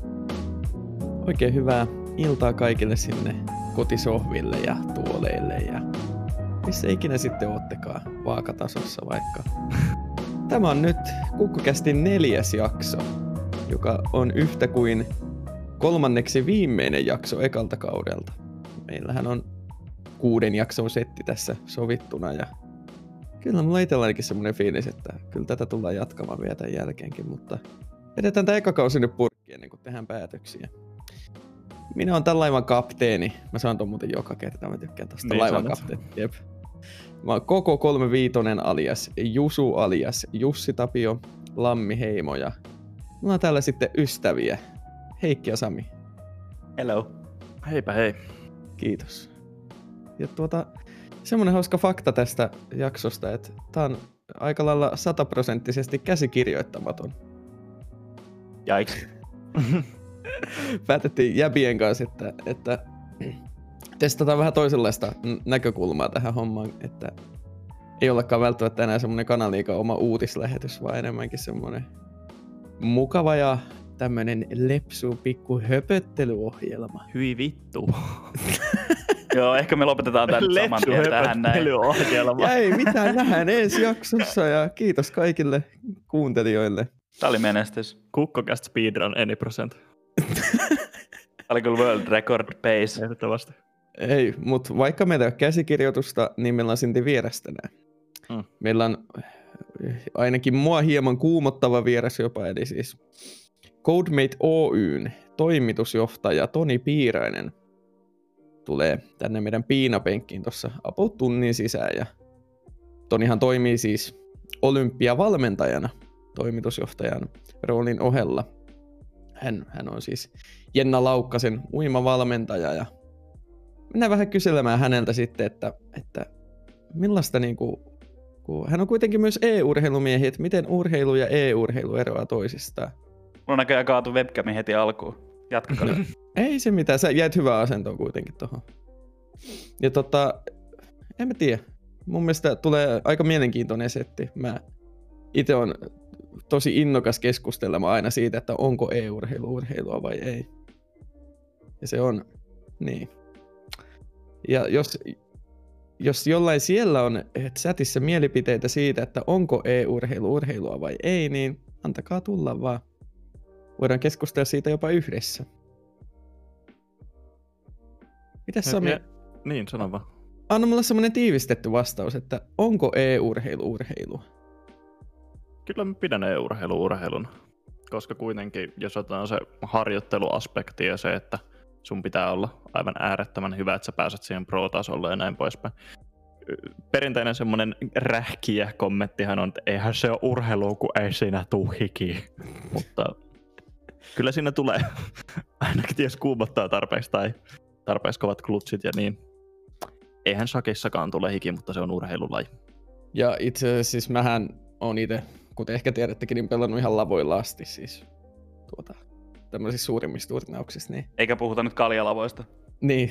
Oikein hyvää iltaa kaikille sinne kotisohville ja tuoleille ja missä ikinä sitten oottekaan, vaakatasossa vaikka. Tämä on nyt KukkoCastin 4. jakso, joka on yhtä kuin 3. viimeinen jakso ekalta kaudelta. Meillähän on 6 jakson setti tässä sovittuna ja kyllä mulla itsellänikin semmoinen fiilis, että kyllä tätä tullaan jatkamaan vielä tämän jälkeenkin, mutta edetään tämä eka kausi nyt purkkiin ennen kuin tehdään päätöksiä. Minä olen tämän laivan kapteeni. Mä saan ton muuten joka kerta, mä tykkään tosta niin, laivan kapteeni. Jep. Mä oon koko 35 alias Jusu alias Jussi Tapio, Lammi Heimo ja mulla on täällä sitten ystäviä. Heikki ja Sami. Hello. Heipä hei. Kiitos. Ja semmonen hauska fakta tästä jaksosta, että tää on aika lailla 100% käsikirjoittamaton. Jaiks. Päätettiin jäbien kanssa, että testataan vähän toisenlaista näkökulmaa tähän hommaan, että ei olekaan välttämättä enää semmonen kanaliikan oma uutislähetys, vaan enemmänkin semmonen mukava ja tämmönen lepsu pikku höpöttelyohjelma. Hyi vittu. Joo, ehkä me lopetetaan tän saman tien tähän näin. Ja ei mitään, nähdään ensi jaksossa ja kiitos kaikille kuuntelijoille. Tää oli menestys. KukkoCast speedrun any %. Oli kyllä world record pace. Ehdottomasti. Ei, mutta vaikka meillä ei ole käsikirjoitusta, niin meillä on silti vieras tänään. Meillä on ainakin mua hieman kuumottava vieras jopa, eli siis Codemate Oyn toimitusjohtaja Toni Piirainen tulee tänne meidän piinapenkkiin tuossa about tunnin sisään. Ja Tonihan toimii siis olympiavalmentajana toimitusjohtajan roolin ohella. Hän on siis Jenna Laukkasen uimavalmentaja ja mennään vähän kyselemään häneltä sitten, että millaista kun hän on kuitenkin myös e-urheilumiehi, että miten urheilu ja e-urheilu eroaa toisistaan. Mulla näköjään kaatu webcami heti alkuun. Jatkakaa. Ei se mitään, sä jäit hyvään asentoon kuitenkin tohon. Ja en mä tiedä. Mun mielestä tulee aika mielenkiintoinen setti. Mä itse on tosi innokas keskustelemaan aina siitä, että onko e-urheilu urheilua vai ei. Ja se on niin. Ja jos jollain siellä on chatissa mielipiteitä siitä, että onko e-urheilu urheilua vai ei, niin antakaa tulla vaan. Voidaan keskustella siitä jopa yhdessä. Mitäs Sami? Niin, sano vaan. Anna mulle semmonen tiivistetty vastaus, että onko e-urheilu urheilua? Kyllä mä pidän urheilun, koska kuitenkin jos otetaan se harjoitteluaspekti ja se, että sun pitää olla aivan äärettömän hyvä, että sä pääset siihen pro-tasolle ja näin poispäin. Perinteinen semmonen rähkiä kommenttihan on, että eihän se ole urheilua, kun ei siinä tuu hiki. Mutta kyllä siinä tulee, ainakin jos kuumottaa tarpeeksi tai tarpeeksi kovat klutsit ja niin. Eihän shakissakaan tule hiki, mutta se on urheilulaji. Ja itse asiassa siis mähän on itse, kuten ehkä tiedättekin, niin pelannut ihan lavoilla asti siis tämmöisissä suurimmissa turnauksissa. Niin. Eikä puhuta nyt kaljalavoista. Niin.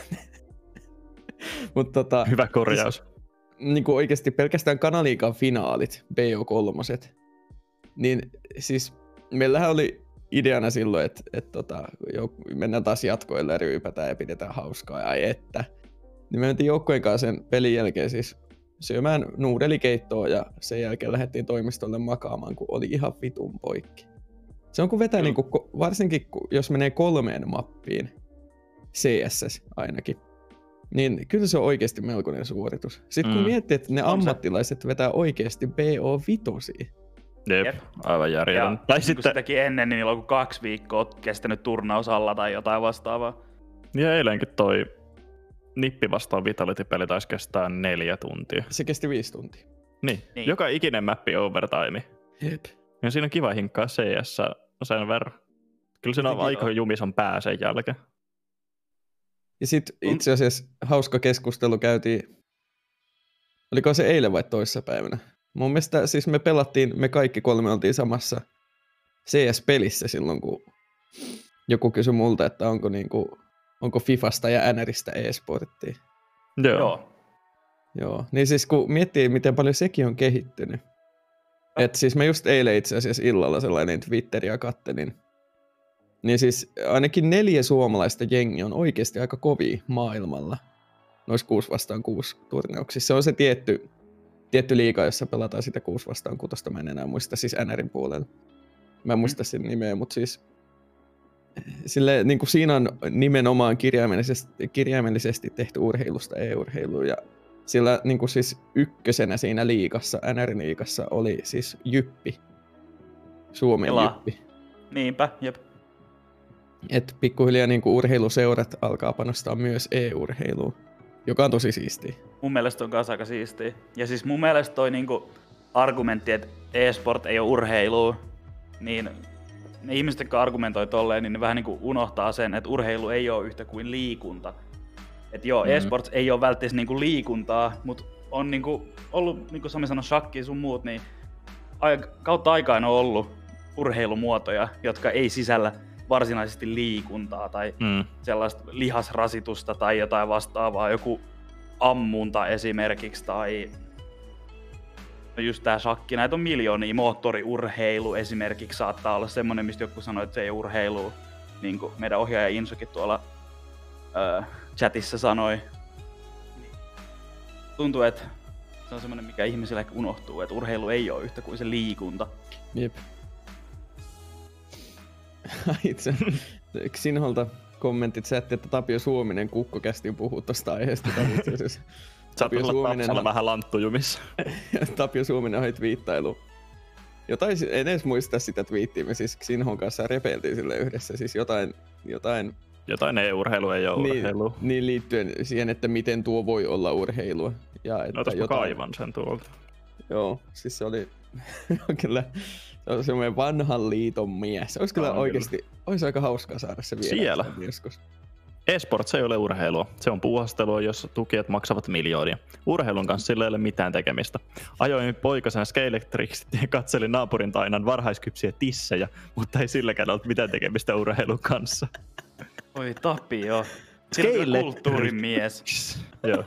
Hyvä korjaus. Niin kuin oikeasti pelkästään kanaliikan finaalit, BO3, niin siis meillähän oli ideana silloin, että mennään taas jatkoille ja ryypätään ja pidetään hauskaa ja että. Niin me mentiin joukkojen kanssa sen pelin jälkeen siis syömään nuudelikeittoa ja sen jälkeen lähdettiin toimistolle makaamaan, kun oli ihan vitun poikki. Se on kun vetää varsinkin jos menee 3 mappiin, CSS ainakin, niin kyllä se on oikeasti melkoinen suoritus. Sitten kun miettii, että ne ammattilaiset vetää oikeasti BO5. Jep, aivan järjetön. Tai sitten sitäkin ennen, niin niillä on 2 viikkoa kestänyt turnaus alla tai jotain vastaavaa. Ja eilenkin toi Nippi vastaan Vitality-peli taisi kestää 4 tuntia. Se kesti 5 tuntia. Niin. Joka ikinen mappi overtime. Jep. Ja siinä on kiva hinkkaa CS sen verran. Kyllä siinä on aika jumison pää sen jälkeen. Ja sit itse asiassa hauska keskustelu käytiin, oliko se eilen vai toissapäivänä? Mun mielestä siis me kaikki 3 oltiin samassa CS-pelissä silloin, kun joku kysyi multa, että onko Fifasta ja NRistä e-sporttia. Joo. Niin siis kun miettii, miten paljon sekin on kehittynyt. Että siis mä just eilen itse asiassa illalla sellainen Twitteriä kattelin. Niin siis ainakin 4 suomalaista jengiä on oikeasti aika kovia maailmalla noissa 6-6 turnauksissa. Se on se tietty liiga, jossa pelataan sitä 6-6. Mä en enää muista siis NRin puolella. Mä en muista sen nimeä, mutta siis sille, niin kuin siinä on nimenomaan kirjaimellisesti tehty urheilusta e-urheiluun. Ja sillä niin kuin siis ykkösenä siinä liigassa, NR-liigassa oli siis Jyppi. Suomen Jyppi. Niinpä, jep. Et pikkuhiljaa niin kuin urheiluseurat alkaa panostaa myös e-urheiluun, joka on tosi siistiä. Mun mielestä on myös aika siistiä. Ja siis mun mielestä toi niinku argumentti, että e-sport ei ole urheilua, niin ne ihmiset, jotka argumentoi tolleen, niin ne vähän niinku unohtaa sen, että urheilu ei ole yhtä kuin liikunta. Että joo, e-sports ei ole välttämättä niinku liikuntaa, mutta on niinku ollut, niin kuin Sami sanoi, shakki sun muut, niin kautta aikaan on ollut urheilumuotoja, jotka ei sisällä varsinaisesti liikuntaa tai sellaista lihasrasitusta tai jotain vastaavaa, joku ammunta esimerkiksi tai just tää shakki, näitä on miljoonia, moottoriurheilu esimerkiksi saattaa olla semmonen, mistä joku sanoo, että se ei ole urheilua, niin kuin meidän ohjaaja Insokin tuolla chatissa sanoi. Tuntuu, että se on semmonen, mikä ihmisille ehkä unohtuu, että urheilu ei ole yhtä kuin se liikunta. Jep. Itse Xinholta kommentit chatti, että Tapio Suominen kukkokästiin puhuu tosta aiheesta. Tapio Suominen vähän lanttujumissa. Tapio Suominen on twiittailu. En edes muista sitä twiittiä, me siis Xinhon kanssa repeiltiin sille yhdessä, siis jotain e-urheilu ei ole urheilua. Niin liittyen siihen, että miten tuo voi olla urheilua. Ja että no kaivan sen tuolta. Joo, siis se oli kyllä semmoinen vanhan liiton mies. Olisi kyllä oikeasti, olisi aika hauskaa saada se vielä. Siellä. Joskus. E-sports ei ole urheilua. Se on puuhastelua, jossa tukijat maksavat miljoonia. Urheilun kanssa sillä ei ole mitään tekemistä. Ajoin poikasena Scalextricsit ja katselin naapurin Tainan varhaiskypsiä tissejä, mutta ei silläkään ollut mitään tekemistä urheilun kanssa. Oi Tapio. Kulttuurin mies. Joo.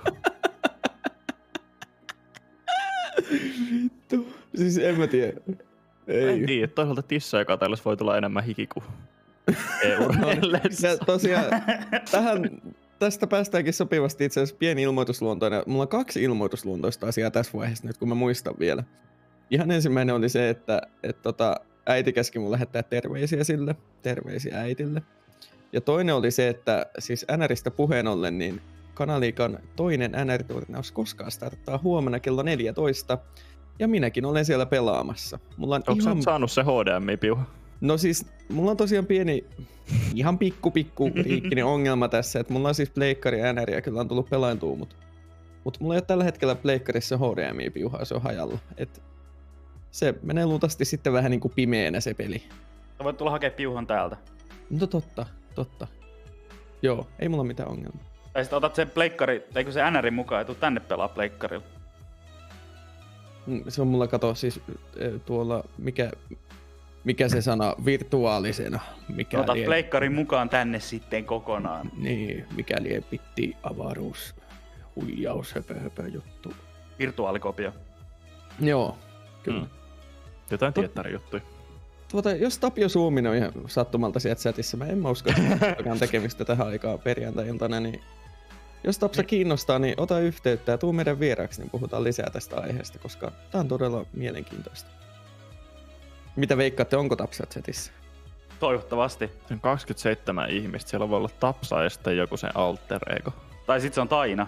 Vittu. Siis en mä tiedä. En tiedä. Toisaalta tissejä katsellessa voi tulla enemmän hiki kuin e-urheillessa. Ja tosiaan tästä päästäänkin sopivasti itse asiassa pieni ilmoitusluontoinen. Mulla on 2 ilmoitusluontoista asiaa tässä vaiheessa nyt, kun mä muistan vielä. Ihan ensimmäinen oli se, että äiti käski mun lähettää terveisiä sille. Terveisiä äitille. Ja toinen oli se, että siis NRistä puheen ollen, niin Kanaliikan toinen NR-turnaus koskaan starttaa huomenna kello 14. Ja minäkin olen siellä pelaamassa. Mulla on onko sä saanut se HDMI-piuha? No siis, mulla on tosiaan pieni, ihan pikku riikkinen ongelma tässä, että mulla on siis pleikkari ja NR ja kyllä on tullut pelailtua, mutta mulla ei ole tällä hetkellä pleikkarissa HDMI-piuhaa, se on hajalla. Et se menee luultavasti sitten vähän niinku pimeänä se peli. Sä voit tulla hakea piuhan täältä. No totta. Joo, ei mulla mitään ongelmaa. Tai sitten otat sen pleikkari, eikö se NRin mukaan, ja tuu tänne pelaa pleikkarilla. Se on mulla kato siis tuolla, mikä se sana, virtuaalisena. Otat pleikkarin mukaan tänne sitten kokonaan. Niin, mikäli pitti avaruus, huijaus, höpö juttu. Virtuaalikopio. Joo, kyllä. Jotain tiettärijuttuja. Jos Tapio Suominen on ihan sattumalta sieltä chatissa, mä en usko, että on tekemistä tähän aikaan perjantai-iltana, niin jos Tapsa kiinnostaa, niin ota yhteyttä ja tuu meidän vieraaksi, niin puhutaan lisää tästä aiheesta, koska tää on todella mielenkiintoista. Mitä veikkaatte, onko Tapsa chatissa? Toivottavasti. Se on 27 ihmistä, siellä voi olla Tapsa ja sitten joku sen alter ego. Tai sit se on Taina.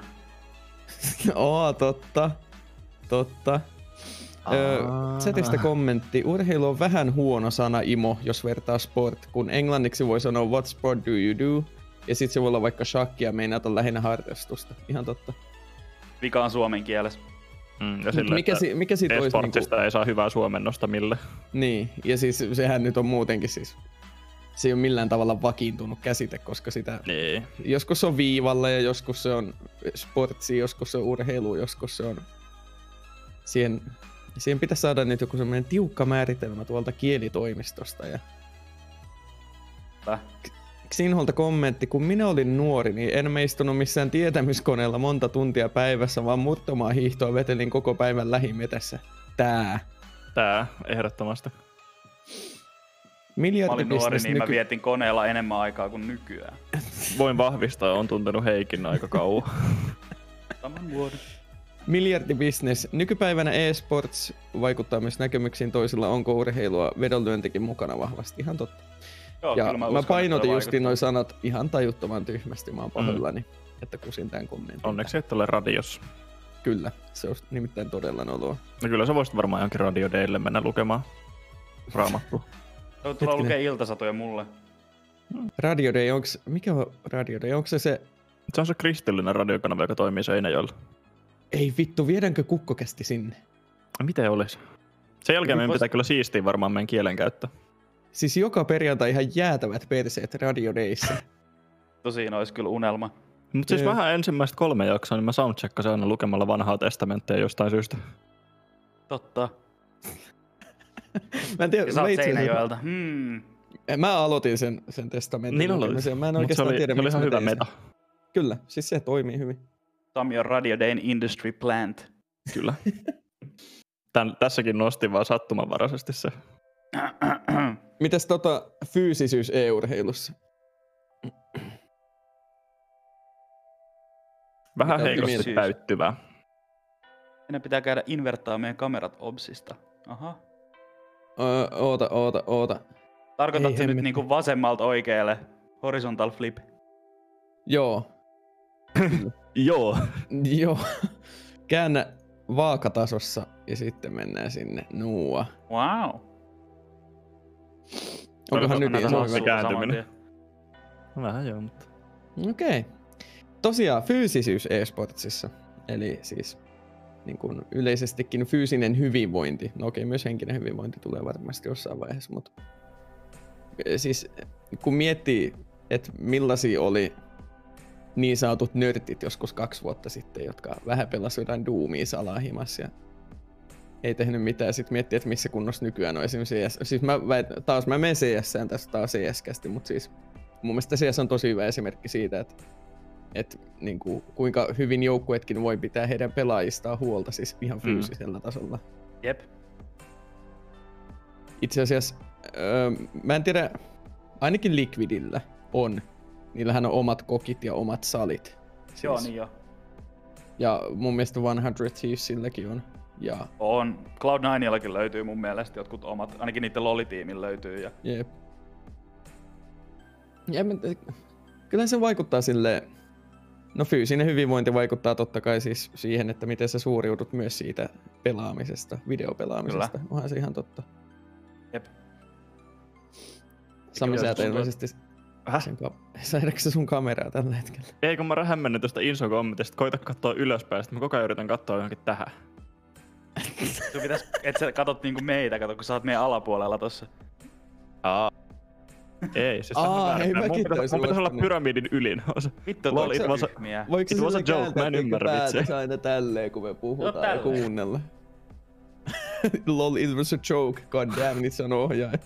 Totta. Chatista kommentti. Urheilu on vähän huono sana, Imo, jos vertaa sport, kun englanniksi voi sanoa what sport do you do, ja sit se voi olla vaikka shakki ja meinata lähinnä harrastusta. Ihan totta. Vika on suomen kielessä. Ja sille, mikä sit olisi e-sportsista niinku ei saa hyvää suomennosta mille. Niin, ja siis sehän nyt on muutenkin siis, se ei ole millään tavalla vakiintunut käsite, koska sitä joskus se on viivalla ja joskus se on sportsi, joskus se on urheilu, joskus se on siihen pitäisi saada nyt joku semmoinen tiukka määritelmä tuolta kielitoimistosta. Ja Xinholta kommentti, kun minä olin nuori, niin en meistunut missään tietämyskoneella monta tuntia päivässä, vaan murtomaa hiihtoa vetelin koko päivän lähimetässä. Tää, ehdottomasti. Mä olin nuori, niin mä vietin koneella enemmän aikaa kuin nykyään. Voin vahvistaa, on tuntenut Heikin aika kauan. Saman vuoden. Miljardibisnes. Nykypäivänä e-sports vaikuttaa myös näkemyksiin toisilla. Onko urheilua vedonlyöntikin mukana vahvasti? Ihan totta. Joo, ja kyllä mä painotin justiin noi sanat ihan tajuttoman tyhmästi. Mä oon pahoillani, että kusin tän kommentin. Onneksi et ole radiossa. Kyllä, se on nimittäin todella noloa. No kyllä sä voisit varmaan johonkin Radio Daylle mennä lukemaan Raamattua. Tulee lukea iltasatoja mulle. Radio Day, mikä on Radio Day? Onko se? Se on se kristillinen radiokanava, joka toimii Seinäjoella. Ei vittu, viedäänkö kukkokästi sinne? Miten olisi? Sen jälkeen meidän pitää kyllä siistiä varmaan meidän kielenkäyttö. Siis joka perjantai ihan jäätävät perseet Radio Dayssä. Tosin olisi kyllä unelma. Mutta siis vähän ensimmäistä 3 jaksoa, niin mä soundcheckasin aina lukemalla vanhaa testamenttia jostain syystä. Totta. Mä en tiedä, ja sä oot Seinäjoelta. Mä aloitin sen testamentin. Niin aloitin. Mä en oikeastaan tiedä, se oli ihan hyvä meta. Kyllä, siis se toimii hyvin. Sami on Radio Dayn industry plant. Kyllä. Tässäkin nostin vaan sattumanvaraisesti se. Mites fyysisyys e-urheilussa? Vähän heikosti täyttyvää. Meidän pitää käydä invertaa meidän kamerat obsista. Aha. Oota. Tarkoitatko nyt niinku vasemmalta oikealle? Horizontal flip. Joo. Joo. Käännä vaakatasossa ja sitten mennään sinne. Nuua. Wow. Onkohan nyt ihan hyvä kääntyminen? Vähän joo, mutta... Okei. Tosiaan fyysisyys e-sportsissa. Eli siis niin kuin yleisestikin fyysinen hyvinvointi. No okei, myös henkinen hyvinvointi tulee varmasti jossain vaiheessa, mutta siis kun miettii, että millaisia oli niin saatut nörtit joskus 2 vuotta sitten, jotka vähän pelasivat jotain Doomia salaa himassa ja ei tehnyt mitään. Sitten miettii, että missä kunnossa nykyään on esimerkiksi CS. Siis mä menen CS:ään tästä taas CS-kästi, mutta siis mun mielestä CS on tosi hyvä esimerkki siitä, että niin kuin, kuinka hyvin joukkueetkin voi pitää heidän pelaajistaan huolta siis ihan fyysisellä tasolla. Jep. Itse asiassa, mä en tiedä, ainakin Liquidillä on. Niillähän on omat kokit ja omat salit. Siis. Joo, niin jo. Ja mun mielestä 100 Thievsilläkin on. Ja on. Cloud9illakin löytyy mun mielestä jotkut omat, ainakin niiden LoL-tiimin löytyy. Ja... Jep. Ja kyllä se vaikuttaa silleen, no fyysinen hyvinvointi vaikuttaa totta kai siis siihen, että miten sä suoriudut myös siitä pelaamisesta, videopelaamisesta. Kyllä. Onhan se ihan totta. Jep. Sami, sä ilmeisesti... Saadaanko se sun kameraa tällä hetkellä? Ei, kun mä hämmennyt tuosta Inso-kommentista, koita katsoa ylöspäin, sitten mä koko ajan yritän katsoa johonkin tähän. Sun pitäis, et sä katot niinku meitä, kun sä oot meidän alapuolella tossa. Ei, siis hei, mun pitäis olla pyramidin ylin. Vittu, voiko se sillä mä en ymmärrä vitsiä. Aina tälleen, kun me puhutaan ja kuunnella. Lol, it was a joke. God damn it, se on ohjaaja.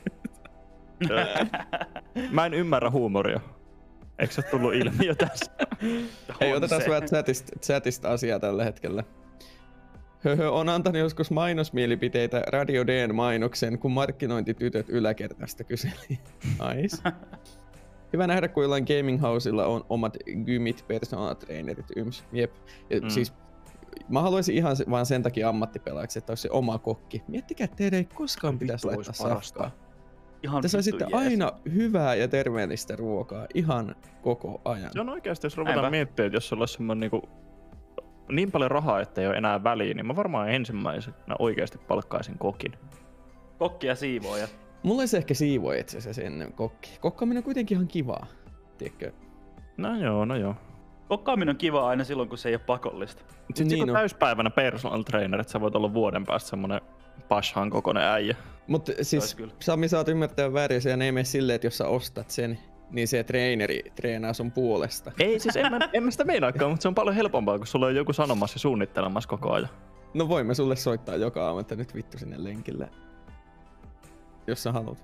Mä en ymmärrä huumoria. Eikö se tullut ilmi jo tässä? Hei, otetaan vähän chatista asiaa tällä hetkellä. On antanut joskus mainosmielipiteitä Radio D:n mainoksen, kun markkinointitytöt yläkertaista kyseli. Nice. Hyvä nähdä, kun jollain gaming housella on omat gymit, personal trainerit, Jep. Siis mä haluaisin ihan vaan sen takia ammattipelaajaksi, että olisi se oma kokki. Miettikää, että teidän ei koskaan pitäisi laittaa safkaa. Te saisitte aina hyvää ja terveellistä ruokaa ihan koko ajan. Se on oikeasti, jos ruvetaan miettimään, että jos sulla olisi semmoinen niin paljon rahaa, että ei ole enää väliä, niin mä varmaan ensimmäisenä oikeasti palkkaisin kokin. Kokki ja siivooja. Mulla olisi ehkä siivooja itse asiassa ennen kokki. Kokkaaminen on kuitenkin ihan kivaa, tiedätkö? No joo. Kokkaaminen on kivaa aina silloin, kun se ei ole pakollista. Sitten niin on täyspäivänä personal trainer, että sä voit olla vuoden päästä semmonen pashan kokoinen äijä. Mutta siis Sami, sä oot ymmärtää väärin, se ei mene silleen, että jos sä ostat sen, niin se treeneri treenaa sun puolesta. Ei siis en mä sitä meinaakaan, mutta se on paljon helpompaa, kun sulla on joku sanomassa ja suunnittelemassa koko ajan. No voimme sulle soittaa joka aamu, että nyt vittu sinne lenkille. Jos sä haluat.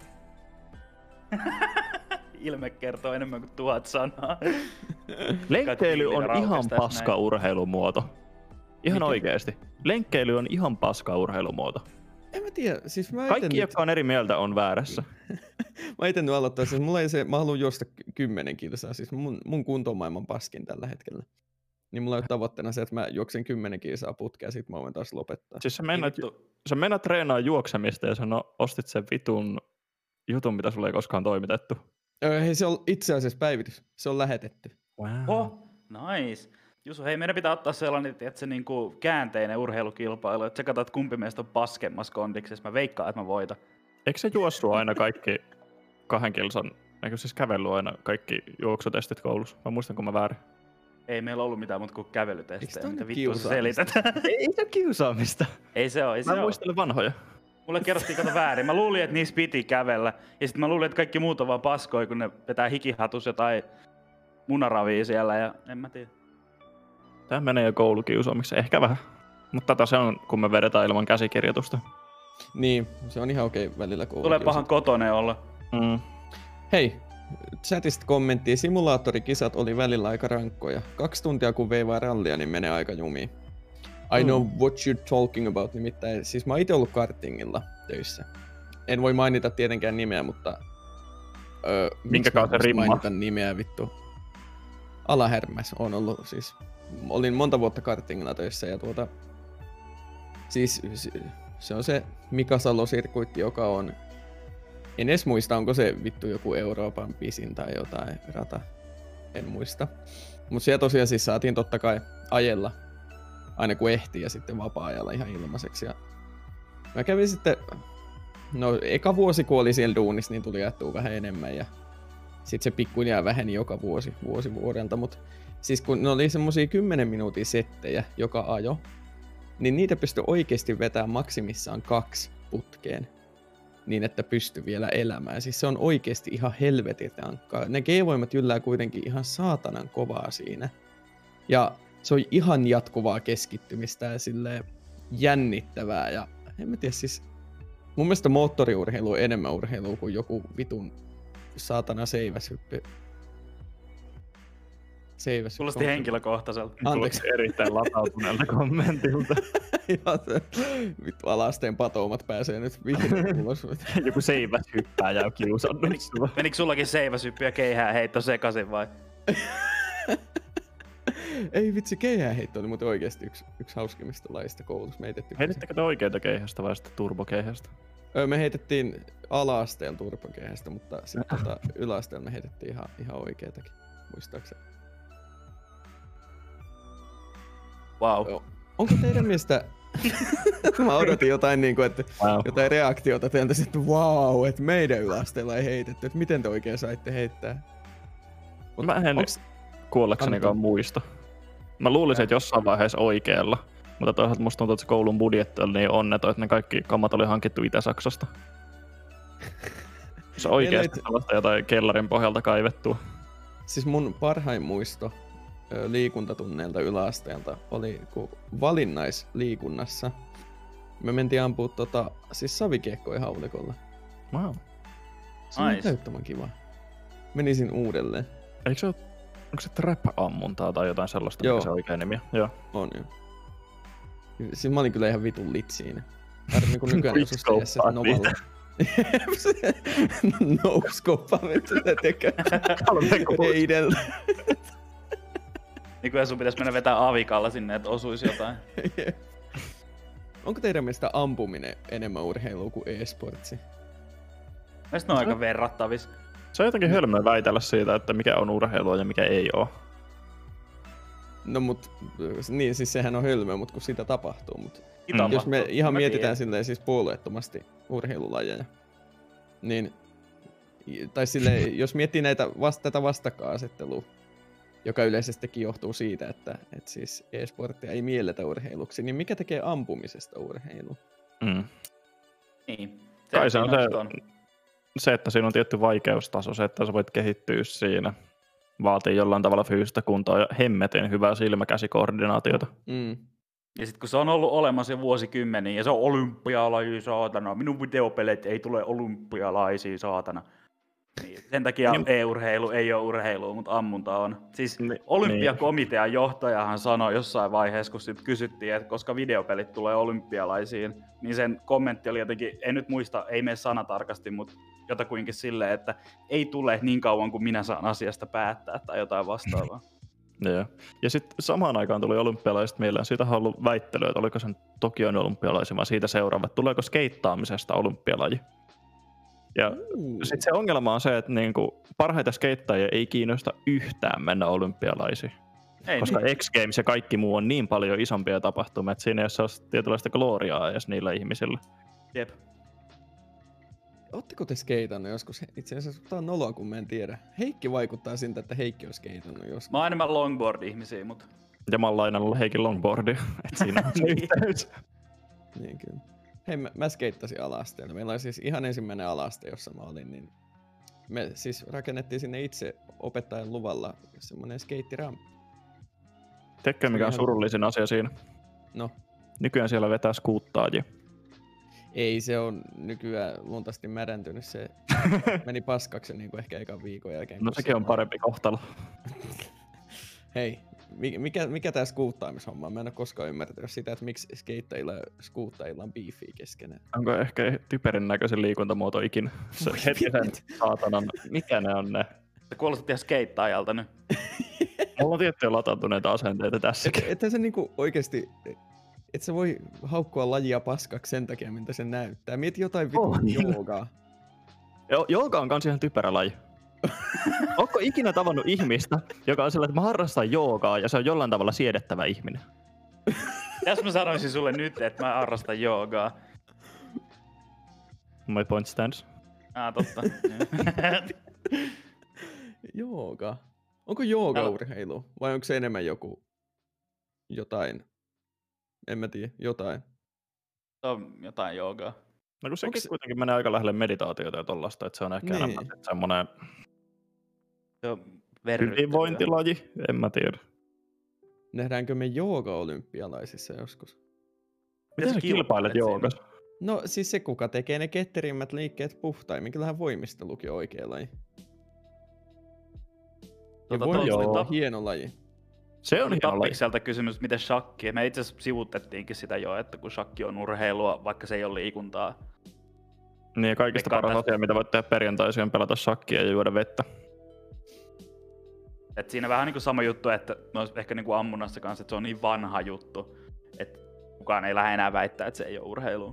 Ilme kertoo enemmän kuin 1000 sanaa. Lenkkeily on ihan paska urheilumuoto. Ihan oikeesti. Lenkkeily on ihan paska urheilumuoto. En mä tiedä, siis mä kaikki, jotka on eri mieltä, on väärässä. Mä ite nyt aloittaa, siis mulla ei se, mä haluan juosta 10 kilsaa, siis mun kunto on maailman paskin tällä hetkellä. Niin mulla on tavoitteena se, että mä juoksen 10 kilsaa putkea ja sit mä voin taas lopettaa. Siis sä mennät treenaa juoksemista ja sä ostit sen vitun jutun, mitä sulle ei koskaan toimitettu. Hei, se on itse asiassa päivitys. Se on lähetetty. Wow. Oh, nice. Jusu, hei, meidän pitää ottaa sellainen, että se niinku käänteinen urheilukilpailu, että sä katsot kumpi meistä on paskemmassa kondiksessa. Mä veikkaan, että mä voitan. Eikö se juossu aina kaikki 2 kilsan, eikö siis kävellyt aina kaikki juoksutestit koulussa? Mä muistan, kun mä väärin. Ei meillä ollut mitään muuta kuin kävelytestejä, mitä vittua sä kiusaamista? selität. Ei se kiusaamista. Ei se oo, ei se Mä oo. muistelen vanhoja. Mulle kerrottiin kato väärin. Mä luulin, että niissä piti kävellä. Ja sitten mä luulin, että kaikki muut on vaan paskoja, kun ne vetää hikihatus jotain munaravia siellä ja en mä tiedä. Tää menee jo koulukiusaamiksi, ehkä vähän. Mutta tätä se on, kun me vedetään ilman käsikirjoitusta. Niin, se on ihan okei välillä koulukiusa. Tulee pahan kotonen olla. Hei, chatista kommenttia. Simulaattorikisat oli välillä aika rankkoja. 2 tuntia kun veivaa rallia, niin menee aika jumiin. I know what you're talking about, nimittäin siis mä oon ite ollut kartingilla töissä. En voi mainita tietenkään nimeä, mutta Minkä kanssa rimmaa? Mainita nimeä vittu. Alahärmäs on ollut siis. Olin monta vuotta kartingilla töissä ja siis se on se Mika Salo-sirkuitti, joka on, en edes muista, onko se vittu joku Euroopan pisin tai jotain rata. En muista. Mut siellä tosiaan siis saatiin totta kai ajella aina kun ehtii ja sitten vapaa-ajalla ihan ilmaiseksi. Ja mä kävin sitten, no eka vuosi kun oli siellä duunissa, niin tuli jaettua vähän enemmän ja sit se pikkuhiljaa väheni joka vuosi vuodelta, mut siis kun ne oli semmosia 10 minuutin settejä joka ajo, niin niitä pystyi oikeesti vetämään maksimissaan 2 putkeen, niin että pystyi vielä elämään. Siis se on oikeesti ihan helvetin rankkaa. Ne G-voimat yllää kuitenkin ihan saatanan kovaa siinä. Ja se on ihan jatkuvaa keskittymistä ja silleen jännittävää. Ja en mä tiedä siis, mun mielestä moottoriurheilu on enemmän urheilua kuin joku vitun saatana seiväshyppy. Kuulosti henkilökohtaiselta. Anteeksi. Erittäin latautuneelta kommentilta. Vittu alasteen patoumat pääsee nyt vihreän ulos. Joku seiväs hyppää ja on kiusannut sua. Menikö sullakin seiväsyppy ja keihää heitto sekaisin vai? Ei vitsi, keihäänheitto oli muuten oikeesti yksi hauskimmista lajista koulussa. Me heitettiin. Heitettekö te oikeita keihästä vai sitten turbokeihästä? Me heitettiin ala-asteen turbokeihästä, mutta sitten yläasteella me heitettiin ihan oikeetakin, muistaakseni. Wow. Onko teidän mielestä... Mä odotin jotain niinku, että jotain reaktiota teiltä sitten, wow, että meidän yläasteella ei heitetty, että miten te oikein saitte heittää? Mä en kuollaksenikaan muista. Mä luulisin, että jossain vaiheessa oikealla, mutta toisaalta musta tuntuu, että se koulun budjetti oli niin onneton, että ne kaikki kammat oli hankittu Itä-Saksasta. Se on oikeasti sellaista jotain kellarin pohjalta kaivettua. Siis mun parhain muisto liikuntatunneilta yläasteelta oli valinnaisliikunnassa. Me mentiin ampua siis savikiekkoja haulikolla. Wow. Se on täyttämän kiva. Menisin uudelleen. Eikö se ole, onko se trap-ammuntaa tai jotain sellaista, mikä se oikea nimi? Joo. On joo. Siis mä olin kyllä ihan vitun lit siinä. Harmi kun nykyään osuus tehdä se Novalla. No-scope, vittu sitä tekee. Reidellä. Niin kuin sun pitäis mennä vetää avikalla sinne, että osuisi jotain. Onko teidän mielestä ampuminen enemmän urheilua kuin e-sportsi? Mielestäni on aika verrattavis. Se on jotenkin hölmöä väitellä siitä, että mikä on urheilua ja mikä ei oo. No mut, niin siis sehän on hölmöä, mut kun sitä tapahtuu. Mut jos me ihan mietitään silleen siis puolueettomasti urheilulajeja, niin, tai silleen, jos miettii tätä vastakkainasettelua, joka yleisestikin johtuu siitä, että siis e-sporttia ei mielletä urheiluksi, niin mikä tekee ampumisesta urheilu? Niin. Kai se on se, että siinä on tietty vaikeustaso, se, että sä voit kehittyä siinä, vaatii jollain tavalla fyysistä kuntoa ja hemmetin hyvää silmäkäsikoordinaatiota. Ja sit kun se on ollut olemassa jo vuosikymmeniä ja se on olympialaji saatana, minun videopelit ei tule olympialaisia saatana. Niin, sen takia e-urheilu ei ole urheilua, mutta ammunta on. Siis olympiakomitean johtajahan sanoi jossain vaiheessa, kun sit kysyttiin, että koska videopelit tulee olympialaisiin, niin sen kommentti oli jotenkin, en nyt muista, ei mene sanatarkasti, mutta jotakuinkin silleen, että ei tule niin kauan kuin minä saan asiasta päättää tai jotain vastaavaa. Joo. Ja sitten samaan aikaan tuli olympialaiset mieleen. Siitä on ollut väittelyä, että oliko sen Tokion olympialaisia, vaan siitä seuraava, että tuleeko skeittaamisesta olympialaji. Ja sitten se ongelma on se, että niinku parhaita skeittajia ei kiinnosta yhtään mennä olympialaisiin. Ei koska niin. X Games ja kaikki muu on niin paljon isompia tapahtumia, että siinä ei ole tietynlaista gloriaa edes niillä ihmisillä. Jep. Ootteko te skeitannut joskus? Itse asiassa tää on noloa, kun mä en tiedä. Heikki vaikuttaa siltä, että Heikki on skeitannut joskus. Mä oon enemmän longboard-ihmisiä, mutta... Ja mä oon lainannut Heikin longboardia, että siinä on se yhteys. Niin kyllä. Hei, mä skeittasin ala-asteella. Meillä oli siis ihan ensimmäinen ala-aste, jossa mä olin, niin me siis rakennettiin sinne itse opettajan luvalla semmonen skeittiramppi. Tiedätkö mikä on surullisin asia siinä? No. Nykyään siellä vetää skuuttaajia. Ei, se on nykyään luontaisesti mädäntynyt. Se meni paskaksi niin kuin ehkä ekan viikon jälkeen. No sekin on parempi kohtalo. Hei, mikä tää skuuttaamishomma on? Mä en ole koskaan ymmärtänyt sitä, että miksi skeittajilla ja skuuttajilla on beefiä keskenään. Onko ehkä typerin näköisen liikuntamuoto ikinä? Se hetkisen saatanan, mikä ne on ne? Se kuulostat ihan skeittaajalta nyt. Mulla on tiettyjä latautuneita asenteita tässäkin. Että se niinku oikeesti, et sä voi haukkua lajia paskaksi sen takia, miltä se näyttää. Mieti jotain vitun joogaa. Jooga on kans ihan typerä laji. Ootko ikinä tavannut ihmistä, joka on sellainen, että mä harrastan joogaa ja se on jollain tavalla siedettävä ihminen? Jos mä sanoisin sulle nyt, että mä harrastan joogaa. My point stands. Totta. Jooga. Onko joogaurheilu vai onko se enemmän jotain? En mä tiedä, jotain. Se on jotain joogaa. No kun sekin kuitenkin menee aika lähelle meditaatiota ja tollaista, että se on ehkä enemmän semmonen hyvinvointilaji, en mä tiedä. Nähdäänkö me jooga-olympialaisissa joskus? Miten sä kilpailet joogas? No siis se, kuka tekee ne ketterimmät liikkeet puhtaimmin. Kyllähän voimistelukin on oikea laji. Ja voimistelu on hieno laji. Se on hieno laji. Sieltä kysymys, miten shakki? Me itse asiassa sivutettiinkin sitä jo, että kun shakki on urheilua, vaikka se ei ole liikuntaa. Niin ja kaikista paras asia, mitä voit tehdä perjantaisin, on pelata shakkia ja juoda vettä. Et siinä vähän niinku sama juttu, että no ehkä niinku ammunnassa kanssa, että se on niin vanha juttu, että kukaan ei lähde enää väittää, että se ei ole urheilua.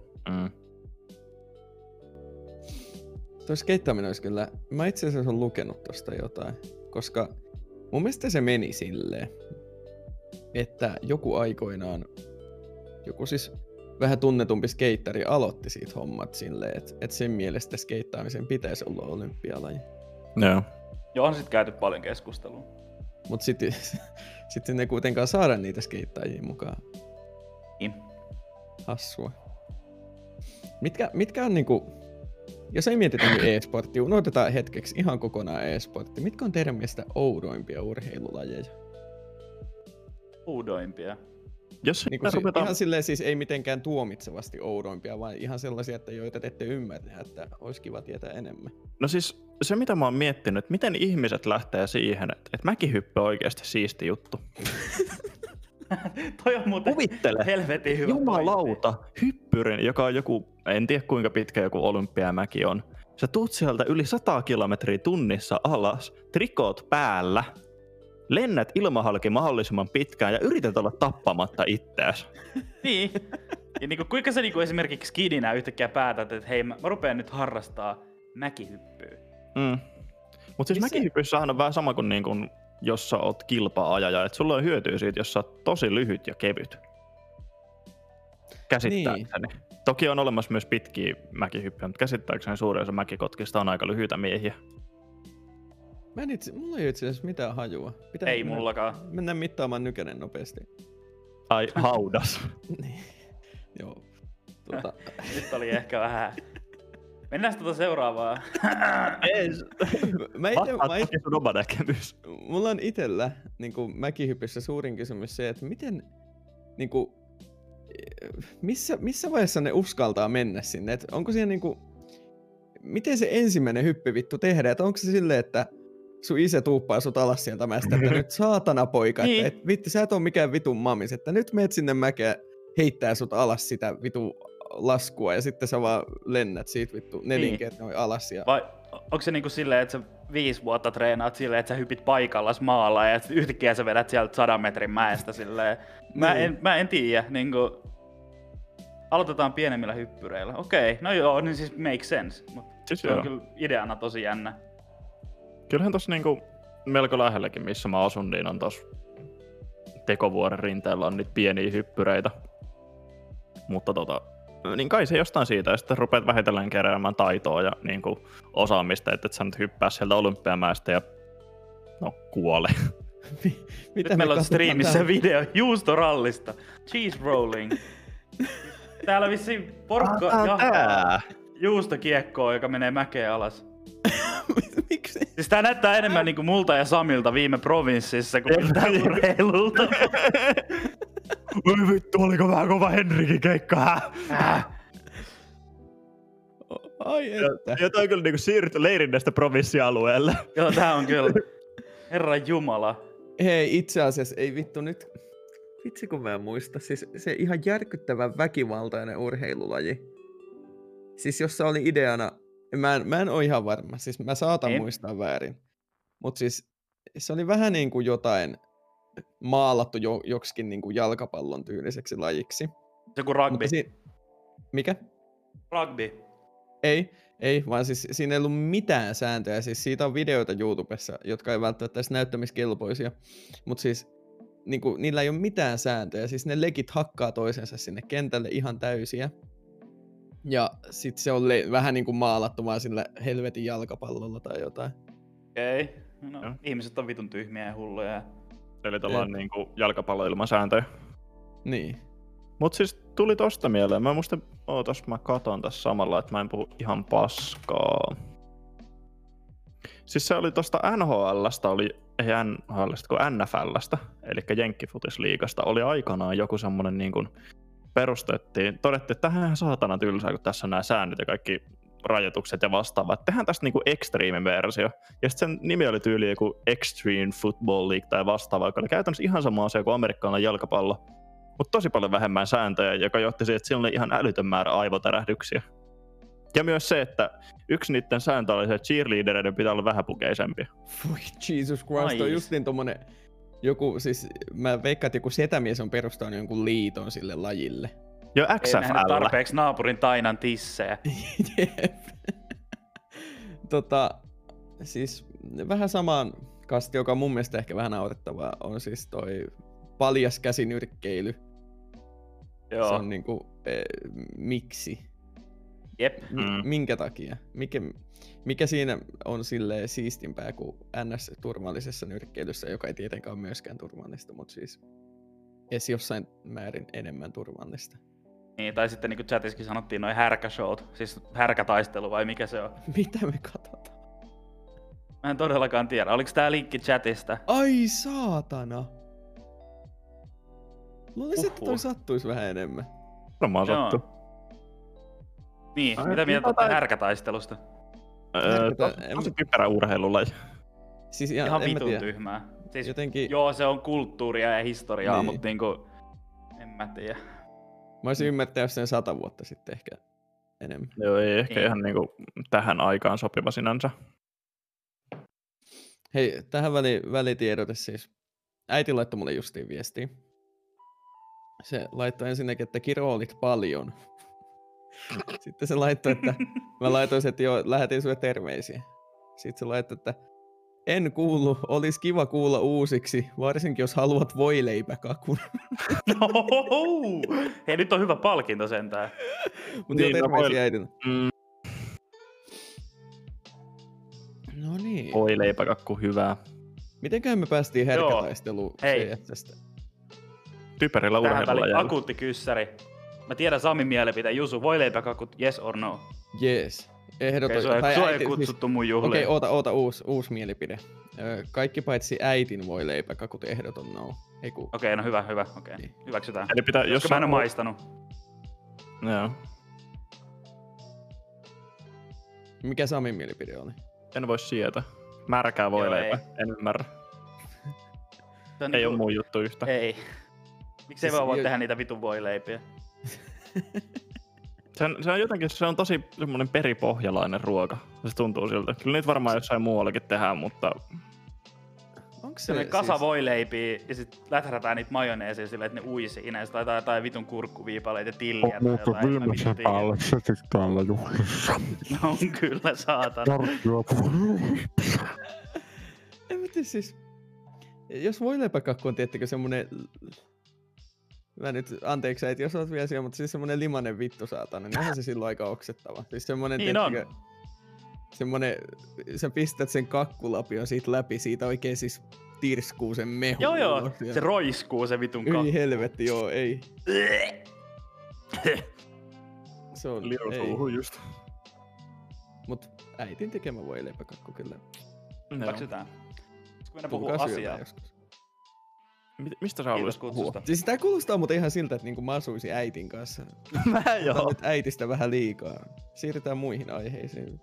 Toi skeittaaminen olisi kyllä, mä itse asiassa olen lukenut tosta jotain, koska mun mielestä se meni silleen, että joku aikoinaan, joku siis vähän tunnetumpi skeittari aloitti siitä hommat silleen, että sen mielestä skeittaamisen pitäisi olla olympialaji. Joo. Joo, on sit käyty paljon keskustelua. Mut sitten ne kuitenkaan saada niitä skeittaajia mukaan. Niin. Hassua. Mitkä on niinku, jos ei mietitä nyt e-sporttia, unohdetaan hetkeksi ihan kokonaan e-sportti. Mitkä on teidän mielestä oudoimpia urheilulajeja? Oudoimpia? Jos niin ruvetaan... Ihan silleen siis ei mitenkään tuomitsevasti oudoimpia, vaan ihan sellaisia, että joita te ette ymmärrä, että olisi kiva tietää enemmän. No siis se mitä mä oon miettinyt, että miten ihmiset lähtee siihen, että mäkihyppy on oikeasti siisti juttu. Toi on muuten helvetin hyvä jumalauta, hyppyrin, joka on joku, en tiedä kuinka pitkä joku olympiamäki on. Sä tuut sieltä yli 100 kilometriä tunnissa alas, trikoot päällä, lennät ilmahalki mahdollisimman pitkään ja yrität olla tappamatta itseäsi. Niin. Ja niinku, kuinka sä niinku esimerkiksi skidinä yhtäkkiä päätät, että hei mä rupean nyt harrastaa mäkihyppyä. Mutta siis mäkihyppyssähän on vähän sama kuin niinku, jos sä oot kilpa-ajaja, että sulla on hyötyä siitä, jos sä oot tosi lyhyt ja kevyt. Käsittääkseni. Niin. Toki on olemassa myös pitkiä mäkihyppyjä, mutta käsittääkseni suurin osa mäkikotkista on aika lyhyitä miehiä. Mulla ei itse asiassa mitään hajua. Ei mullakaan. Mennään mittaamaan Nykänen nopeasti. Ai, haudas. Niin. Joo. Nyt oli ehkä vähän. Mennään seuraavaa. Mulla on itellä niin mäkihypyssä suurin kysymys se, että miten, niin kuin, missä vaiheessa ne uskaltaa mennä sinne? Et onko siellä niin kuin, miten se ensimmäinen hyppy vittu tehdään? Et onko se silleen, että sun isä tuuppaa sut alas sieltä mästä, että nyt saatana poika, niin. että vitti sä et oo mikään vitun mamis, että nyt meet sinne mäkeä heittää sut alas sitä vitun laskua ja sitten sä vaan lennät siitä vittu nelinkertoin alas. Ja... Vai onko se niinku silleen, että sä 5 vuotta treenaat silleen, että sä hypit paikallas maalla ja yhtäkkiä sä vedät sieltä 100 metrin mäestä silleen. Mä en tiedä, niinku... Aloitetaan pienemmillä hyppyreillä. Okei, no joo, niin siis make sense. Mutta Siis se on kyllä ideana tosi jännä. Kyllähän tossa niinku melko lähelläkin, missä mä asun, niin on tossa Tekovuoren rinteellä on niitä pieniä hyppyreitä. Mutta niin kai se jostain siitä, ja sitten rupeat vähitellen keräämään taitoa ja niinku osaamista, että et sä nyt hyppää sieltä Olympiamäestä ja kuole. Nyt meillä on striimissä video juustorallista. Cheese rolling. Täällä vissiin porukka jahaa juustokiekkoa, joka menee mäkeä alas. Miksi? Siis tää näyttää enemmän niinku multa ja Samilta viime provinssissa kuin mitään urheilulta. Oi vittu, oliko vähän kova Henrikin keikka? Ai että. Ja toi kyllä niinku siirrytty Leirinnästä provinssialueelle. Joo, tää on kyllä. Herran jumala. Hei, itse asiassa ei vittu nyt... Vitsi kun mä en muista. Siis se ihan järkyttävän väkivaltainen urheilulaji. Siis jos se oli ideana... Mä en oo ihan varma. Siis mä saatan muistaa väärin. Mut siis se oli vähän niinku jotain maalattu joksikin niinku jalkapallon tyyliseksi lajiksi. Se kuin rugby. Mikä? Rugby. Ei, vaan siis siinä ei ollut mitään sääntöjä. Siis siitä on videoita YouTubessa, jotka ei välttämättä edes näyttämiskelpoisia. Mut siis niinku, niillä ei ole mitään sääntöjä. Siis ne legit hakkaa toisensa sinne kentälle ihan täysiä. Ja sit se on vähän niinku maalattu vaan sillä helvetin jalkapallolla tai jotain. Okei. No, ihmiset on vitun tyhmiä ja hulluja. Eli ollaan niinku jalkapallo ilman sääntöjä. Niin. Mut siis tuli tosta mieleen. Mä katon tässä samalla, että mä en puhu ihan paskaa. Siis se oli tosta NHL:stä, ei NHL:stä, kun NFL:stä, eli Jenkkifutisliigasta, oli aikanaan joku semmonen niin kuin todettiin, että tähän ihan saatana tylsää, kun tässä on nämä säännöt ja kaikki rajoitukset ja vastaavat. Tehdään tästä niinku extreme-versio. Ja sitten sen nimi oli tyyli joku Extreme Football League tai vastaava, joka oli käytännössä ihan sama asia kuin amerikkalainen jalkapallo, mutta tosi paljon vähemmän sääntöjä, joka johti siihen, että siinä oli ihan älytön määrä aivotärähdyksiä. Ja myös se, että yksi niiden sääntö oli se, että cheerleadereiden pitää olla vähäpukeisempia. Voi Jesus Christ, on just niin tommonen joku, siis mä veikkaan, että joku setämies on perustanut jonkun liiton sille lajille. Jo Ei nähnyt XFL. tarpeeksi naapurin Tainan tissejä. Siis vähän samaan kasti, joka on mun mielestä ehkä vähän naurettavaa, on siis toi paljas käsinyrkkeily. Joo. Se on niinku, miksi? Jep. Minkä takia? Mikä siinä on silleen siistimpää kuin NS-turvallisessa nyrkkeilyssä, joka ei tietenkään ole myöskään turvallista, mutta siis edes jossain määrin enemmän turvallista. Niin, tai sitten niin kuin chatissakin sanottiin, noi härkäshowt, siis härkätaistelu vai mikä se on? Mitä me katsotaan? Mä en todellakaan tiedä. Oliko tää linkki chatista? Ai saatana! Luulisin, että toi sattuisi vähän enemmän. Varmaan sattuu. Niin, mitä mieltä olette härkätaistelusta? Tosi typerä urheilulaji. Siis ihan vitun tyhmää. Siis, jotenkin... Joo, se on kulttuuria ja historiaa, niin. Mutta niinku... En mä tiedä. Mä olisin ymmärtänyt sen 100 vuotta sitten ehkä enemmän. Joo, ei ehkä ihan niinku tähän aikaan sopiva sinänsä. Hei, tähän välitiedote siis. Äiti laittoi mulle justiin viestiä. Se laittoi ensinnäkin, että kiroolit paljon. Sitten se laittoi, että mä laitoin, että joo, lähetin sulle terveisiä. Sitten se laittoi, että en kuullut, olisi kiva kuulla uusiksi, varsinkin jos haluat voileipäkakun. No, hei, nyt on hyvä palkinto sentään. Mutta niin, joo, terveisiä äidille. No niin. Voileipäkakku, hyvää. Mitenköhän me päästiin härkätaisteluun CS:stä? Typerillä urheilulajalla. Akuutti kyssäri. Mä tiedän Samin mielipiteen. Jusu, voileipäkakut, yes or no? Yes. Ehdoton. Okay, sua ei kutsuttu mun juhliin. Okei, oota uusi mielipide. Kaikki paitsi äitin voileipäkakut ehdoton no. Okei, no hyvä. Okei. Niin. Hyväksytään. Eli pitää, jos mä en ole maistanut. Joo. Mikä Samin mielipide oli? En voi sietää. Märkää voileipä. En ymmärrä. Ei oo mun juttu yhtä. Ei. Miksei vaan voi tehdä niitä vitun voileipiä? Se on jotenkin, se on tosi semmoinen peripohjalainen ruoka. Se tuntuu siltä. Kyllä niitä varmaan jossain muuallakin tehdään, mutta... Onko se kasa voileipiä ja sit läträtään niitä majoneesia silleen, että ne ui siinä tai jotain vitun kurkkuviipaleita ja tilliä tai jotain. Viimeisen päälle setit täällä juhlissa. No on kyllä, saatana. En mä tiedä siis... Jos voileipäkakku on tiettikö semmonen... Mä nyt, anteeksi äiti, jos oot vielä siellä, mutta siis semmonen limanen vittu saatana, niin onhan se silloin aika oksettava. Siis semmonen, niin tiettikö, semmonen, sä pistät sen kakkulapion siitä läpi, siitä oikein siis tirskuu sen mehu. Joo, se roiskuu se vitun kakku. Ei helvetti, joo, ei. Se on, Liusuuhun just. Mut äitin tekemä voileipäkakku kyllä. Hyväksytään. Kun mennä puhuu asiaa. Mistä sä haluaisit puhua? Siis tää kuulostaa muuten ihan siltä, että niinku mä asuisin äitin kanssa. Mä joo. Nyt äitistä vähän liikaa. Siirrytään muihin aiheisiin.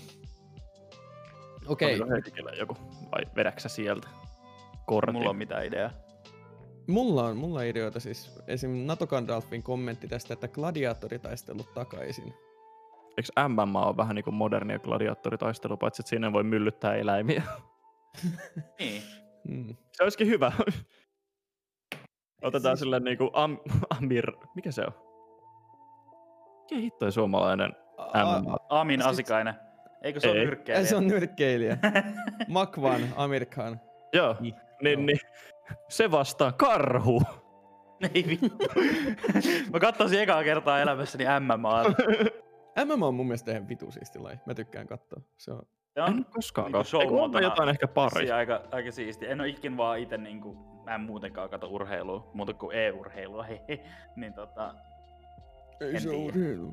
Okei. Oliko Heikillä joku? Vai vedäksä sieltä? Kortin. Mulla on mitään ideaa. Mulla on ideoita siis. Esim. Nato Gandalfin kommentti tästä, että gladiaattoritaistelut takaisin. Eikö MMA on vähän niinku modernia gladiaattoritaistelu, paitsi että siinä voi myllyttää eläimiä? Niin. Se olisikin hyvä. Otetaan siis... silleen niinku Amir... Mikä se on? Mikä hittoi suomalainen MMA? Amin Asikainen. Eikö se ole nyrkkeilijä? Se on nyrkkeilijä. Makvan Amir Khan. Joo, niin. Se vastaa karhu. Ei vittu. Mä katsoisin ekaa kertaa elämässäni MMA:ta. MMA on mun mielestä ihan vitu siisti laji. Mä tykkään katsoa. Se on... En koskaan katso. Eikö onko jotain ehkä pari? Aika siisti. En oo ikin vaan ite niinku... Mä en muutenkaan kato urheilua. Muuta kuin e-urheilua. Niin Ei se urheilu.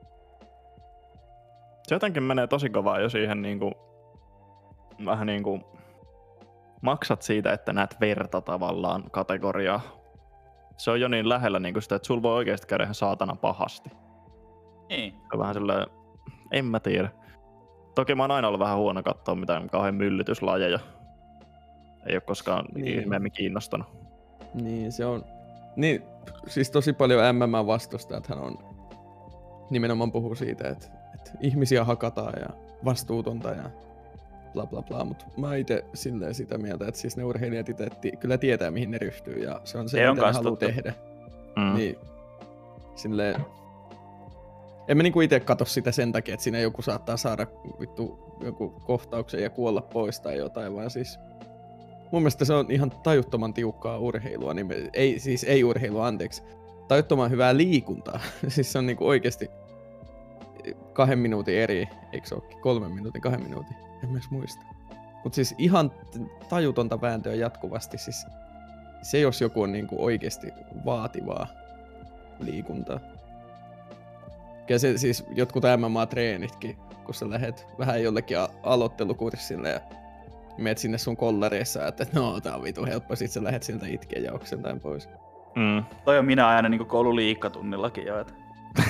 Se jotenkin menee tosi kovaa jo siihen niinku... Vähän niinku... Maksat siitä, että näet verta tavallaan kategoriaa. Se on jo niin lähellä niinku sitä, että sulla voi oikeesti käydä ihan saatana pahasti. Niin. Se on vähän silleen... En mä tiedä. Toki mä oon aina ollut vähän huono katsoa mitään kauhean myllytyslajeja. Ei oo koskaan ihmeemmin kiinnostanut. Niin, se on... Niin, siis tosi paljon MMA-vastustajathan on... Nimenomaan puhuu siitä, että ihmisiä hakataan ja vastuutonta ja bla bla bla, mutta mä ite silleen sitä mieltä, että siis ne urheilijat ite kyllä tietää mihin ne ryhtyy ja se on se, mitä ne haluaa tehdä. Niin, silleen... En mä niinku ite katso sitä sen takia, että siinä joku saattaa saada vittu joku kohtauksen ja kuolla pois tai jotain, vaan siis... Mun mielestä se on ihan tajuttoman tiukkaa urheilua, niin ei urheilua, anteeksi. Tajuttoman hyvää liikuntaa. Siis se on niinku oikeesti 2 minuutin eri, eikö se ookin? 3 minuutin, 2 minuutin. En mä edes muista. Mut siis ihan tajutonta vääntöä jatkuvasti. Siis se jos joku on niinku oikeesti vaativaa liikuntaa. Ja se siis jotkut MMA-treenitkin, kun sä lähet vähän jollekin aloittelukurssille ja meet sinne sun kollareissa, että no tää on vitu helppo, sit sä lähet sieltä itkeen ja oksentain pois. Toi on minä aina niinku koululiikkatunnillakin jo, että...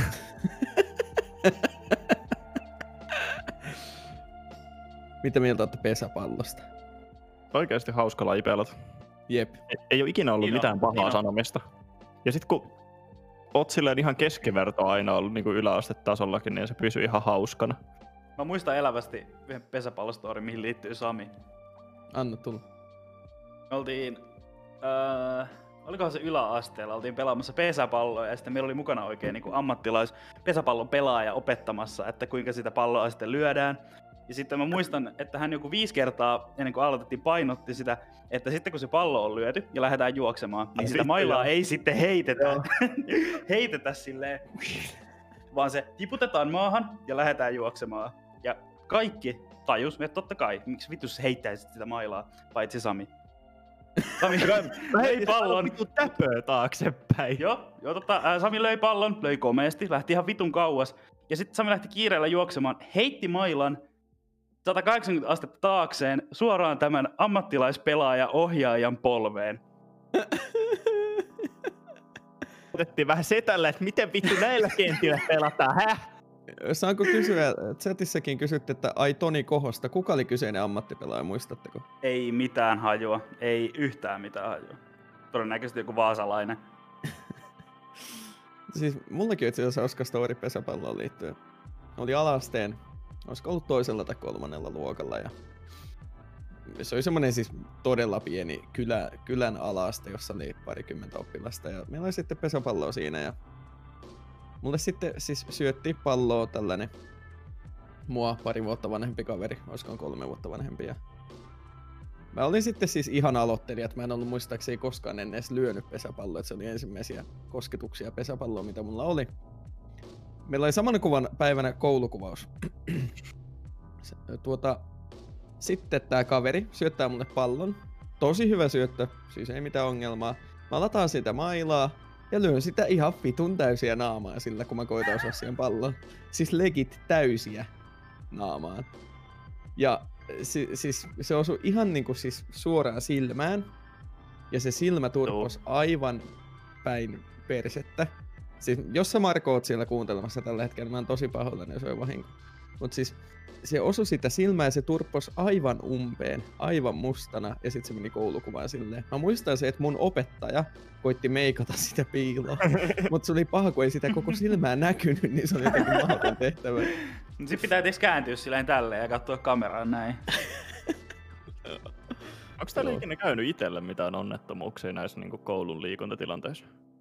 Mitä mieltä ootte pesäpallosta? Oikeesti hauska laji pelata. Jep. Ei oo ikinä ollut mitään pahaa sanomista. Ja sit kun oot silleen ihan keskiverto aina ollut niin kuin yläastetasollakin, niin se pysyy ihan hauskana. Mä muistan elävästi yhden pesäpallostorin, mihin liittyy Sami. Anna tulla. Me oltiin... olikohan se yläasteella, oltiin pelaamassa pesäpalloa ja sitten meillä oli mukana oikein niin kuin pesäpallon pelaaja opettamassa, että kuinka sitä palloa sitten lyödään. Ja sitten mä muistan, että hän joku 5 kertaa ennen kuin aloitettiin painotti sitä, että sitten kun se pallo on lyöty ja lähdetään juoksemaan, niin sitä mailaa ei sitten heitetä silleen, vaan se tiputetaan maahan ja lähdetään juoksemaan. Ja kaikki tajus, että totta kai, miksi vittu se heittäisit sitä mailaa, paitsi Sami. Sami löi pallon. Vittu täpöä taaksepäin. Joo, Sami löi pallon, löi komeasti, lähti ihan vitun kauas. Ja sitten Sami lähti kiireellä juoksemaan, heitti mailan 180 astetta taakseen suoraan tämän ammattilaispelaaja-ohjaajan polveen. Otettiin vähän setällä, että miten vittu näillä kentillä pelataan, häh? Saanko kysyä, chatissakin kysytte, että ai Toni Kohosta, kuka oli kyseinen ammattipelaaja, muistatteko? Ei mitään hajua, ei yhtään mitään hajua. Todennäköisesti joku vaasalainen. Siis mullakin on itse asiassa hauska story pesäpalloon liittyen. Oli ala-asteen, olisiko ollut toisella tai kolmannella luokalla ja se oli semmonen siis todella pieni kylän ala-aste, jossa oli parikymmentä oppilasta ja meillä oli sitten pesäpalloa siinä ja mulle sitten siis syötti palloa tällainen mua pari vuotta vanhempi kaveri, olisikohan 3 vuotta vanhempi ja mä olin sitten siis ihan aloittelija, että mä en ollut muistaakseni koskaan ennen edes lyönyt pesäpalloa, että se oli ensimmäisiä kosketuksia pesäpalloa, mitä mulla oli. Meillä oli samana kuvan päivänä koulukuvaus. Sitten tää kaveri syöttää mulle pallon. Tosi hyvä syöttö, siis ei mitään ongelmaa. Mä lataan sitä mailaa ja lyön sitä ihan vitun täysiä naamaa sillä, kun mä koitan osua siihen pallon. Siis legit täysiä naamaan. Ja siis se osui ihan niinku siis suoraan silmään. Ja se silmä turpos aivan päin persettä. Siis jos sä Marko oot siellä kuuntelemassa tällä hetkellä, mä oon tosi pahoillani, jos on vahinko. Mut siis se osui sitä silmää ja se turppos aivan umpeen, aivan mustana ja sit se meni koulukuvaan silleen. Mä muistan se, että mun opettaja koitti meikata sitä piiloa, mut se oli paha, kun ei sitä koko silmää näkynyt, niin se oli jotenkin mahdoton tehtävä. Sit pitää tietysti kääntyä silleen tälleen ja katsoa kameraan näin. Onko täällä ikinä käynyt itselle mitään onnettomuuksia näissä niin koulun liikuntatilanteissa?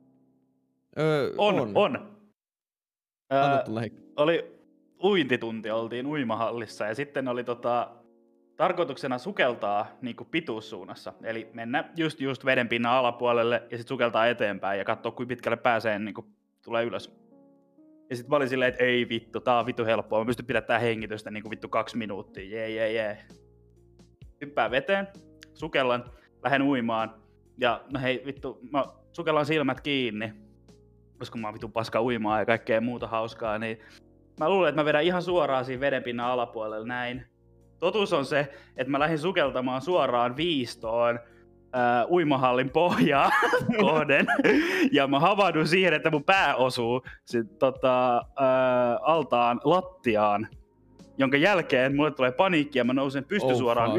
On. Anna tulla Oli uintitunti, oltiin uimahallissa ja sitten oli tarkoituksena sukeltaa niinku pituussuunnassa. Eli mennä just vedenpinnan alapuolelle ja sitten sukeltaa eteenpäin ja katsoa kuinka pitkälle pääsee niinku tulee ylös. Ja sitten mä olin silleen, että ei vittu, tää on vittu helppoa. Mä pystyn pidättämään hengitystä niinku vittu 2 minuuttia. Jee. Hyppään veteen, sukellan, lähden uimaan. Ja no hei vittu, mä sukellan silmät kiinni. Koska mä oon vittu paska uimaa ja kaikkea muuta hauskaa, niin mä luulen, että mä vedän ihan suoraan siinä vedenpinnan alapuolelle näin. Totuus on se, että mä lähdin sukeltamaan suoraan viistoon uimahallin pohjaa kohden. Ja mä havahdun siihen, että mun pää osuu altaan lattiaan. Jonka jälkeen mulle tulee paniikki ja mä nousen pystysuoraan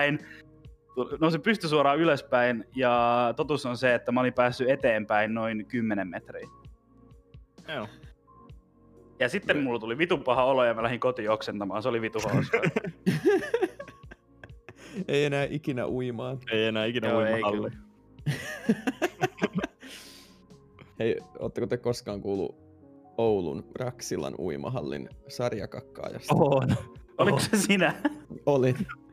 ylöspäin. Ja totuus on se, että mä olin päässyt eteenpäin noin 10 metriä. Joo. Ja sitten mulla tuli vitun paha olo ja mä lähdin kotiin oksentamaan, se oli vitun hauskaa. Ei enää ikinä uimaan. Uimahalli. Hei, ootteko te koskaan kuullut Oulun Raksilan uimahallin sarjakakkaajasta? On. Oliko se sinä? Olin.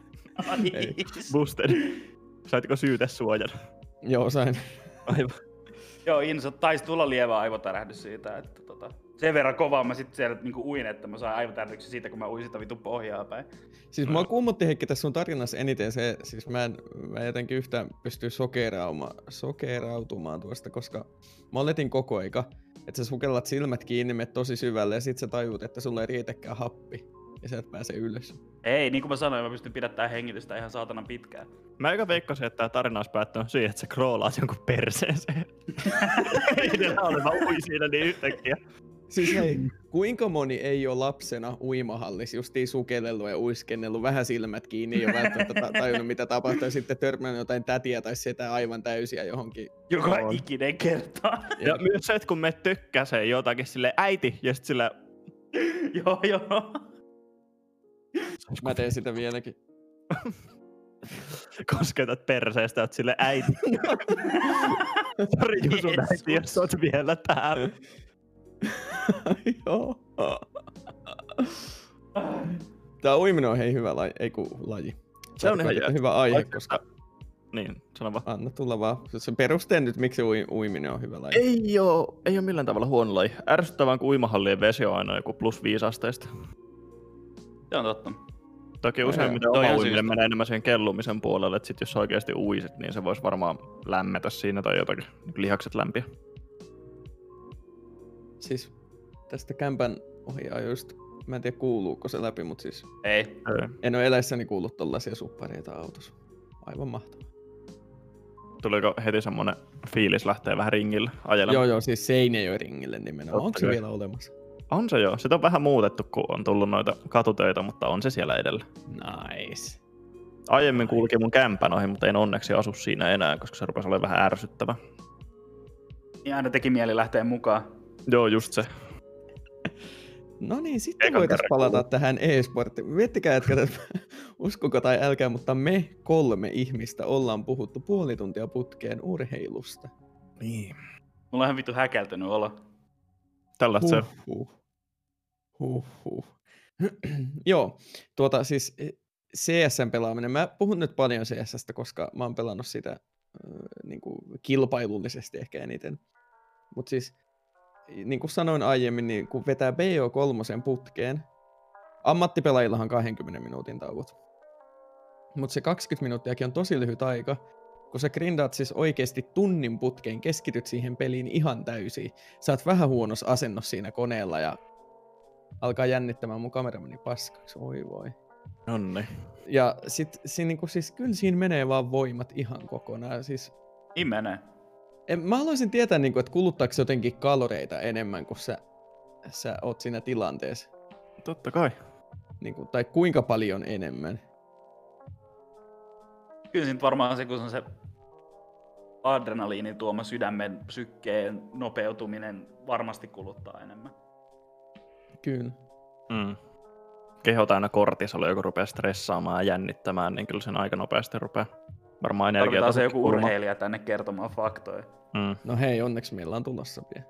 Busted. Saitko syytesuojan? Joo, sain. Aivan. Joo, taisi tulla lievä aivotärähdys siitä, että sen verran kovaa mä sitten siellä niinku uin, että mä sain aivotärähdyksen siitä, kun mä uin sitä vitun pohjaa päin. Siis mua kuumotti Heikki tässä sun tarinassa eniten se, siis mä jotenkin yhtään pysty sokerautumaan tuosta, koska mä oletin koko aika, että sä sukellat silmät kiinni, menet tosi syvälle ja sit sä tajuut, että sulla ei riitäkään happi ja sä et pääse ylös. Ei, niin kuin mä sanoin, mä pystyn pidättämään hengitystä ihan saatanan pitkään. Mä eikä veikkasin, että tää tarina olisi päättynyt siihen, että sä kroolaat jonkun perseeseen. Ei ne ole, mä uin siinä niin yhtäkkiä. Siis hei, kuinka moni ei ole lapsena uimahallissa justiin sukellellut ja uiskennellut vähän silmät kiinni ja välttämättä tajunnut mitä tapahtuu ja sitten törmännyt jotain tätiä tai setää aivan täysiä johonkin. Joka ikinen kerta. Ja myös se, että kun me tykkäsee jotakin silleen äiti ja sit silleen... Joo. Mä teen sitä vieläkin. Kosketat perseestä, oot silleen äiti. Sori sun äiti, jos oot vielä täällä. Joo. Tää uiminen on hei hyvä laji, laji. Se on ihan hyvä aihe, koska... Niin, sano vaan. Anna tulla vaan. Se perusteen nyt, miksi uiminen on hyvä laji. Ei oo millään tavalla huono laji. Ärsyttävää, kun uimahallien vesi on aina joku +5 asteista. Se on totta. Toki useimmiten oma uiminen menee enemmän siihen kellumisen puolelle, että sit jos oikeesti uisit, niin se vois varmaan lämmetä siinä tai jotakin, lihakset lämpiä. Siis tästä kämpän ohjaajuista, mä en tiedä kuuluuko se läpi, mutta siis ei. En ole eläessäni kuullut tollasia suppareita autossa. Aivan mahtavaa. Tuliko heti semmonen fiilis lähtee vähän ringille ajelemaan? Joo, siis Seinäjoen ringille nimenomaan. Onko se vielä olemassa? On se joo. Sitä on vähän muutettu, kun on tullut noita katutöitä, mutta on se siellä edellä. Nice. Aiemmin kulki mun kämpän ohi, mutta en onneksi asu siinä enää, koska se rupesi olemaan vähän ärsyttävä. Ja aina teki mieli lähteä mukaan. Joo, just se. No niin, sitten Ekan voitaisiin kerran palata tähän e-sporttiin. Miettikää, että uskoko tai älkää, mutta me 3 ihmistä ollaan puhuttu puoli tuntia putkeen urheilusta. Niin. Mulla on ihan vittu häkeltynyt olo. Tällaista se. Huhhuh. Joo, siis CS:n pelaaminen. Mä puhun nyt paljon CS:stä, koska mä oon pelannut sitä niin kuin kilpailullisesti ehkä eniten. Mutta siis, niin kuin sanoin aiemmin, niin kun vetää BO3 putkeen, ammattipelaajillahan 20 minuutin tauot. Mutta se 20 minuuttiakin on tosi lyhyt aika, kun sä grindaat siis oikeasti tunnin putkeen, keskityt siihen peliin ihan täysin. Sä oot vähän huonossa asennossa siinä koneella ja alkaa jännittämään mun kamera meni paskaksi, oi voi. Nonni. Ja sit niinku, siis kyllä siinä menee vaan voimat ihan kokonaan. Siis, Niin menee. mä haluaisin tietää, niinku, että kuluttaako se jotenkin kaloreita enemmän, kun sä oot siinä tilanteessa. Totta kai. Niinku, tai kuinka paljon enemmän. Kyllä siinä varmaan se, kun on se adrenaliinin tuoma sydämen sykkeen nopeutuminen varmasti kuluttaa enemmän. Kyllä. Keho täynnä kortisoli, kun rupeaa stressaamaan ja jännittämään, niin kyllä sen aika nopeasti rupeaa varmaan energiaa. Tarvitaan se joku urheilija tänne kertomaan faktoja. No hei, onneksi meillä on tulossa vielä.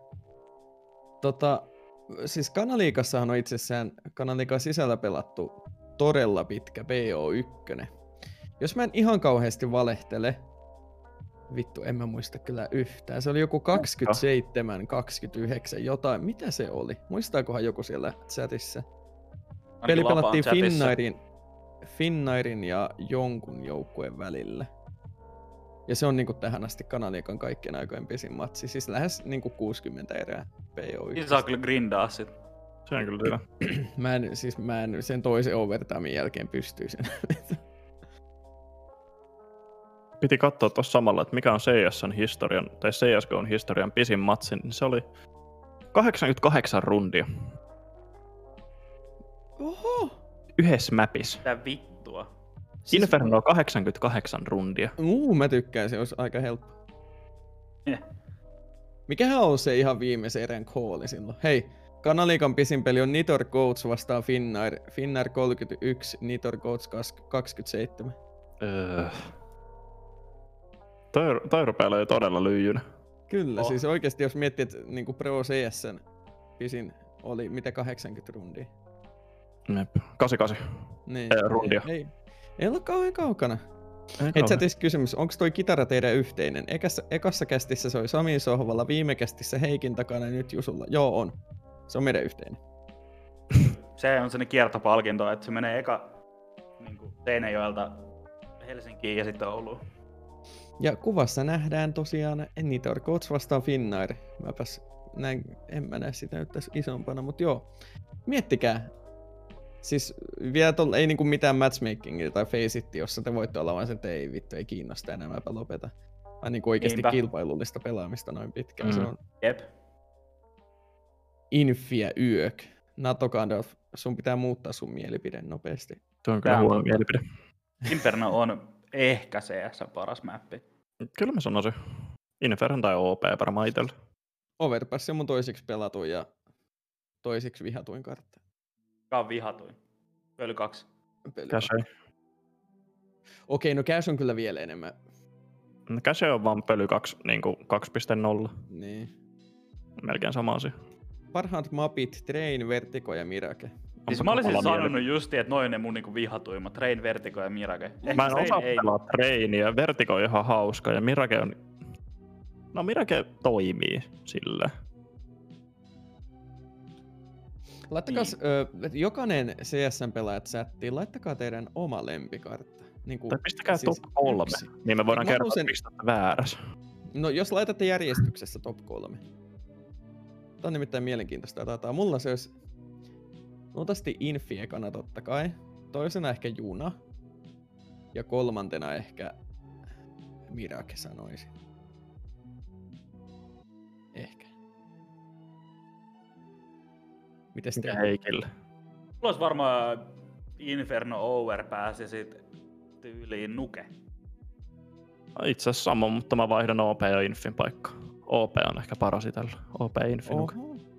Siis Kanaliikassahan on itsessään Kanaliikan sisällä pelattu todella pitkä BO1. Jos mä en ihan kauheasti valehtele, vittu en mä muista kyllä yhtään. Se oli joku 27, 29, jotain. Mitä se oli? Muistaakohan joku siellä chatissa? Peli pelattiin Finnairin ja jonkun joukkueen välillä. Ja se on niinku tähän asti Kanaliikan kaikkien aikojen pisin matsi. Siis lähes niinku 60 erää PO1. Niin saa kyllä grindaa sit. Se on kyllä hyvä. Mä en sen toisen overtimen jälkeen pystyy sen. Piti katsoa tuossa samalla, että mikä on CS:n historian, tai CSGOn historian pisin matsi, niin se oli 88 rundia. Oho! Yhdessä mäpissä. Mitä vittua? Inferno 88 rundia. Mä tykkään, se olisi aika helppo. Yeah. Mikähän on se ihan viimeisen erän kooli silloin? Hei, Kanaliikan pisin peli on Nitor Goats vastaan Finnair. Finnair 31, Nitor Goats 27. Toi rupeaa jo todella lyijynä. Kyllä, siis oikeesti jos miettii, että niinku Pro CS:n pisin oli mitä 80 rundia. 88 Niin, rundia. Ei ole kauhean kaukana. Hei chatissa kysymys, onko toi kitara teidän yhteinen? Ekassa kästissä se oli Samin sohvalla, viime kästissä Heikin takana ja nyt Jusulla. Joo on. Se on meidän yhteinen. Se on sellainen kiertopalkinto, että se menee eka niin Seinäjoelta Helsinkiin ja sitten Ouluun. Ja kuvassa nähdään tosiaan Nitor Goats vastaan Finnair. En mä näe sitä nyt tässä isompana, mutta joo. Miettikää. Siis vielä ei niinku mitään matchmakingia tai faceitti, jossa te voitte olla vaan sen, että ei vittu, ei kiinnosta enää, mäpä lopeta. Vaan niinku oikeesti kilpailullista pelaamista noin pitkään. Se on Jep. Infiä yök. NATO Gandalf, sun pitää muuttaa sun mielipide nopeasti. Se on kyllä huono mielipide. Inferno on ehkä CS paras mappi. Kyllä mä sanoisin. Inferno tai OP varmaan itsellä. Overpass on mun toisiksi pelatuin ja toisiksi vihatuin kartta. Mikä on vihatuin? Pöly 2. Cache. Okei, no Cache on kyllä vielä enemmän. Cache on vaan pöly 2, niinku 2.0. Niin. Melkein sama asia. Parhaat mapit, Train, Vertigo ja Mirage. Siis mä olisin sanonut justi, että noin ne mun niinku vihatuimmat. Train, Vertigo ja Mirage. Mä en osaa pelaa Trainia. Vertigo on ihan hauska ja Mirage on... No Mirage toimii sillä. Laittakaa jokainen CSN-pelaaja chattiin, laittakaa teidän oma lempikartta. Niin tai pistäkää siis top 3, niin me voidaan kertoa, että mistä olette väärässä. No jos laitatte järjestyksessä top 3. Tämä on nimittäin mielenkiintoista dataa. Mulla se olisi luultavasti Infi ekana totta kai. Toisena ehkä Juna. Ja kolmantena ehkä Mirage sanoisin. Ehkä. Mites te? Heikille. Mulla olisi varmaan Inferno Overpass ja sit tyyliin Nuke. Itse asiassa sama, mutta mä vaihdan OP ja Infin paikkaa. OP on ehkä paras itellä. OP Infi Nuke.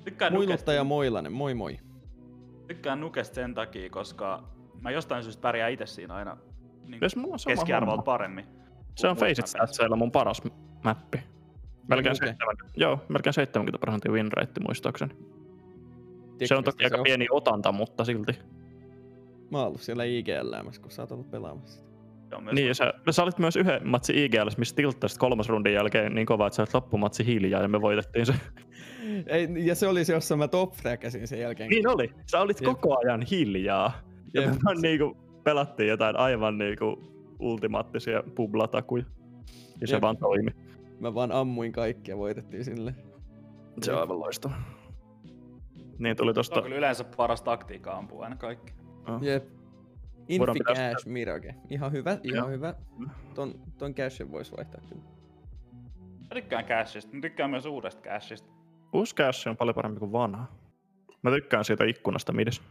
Tykkään Muiluttaja Moilanen, moi moi. Tykkään Nukesta sen takia, koska mä jostain syystä pärjää itse siinä aina niin Jos mulla on sama keskiarvolta homma. paremmin. Se on Faceit Statsilla mun paras mappi. Melkein, Okei. 70% win rate muistaakseni. Se on toki Teknistä aika pieni otanta, mutta silti. Mä oon ollut siellä IGL:äämässä, kun sä oot ollut pelaamassa sitä. Se on myös Niin, ja sä olit myös yhden matsi IGL:ssä, missä tilttasit 3. rundin jälkeen niin kovaa, että sä olet loppumatsi hiljaa ja me voitettiin se. Ei, ja se oli se, jossa mä top-frackasin sen jälkeen. Niin oli. Sä olit Jep. koko ajan hiljaa. Ja Jep. me vaan niinku pelattiin jotain aivan niinku ultimaattisia publatakuja. Ja se Jep. vaan toimi. Mä vaan ammuin kaikkia, voitettiin sille. Se on aivan loistava. Niin tuli Se tosta... on kyllä yleensä paras taktiikka ampua aina kaikki. Jep. Voidaan Infi pitää Cash Mirage. Ihan hyvä, Joo. ihan hyvä. Ton cashin vois vaihtaa kyllä. Mä tykkään Cashista, mä tykkään myös uudesta Cashista. Uusi cash on paljon parempi kuin vanha. Mä tykkään siitä ikkunasta mides.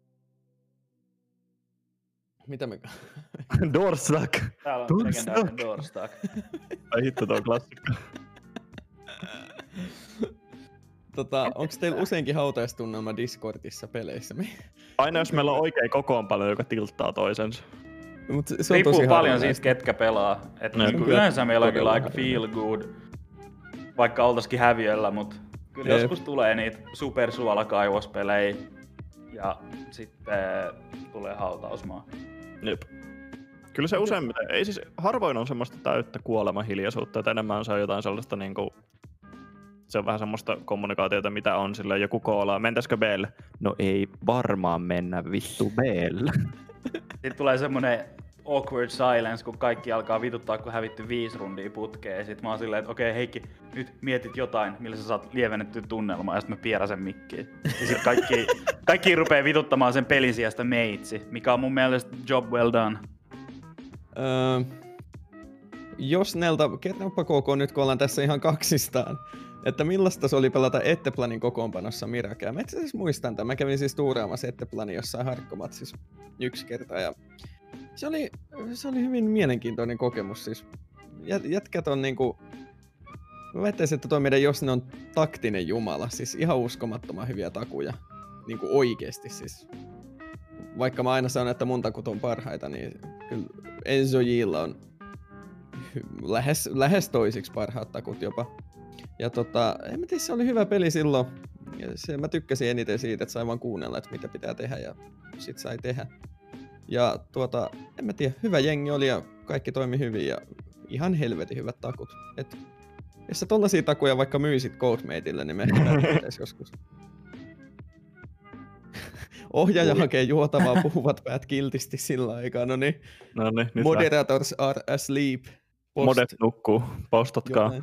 Mitä me... Doorstack! Täällä on Doorstack. legendaarinen Doorstack. Ai hitto, tuo klassikko. onks teillä useinkin hautaistunnelma Discordissa peleissä? Aina jos meillä on oikein kokoonpano, joka tilttaa toisensa. Mut se on Riippuu tosi paljon harvinaista. siitä, ketkä pelaa. Et No, niinku kyllä. yleensä meillä on kyllä Todella aika feel good, vaikka oltaisikin häviöllä, mut kyllä Jep. joskus tulee niitä supersuolakaivospelejä ja sitten tulee hautausmaa. Jep. Kyllä se useimmiten, ei siis harvoin on semmoista täyttä kuolemahiljaisuutta, että enemmän se on jotain sellaista niinku, se on vähän semmoista kommunikaatiota, mitä on sillä joku koolaa, mentäisikö B:lle? No ei varmaan mennä vittu B:lle. Sitten tulee semmonen awkward silence, kun kaikki alkaa vituttaa, kun hävitty 5 rundia putkeen. Ja sit mä oon silleen, että okei Heikki, nyt mietit jotain, millä sä saat lievennettyä tunnelmaa, ja sit mä pieräsen mikkiin. Ja sit kaikki rupee vituttamaan sen pelin sijasta meitsi, mikä on mun mielestä job well done. Jos Nelta, kertopa KK nyt kun ollaan tässä ihan kaksistaan, että millaista se oli pelata Etteplanin kokoonpanossa Miragea. Mä itse asiassa muistan tämän. Mä kävin siis tuuraamassa Etteplanin jossain harkkomatsissa yksi kerta ja se oli hyvin mielenkiintoinen kokemus. Siis jätkät on niinku, mä väittäisin, että toi meidän Josne on taktinen jumala, siis ihan uskomattoman hyviä takuja. Niinku oikeesti siis. Vaikka mä aina sanon, että mun takut on parhaita, niin kyllä Enzo Jilla on lähes toisiksi parhaat takut jopa. Ja en mä tiedä, se oli hyvä peli silloin. Ja mä tykkäsin eniten siitä, että sai vaan kuunnella, että mitä pitää tehdä ja sit sai tehdä. Ja en mä tiedä, hyvä jengi oli ja kaikki toimi hyvin ja ihan helvetin hyvät takut. Et jos sä tollasia takuja vaikka myisit Codemateille, niin me ehkä joskus. Ohjaaja hakee juotavaa, puhuvat päät kiltisti sillä aikaa. No niin, nyt moderators are asleep. Modet nukkuu, postatkaa. Jotain.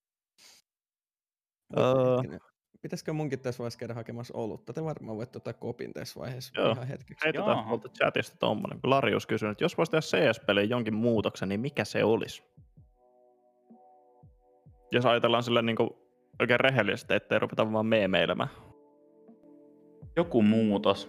Pitäisikö munkin tässä vaiheessa käydä hakemassa olutta? Te varmaan voitte ottaa kopin tässä vaiheessa Joo. ihan hetkeksi. Heitetään Jaaha. tuolta chatista tommonen, kun Larius kysyy, että jos voisi tehdä CS-peliin jonkin muutoksen, niin mikä se olisi? Jos ajatellaan sillä niinku oikein rehellisesti, ettei rupeta vaan meemeilemään. Joku muutos.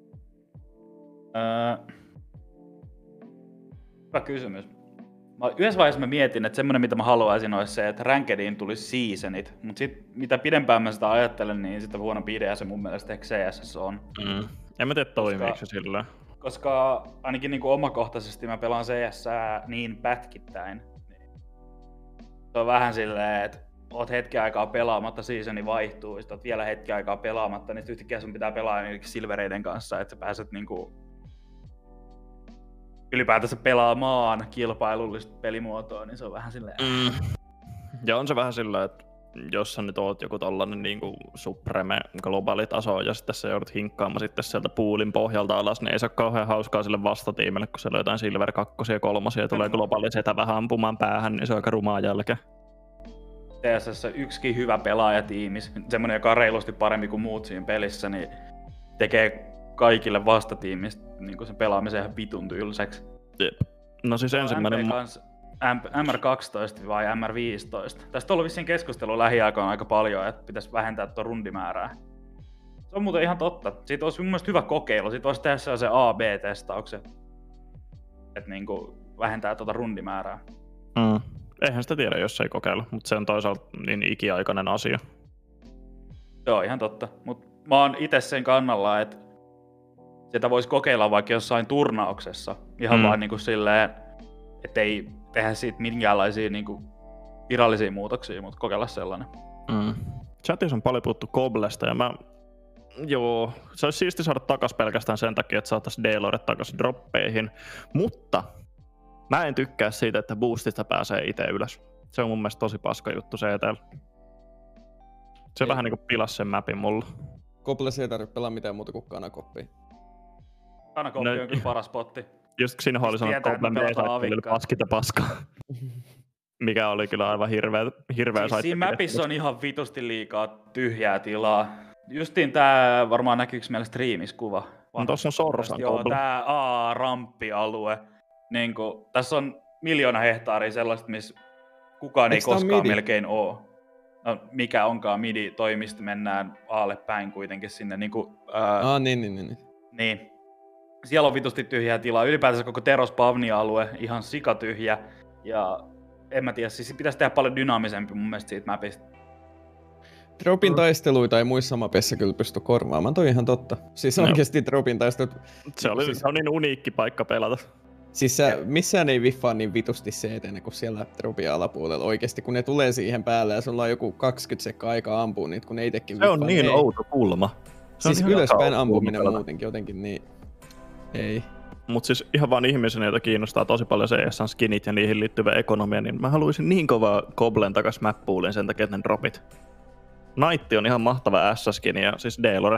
Hyvä kysymys. Yhdessä vaiheessa mä mietin, että semmonen mitä mä haluaisin olisi se, että Rankediin tulisi seasonit. Mut sit mitä pidempään mä sitä ajattelen, niin sitä huonompi idea se mun mielestä ehkä CSS on. En mä tiedä toimiiko se sillä. Koska ainakin niinku omakohtaisesti mä pelaan CS niin pätkittäin. Se on vähän silleen, että oot hetken aikaa pelaamatta, seasoni vaihtuu, sit oot vielä hetken aikaa pelaamatta, niin yhtäkkiä sun pitää pelaa silvereiden kanssa, että sä pääset niinku ylipäätänsä pelaamaan kilpailullista pelimuotoa, niin se on vähän silleen... Ja on se vähän sillä, että jos sä nyt oot joku tollanen niinku supreme globaali taso ja sitten sä joudut hinkkaamaan sitten sieltä poolin pohjalta alas, niin ei se ole kauhean hauskaa sille vastatiimille, kun siellä on jotain Silver 2 ja 3 ja tulee globaali setä vähän ampumaan päähän, niin se on aika rumaa jälkeen. TSS yksikin hyvä pelaajatiimis, semmonen joka on reilusti parempi kuin muut siinä pelissä, niin tekee kaikille vastatiimistä niin sen pelaamisen ihan vitun tylsäksi. Jep. No siis ensimmäinen... MR12 vai MR15. Tästä on ollut vissiin keskustelua lähiaikoina aika paljon, että pitäisi vähentää tuon rundimäärää. Se on muuten ihan totta. Siitä olisi mun mielestä hyvä kokeilu. Siitä voisi tehdä sellaisen A-B-testauksen, että niinku vähentää tuota rundimäärää. Eihän sitä tiedä, jos ei kokeilla, mutta se on toisaalta niin ikiaikainen asia. Se on ihan totta. Mut mä oon itse sen kannalla, että sitä voisi kokeilla vaikka jossain turnauksessa. Ihan vaan niinku silleen, ettei tehdä siitä minkäänlaisia niinku virallisia muutoksia, mutta kokeilla sellainen. Chatissa on paljon puhuttu Koblesta ja se olisi siisti saada takas pelkästään sen takia, että saataisiin D-lore takas droppeihin, mutta mä en tykkää siitä, että boostista pääsee itse ylös. Se on mun mielestä tosi paska juttu se etäällä. Se vähän niinku pilasi sen mapin mulla. Koblessa ei tarvitse pelaa mitään muuta kuin Kanakopia. Kanakoppi on kyllä paras potti. Just siinä oli sanonut, että Koblen oli paskita paskaa. Mikä oli kyllä aivan hirveä siis siinä mapissa on ihan vitusti liikaa tyhjää tilaa. Justiin tää varmaan näkyykö meillä striimissä kuva. No tossa on Sorsan Joo, tää ramppialue. Niinku, tässä on 1 miljoona hehtaaria sellaista, missä kukaan ei koskaan melkein oo. No, mikä onkaan midi-toimista, mennään aalle päin kuitenkin sinne. Niinku, niin. Siellä on vitusti tyhjää tilaa. Ylipäätänsä koko Teros-Pavnia-alue ihan sikatyhjä. Ja en mä tiedä, siis pitäisi tehdä paljon dynaamisempi mun mielestä siitä mapista. Dropin taisteluita ei muissa mapeissa kyllä pysty korvaamaan, toi ihan totta. Siis oikeesti Dropin taistelut... Se on niin uniikki paikka pelata. Siis missään ei viffaa niin vitusti se etene kuin siellä Dropin alapuolella oikeesti, kun ne tulee siihen päälle ja sulla on joku 20 sekkaa aikaa ampua niitä, kun ne itekin viffaa. Se on niin outo kulma. Siis ylöspäin ampuminen muutenkin jotenkin niin... Ei. Mut siis ihan vaan ihmisenä, jota kiinnostaa tosi paljon se ESN skinit ja niihin liittyvä ekonomia, niin mä haluaisin niin kovaa Goblen takas map-poolin sen takia, että ne dropit. Knight on ihan mahtava S-skin ja siis D-lore.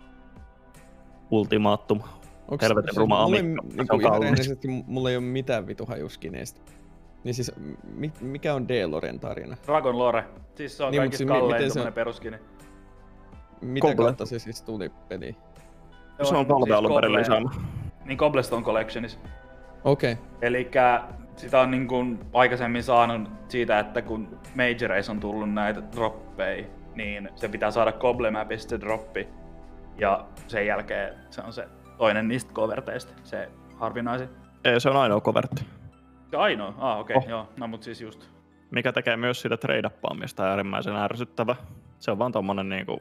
Ultimaattum. Helvetin ruma amikka. Mulla ei oo mitään vitu hajuskineistä. Niin siis, mikä on D-loren tarina? Dragon Lore. Siis se on niin, kaikista kallein tommonen peruskini. Mitä kautta se siis tuli peliin? Se on Valve alun perin lisäämä. Niin Cobblestone Collectionissa. Okei. Okay. Elikkä sitä on niin kuin aikaisemmin saanut siitä, että kun Majoreissa on tullut näitä droppeja, niin se pitää saada Cobble-mapista se droppi. Ja sen jälkeen se on se toinen niistä coverteista, se harvinaisin. Ei, se on ainoa coverti. Se ainoa? Okei, joo. No mut siis just. Mikä tekee myös siitä trade-appaamista äärimmäisen ärsyttävä. Se on vaan tommonen niinku...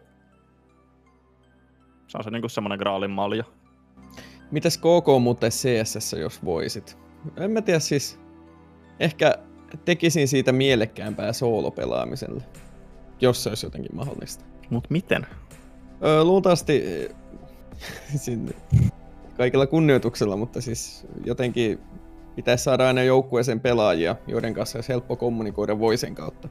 Se on se niinku semmonen graalin malja. Mitäs KK muuten CSS, jos voisit? En mä tiedä siis... Ehkä tekisin siitä mielekkäämpää soolopelaamiselle. Jos se olisi jotenkin mahdollista. Mut miten? Luultavasti... kaikilla kunnioituksella, mutta siis jotenkin pitäisi saada aina joukkueeseen pelaajia, joiden kanssa olisi helppo kommunikoida voicen kautta.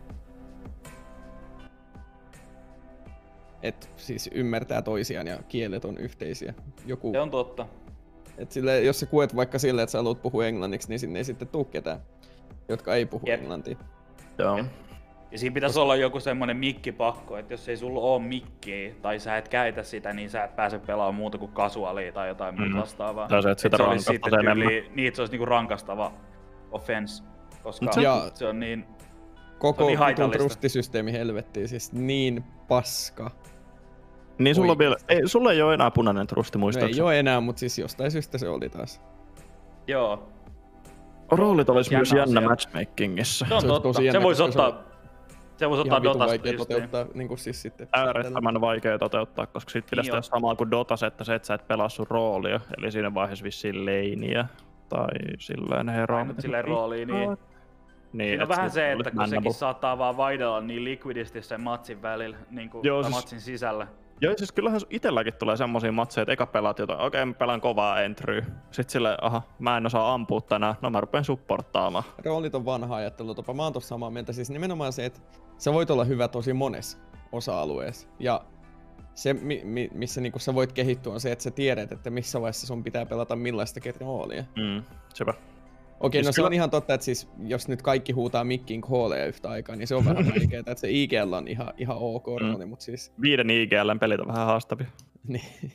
Et siis ymmärtää toisiaan ja kielet on yhteisiä. Se on totta. Et sille, jos sä kuet vaikka silleen, että sä haluat puhua englanniksi, niin sinne ei sitten tuu ketään, jotka ei puhu englantia. Joo. Ja siinä pitäisi olla joku semmonen mikkipakko, että jos ei sulla oo mikkiä tai sä et käytä sitä, niin sä et pääse pelaamaan muuta kuin casualia tai jotain muuta vastaavaa. Tai se, että sitä rankasta enemmän. Niin, se olisi niinku rankastava offense, koska se on niin koko trustisysteemi helvettiin, siis niin paska. Niin sulla, sulla ei oo enää punainen trusti muistaakseni. Ei oo enää, mut siis jostain syystä se oli taas. Joo. Roolit olisi myös jännä matchmakingissa. Se on totta. Se voisi ottaa Dotasta vaikea toteuttaa, niin siis sitten. Äärettömän vaikea toteuttaa, koska sit pitäisi tehdä samaa kuin Dotassa, että sä et pelaa sun roolia. Eli siinä vaiheessa vissiin laneä tai silleen heroa. Silleen rooliin, niin. Siinä on vähän se, että kun sekin saattaa vaan vaihdella niin liquidisti sen matsin välillä, niin kuin matsin sisällä. Joo, siis kyllähän itselläkin tulee semmosia matseja, että eka pelaat jotain, okei, mä pelaan kovaa entryä. Sitten silleen, mä en osaa ampua tänään, no mä rupean supporttaamaan. Roolit on vanha ajattelutapa, mä oon tossa samaa mieltä. Siis nimenomaan se, että sä voit olla hyvä tosi monessa osa-alueessa. Ja se, missä niinku sä voit kehittyä, on se, että sä tiedät, että missä vaiheessa sun pitää pelata millaistakin roolia. Sepä. Okei, no se on ihan totta, että siis jos nyt kaikki huutaa mikkiin kooleja yhtä aikaa, niin se on vähän vaikeaa, että se IGL on ihan ok rooli, mutta siis... 5 IGL:n pelit on vähän haastavia. Niin.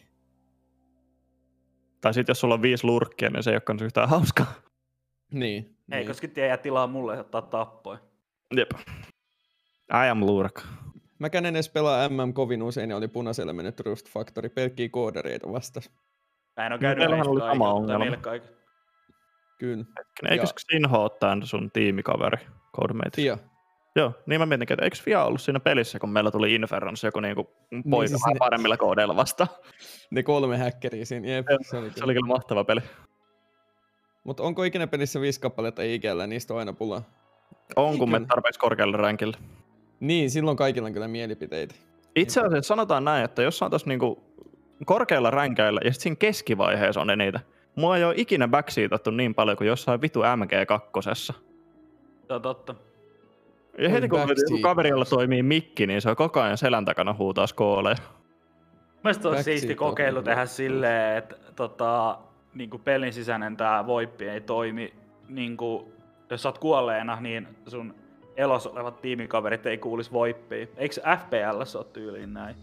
Tai sit jos sulla on 5 lurkkia, niin se ei olekaan yhtään hauskaa. Niin. Ei, koska jää tilaa mulle ottaa tappoja. Jep. I am lurk. Mäkään en edes pelaa kovin usein ja oli punaisella mennyt Rust Factory, pelkkiä koodareita vastas. Mä en oo käynyt meille kaikille. Kyllä. Eikö Sinho ole tämän sun tiimikaveri, Codemate? Joo, niin mä mietinkin, että eikö Fia ollut siinä pelissä, kun meillä tuli Inference joku niinku poika siis vähän paremmilla koodeilla vastaan. Ne 3 häkkeriä siinä, jep. Se oli kyllä mahtava peli. Mutta onko ikinä pelissä 5 kappaletta IGL, niistä on aina pulaa? On, kun me tarpeeksi korkealle rankille. Niin, silloin kaikilla on kyllä mielipiteitä. Itse asiassa sanotaan näin, että jos on tuossa niinku korkealla ränkäillä ja sitten siinä keskivaiheessa on enitä. Mua ei ole ikinä backseatattu niin paljon kuin jossain vitu MG2. Se on totta. Ja heti kun kaverilla toimii mikki, niin se on koko ajan selän takana huutaa skooleja. Mielestäni olisi siisti kokeilu tehdä silleen, että niinku pelin sisäinen tää voippi ei toimi. Niinku, jos sä oot kuolleena, niin sun elossa olevat tiimikaverit ei kuulisi voippia. Eikö FPL:ssä ole tyyliin näin?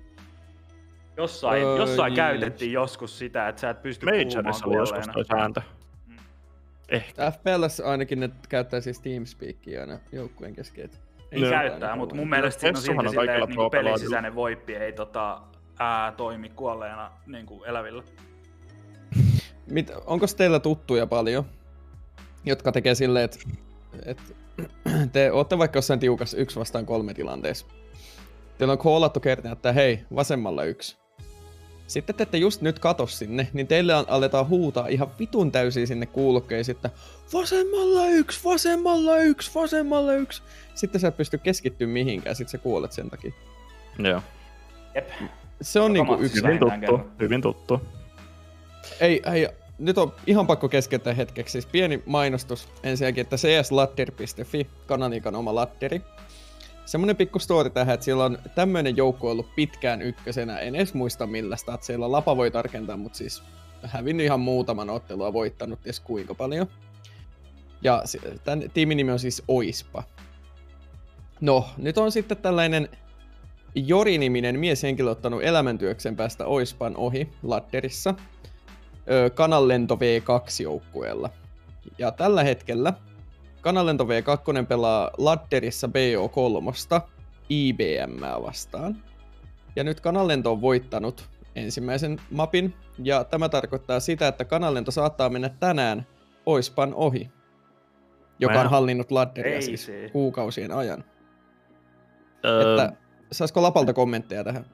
Jossain käytettiin joskus sitä, että sä et pysty puhumaan Majorissa oli joskus toi sääntö. Ehkä. FPL:ssä ainakin ne käyttää siis TeamSpeakia aina joukkueen kesken. Ei käyttää, mutta mun mielestä siinä on silti silleen, että niinku pelin sisäinen voippi ei toimi kuolleena niinku elävillä. Onko teillä tuttuja paljon, jotka tekee silleen, että te ootte vaikka jossain tiukassa 1-3 tilanteessa. Teillä on koolattu kertaa, että hei, vasemmalla 1. Sitten te ette just nyt kato sinne, niin teille aletaan huutaa ihan vitun täysiä sinne kuulokkeisiin, että vasemmalla 1, vasemmalla 1, vasemmalla 1. Sitten sä et pysty keskittyä mihinkään, sit sä kuolet sen takia. Joo. Jep. Se on niinku yksi. Hyvin tuttu. Ei, nyt on ihan pakko keskeyttää hetkeksi. Siis pieni mainostus ensinnäkin, että csladder.fi, Kanaliikan oma ladderi. Semmonen pikku story tähän, että siellä on tämmöinen joukko ollut pitkään ykkösenä. En edes muista millä statseilla. Lapa voi tarkentaa, mutta siis hävinnyt ihan muutaman ottelua, voittanut ties kuinka paljon. Ja tämän tiimin nimi on siis Oispa. No, nyt on sitten tällainen Jori-niminen mieshenkilö ottanut elämäntyökseen päästä Oispan ohi ladderissa Kananlento V2-joukkueella. Ja tällä hetkellä Kananlento V2 pelaa ladderissa BO3 IBM:ää vastaan. Ja nyt Kananlento on voittanut ensimmäisen mapin, ja tämä tarkoittaa sitä, että Kananlento saattaa mennä tänään Oispan ohi, joka on hallinnut ladderia siis kuukausien ajan. Että saisiko Lapalta kommentteja tähän?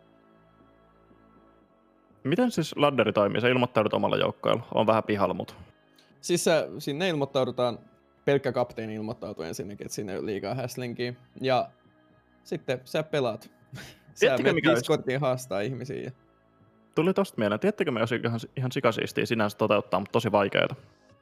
Miten siis ladderi toimii? Sä ilmoittaudut omalla joukkoilla. On vähän pihalla, mutta... Siis sinne ilmoittaudutaan, pelkkä kapteeni ilmoittautuu ensinnäkin, että sinne ei ole liikaa häslinkiä. Ja sitten sä pelaat. Sä menet Discordiin haastaa ihmisiä. Ja... Tuli tosta mieleen. Tiedättekö me olisi ihan sikasiistiä sinänsä toteuttaa, mutta tosi vaikeeta.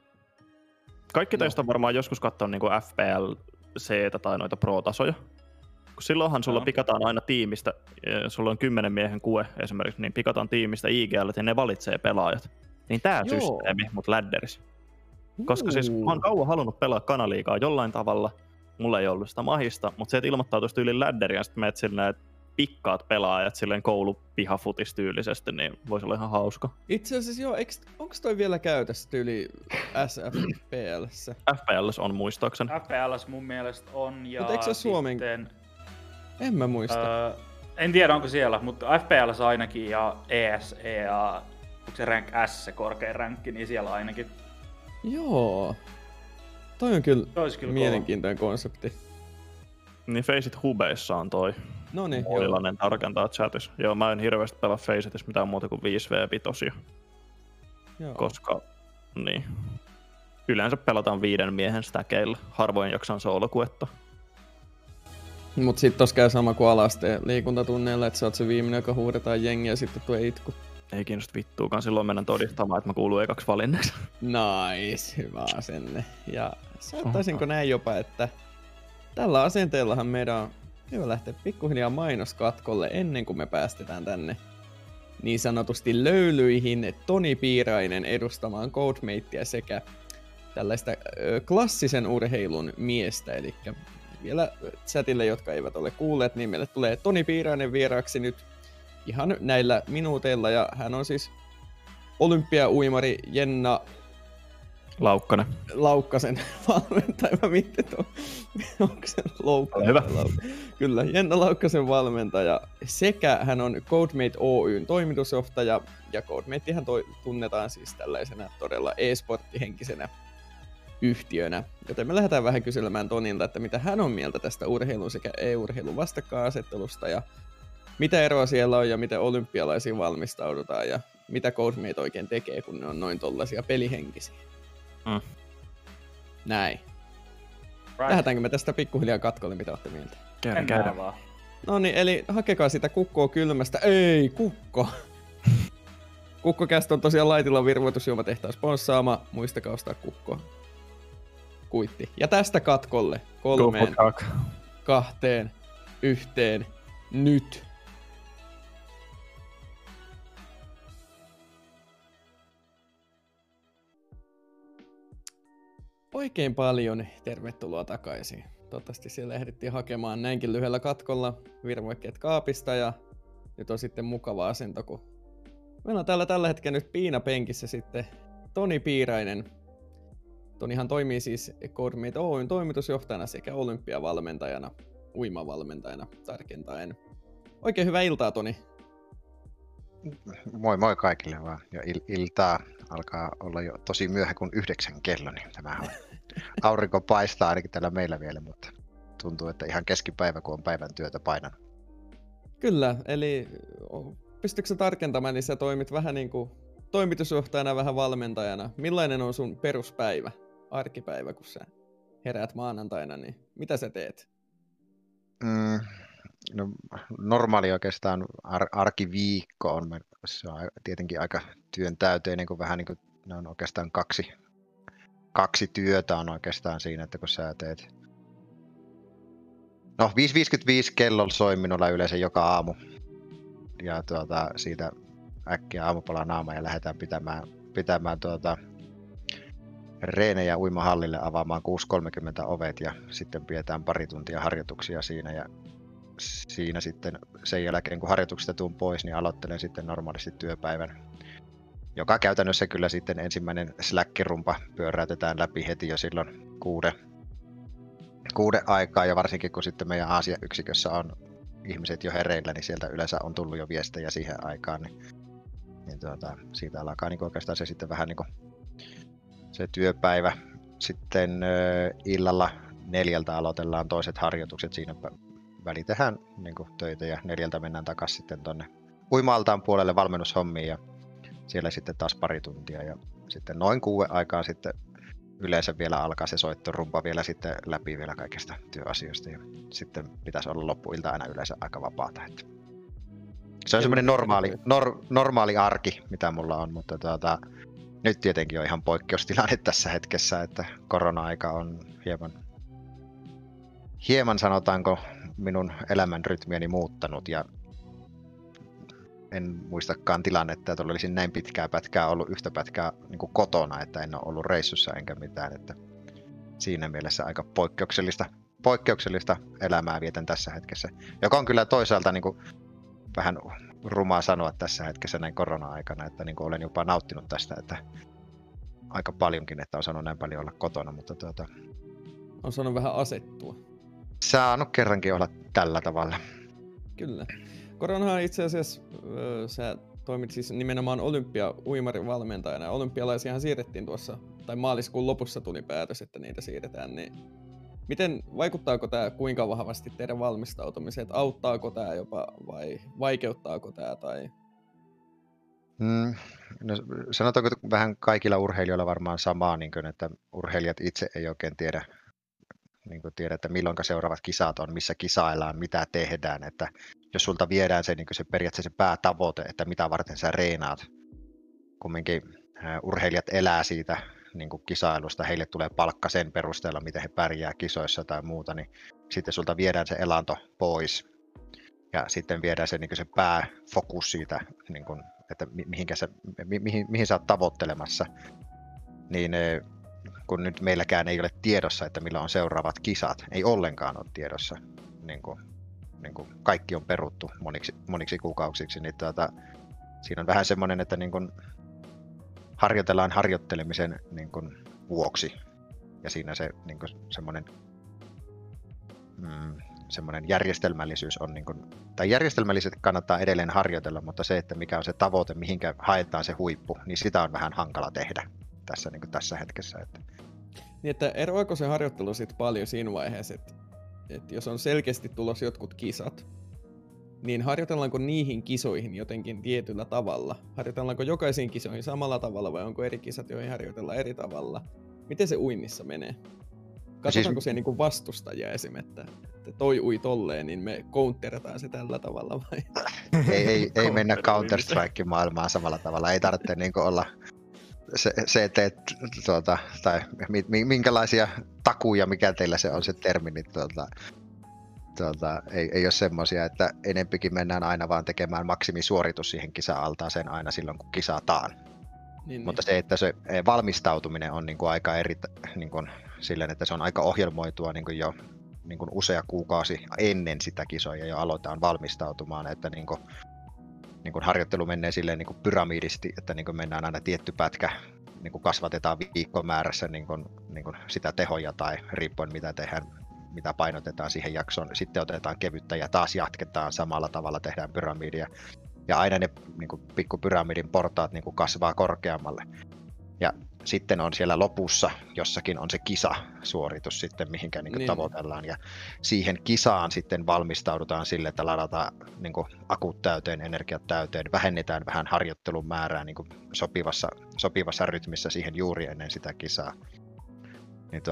Kaikki teistä on varmaan joskus katsonut niinku FPL-C:tä tai noita pro-tasoja. Silloinhan sulla pikataan aina tiimistä, sulla on 10 miehen kue esimerkiksi, niin pikataan tiimistä IGL ja ne valitsee pelaajat. Niin tää systeemi, mut ladderissä. Koska siis mä oon kauan halunnut pelaa Kanaliigaa jollain tavalla, mulla ei ollut sitä mahista, mutta se, että ilmoittautuisi tyyliin ladderiin ja sitten menet silleen, että pikkaat pelaajat silleen koulupihafutis-tyylisesti, niin voisi olla ihan hauska. Itse asiassa joo, onko toi vielä käytössä tyyli SFPL:ssä? FPL:s on muistaakseni. FPL:s mun mielestä on, ja mutta eikö se Suomen... En mä muista. En tiedä onko siellä, mutta FPL:s ainakin ja ESEA, onko se rank S se korkein rankki, niin siellä ainakin. Joo. Toi on kyllä mielenkiintoinen konsepti. Niin Faceit Hubeissa on toi. Noniin, Moilanen tarkentaa chatissa. Joo, mä en hirveästi pelaa Faceitissä mitään muuta kuin 5v5. Joo. Koska, niin. Yleensä pelataan 5 miehen stackeilla. Harvoin jaksan soolokuetta. Mut sit tos käy sama kuin alasteen liikuntatunneilla, että sä oot se viimeinen, joka huudetaan jengiä ja sitten tuo itku. Ei kiinnosta vittuukaan, silloin mennään todistamaan, että mä kuulun ekaksi valinneeksi. Nice, hyvä asenne. Ja saattaisinko näin jopa, että tällä asenteellahan meidän on hyvä lähteä pikkuhiljaa mainoskatkolle ennen kuin me päästetään tänne niin sanotusti löylyihin Toni Piirainen edustamaan Codematea sekä tällaista klassisen urheilun miestä, eli vielä chatille, jotka eivät ole kuulleet, niin meille tulee Toni Piirainen vieraaksi nyt ihan näillä minuuteilla, ja hän on siis olympiauimari Jenna Laukkasen valmentaja. Mä mietin, onko se hyvä. Kyllä, Jenna Laukkasen valmentaja. Sekä hän on Codemate Oyn toimitusjohtaja, ja Codematehän tunnetaan siis tällaisena todella e-sporttihenkisenä yhtiönä. Joten me lähdetään vähän kyselemään Tonilta, että mitä hän on mieltä tästä urheilun sekä e-urheilun vastakkainasettelusta ja mitä eroa siellä on ja miten olympialaisiin valmistaudutaan ja mitä Codemate oikein tekee, kun ne on noin tollaisia pelihenkisiä. Näin. Lähdetäänkö me tästä pikkuhiljaa katkolle, mitä olette mieltä? Käydään vaan. No niin, eli hakekaa sitä kukkoa kylmästä. Ei, kukko! Kukkokästä on tosiaan Laitilan virvoitusjuomatehtaan sponssaama. Muistakaa ostaa kukkoa. Kuitti. Ja tästä katkolle 3, 2, 1, nyt. Oikein paljon tervetuloa takaisin. Toivottavasti siellä ehdittiin hakemaan näinkin lyhyellä katkolla virvoikkeet kaapista ja nyt on sitten mukava asento, kun meillä on täällä tällä hetkellä nyt piinapenkissä sitten Toni Piirainen. Tonihan toimii siis Codemate Oyn toimitusjohtajana sekä olympiavalmentajana, uimavalmentajana tarkentaen. Oikein hyvää iltaa, Toni. Moi moi kaikille vaan. Ja iltaa alkaa olla jo tosi myöhä kuin 9 kello, niin tämähän on. Aurinko paistaa ainakin täällä meillä vielä, mutta tuntuu, että ihan keskipäivä, kun on päivän työtä painanut. Kyllä, eli pystytkö sä tarkentamaan, niin sä toimit vähän niin kuin toimitusjohtajana, vähän valmentajana. Millainen on sun peruspäivä, arkipäivä, kun sä heräät maanantaina, niin mitä sä teet? No, normaali oikeastaan arkiviikko on, se on tietenkin aika työn täyteinen, kun vähän niin kuin ne on oikeastaan kaksi työtä on oikeastaan siinä, että kun sä teet. No 5.55 kello soi minulla yleensä joka aamu ja siitä äkkiä aamupala naama ja lähdetään pitämään reenejä uimahallille avaamaan 6.30 ovet ja sitten pidetään pari tuntia harjoituksia siinä ja siinä sitten sen jälkeen kun harjoituksesta tuun pois, niin aloittelen sitten normaalisti työpäivän, joka käytännössä kyllä sitten ensimmäinen slack-rumpa pyöräytetään läpi heti jo silloin 6 aikaa ja varsinkin kun sitten meidän Aasia-yksikössä on ihmiset jo hereillä, niin sieltä yleensä on tullut jo viestejä siihen aikaan, niin siitä alkaa niin oikeastaan se sitten vähän niin kuin se työpäivä. Sitten illalla 4 aloitellaan toiset harjoitukset, siinä väli tehdään niin kuin töitä ja 4 mennään takaisin sitten tonne uima-altaan puolelle valmennushommiin ja siellä sitten taas pari tuntia ja sitten noin 6 aikaan sitten yleensä vielä alkaa se soittorumpa vielä sitten läpi vielä kaikista työasioista ja sitten pitäisi olla loppuilta aina yleensä aika vapaata. Että se on semmoinen normaali arki, mitä mulla on, mutta nyt tietenkin on ihan poikkeustilanne tässä hetkessä, että korona-aika on hieman sanotaanko minun elämän rytmiäni muuttanut ja en muistakaan tilannetta, että olisin näin pitkää pätkää ollut yhtä pätkää niin kuin kotona, että en ole ollut reissussa enkä mitään, että siinä mielessä aika poikkeuksellista elämää vietän tässä hetkessä, joka on kyllä toisaalta niin kuin vähän rumaa sanoa tässä hetkessä näin korona-aikana, että niin kuin olen jopa nauttinut tästä, että aika paljonkin, että on saanut näin paljon olla kotona, mutta on saanut vähän asettua. Saanut kerrankin olla tällä tavalla. Kyllä. Koronahan itse asiassa, sä toimit siis nimenomaan olympiauimarivalmentajana. Olympialaisiahan siirrettiin tuossa, tai maaliskuun lopussa tuli päätös, että niitä siirretään. Niin miten, vaikuttaako tämä kuinka vahvasti teidän valmistautumiseen? Auttaako tämä jopa vai vaikeuttaako tämä? Tai... No, sanotaanko vähän kaikilla urheilijoilla varmaan samaa, niin kuin, että urheilijat itse ei oikein tiedä, että milloin seuraavat kisat on, missä kisaillaan, mitä tehdään. Että jos sulta viedään se, niin se periaatteessa se päätavoite, että mitä varten sä reenaat. Kumminkin urheilijat elää siitä niin kuin kisailusta, heille tulee palkka sen perusteella, miten he pärjää kisoissa tai muuta, niin sitten sulta viedään se elanto pois. Ja sitten viedään se, niin se pääfokus siitä, niin kuin, että mihin sä oot tavoittelemassa. Niin kun nyt meilläkään ei ole tiedossa, että milloin on seuraavat kisat, ei ollenkaan ole tiedossa, niin kuin kaikki on peruttu moniksi kuukausiksi, niin siinä on vähän semmoinen, että niin kuin harjoitellaan harjoittelemisen niin kuin vuoksi, ja siinä se niin kuin semmoinen järjestelmällisyys on, niin kuin, tai järjestelmällisesti kannattaa edelleen harjoitella, mutta se, että mikä on se tavoite, mihinkä haetaan se huippu, niin sitä on vähän hankala tehdä tässä, niin kuin tässä hetkessä. Että. Niin, että eroako se harjoittelu sit paljon siinä vaiheessa, että jos on selkeästi tulossa jotkut kisat, niin harjoitellaanko niihin kisoihin jotenkin tietyllä tavalla? Harjoitellaanko jokaisiin kisoihin samalla tavalla vai onko eri kisat, joihin harjoitellaan eri tavalla? Miten se uinnissa menee? Katsotaanko se niinku vastustajia esimerkiksi, että toi ui tolleen, niin me counterataan se tällä tavalla vai? Ei mennä Counter-Strike-maailmaan samalla tavalla. Ei tarvitse niinku olla se teet, tai minkälaisia takuja, mikä teillä se on se termi, niin ei ole semmoisia, että enempikin mennään aina vaan tekemään maksimisuoritus siihen kisa-altaaseen aina silloin, kun kisataan. Niin. Mutta se, että se valmistautuminen on niinku aika eri, niinku, silleen, että se on aika ohjelmoitua niinku jo niinku usea kuukausi ennen sitä kisoja jo aloitetaan valmistautumaan, että niinku harjoittelu menee silleen niinku pyramidisti, että niinku mennään aina tietty pätkä, niinku kasvatetaan viikkomäärässä niinku sitä tehoja tai riippuen mitä tehdään, mitä painotetaan siihen jaksoon. Sitten otetaan kevyttä ja taas jatketaan samalla tavalla, tehdään pyramidia. Ja aina ne niinku pikkupyramidin portaat niinku kasvaa korkeammalle. Ja sitten on siellä lopussa jossakin on se kisasuoritus sitten, mihinkä niinku tavoitellaan. Ja siihen kisaan sitten valmistaudutaan sille, että ladataan niinku akut täyteen, energiat täyteen, vähennetään vähän harjoittelun määrää niinku sopivassa rytmissä siihen juuri ennen sitä kisaa. Niin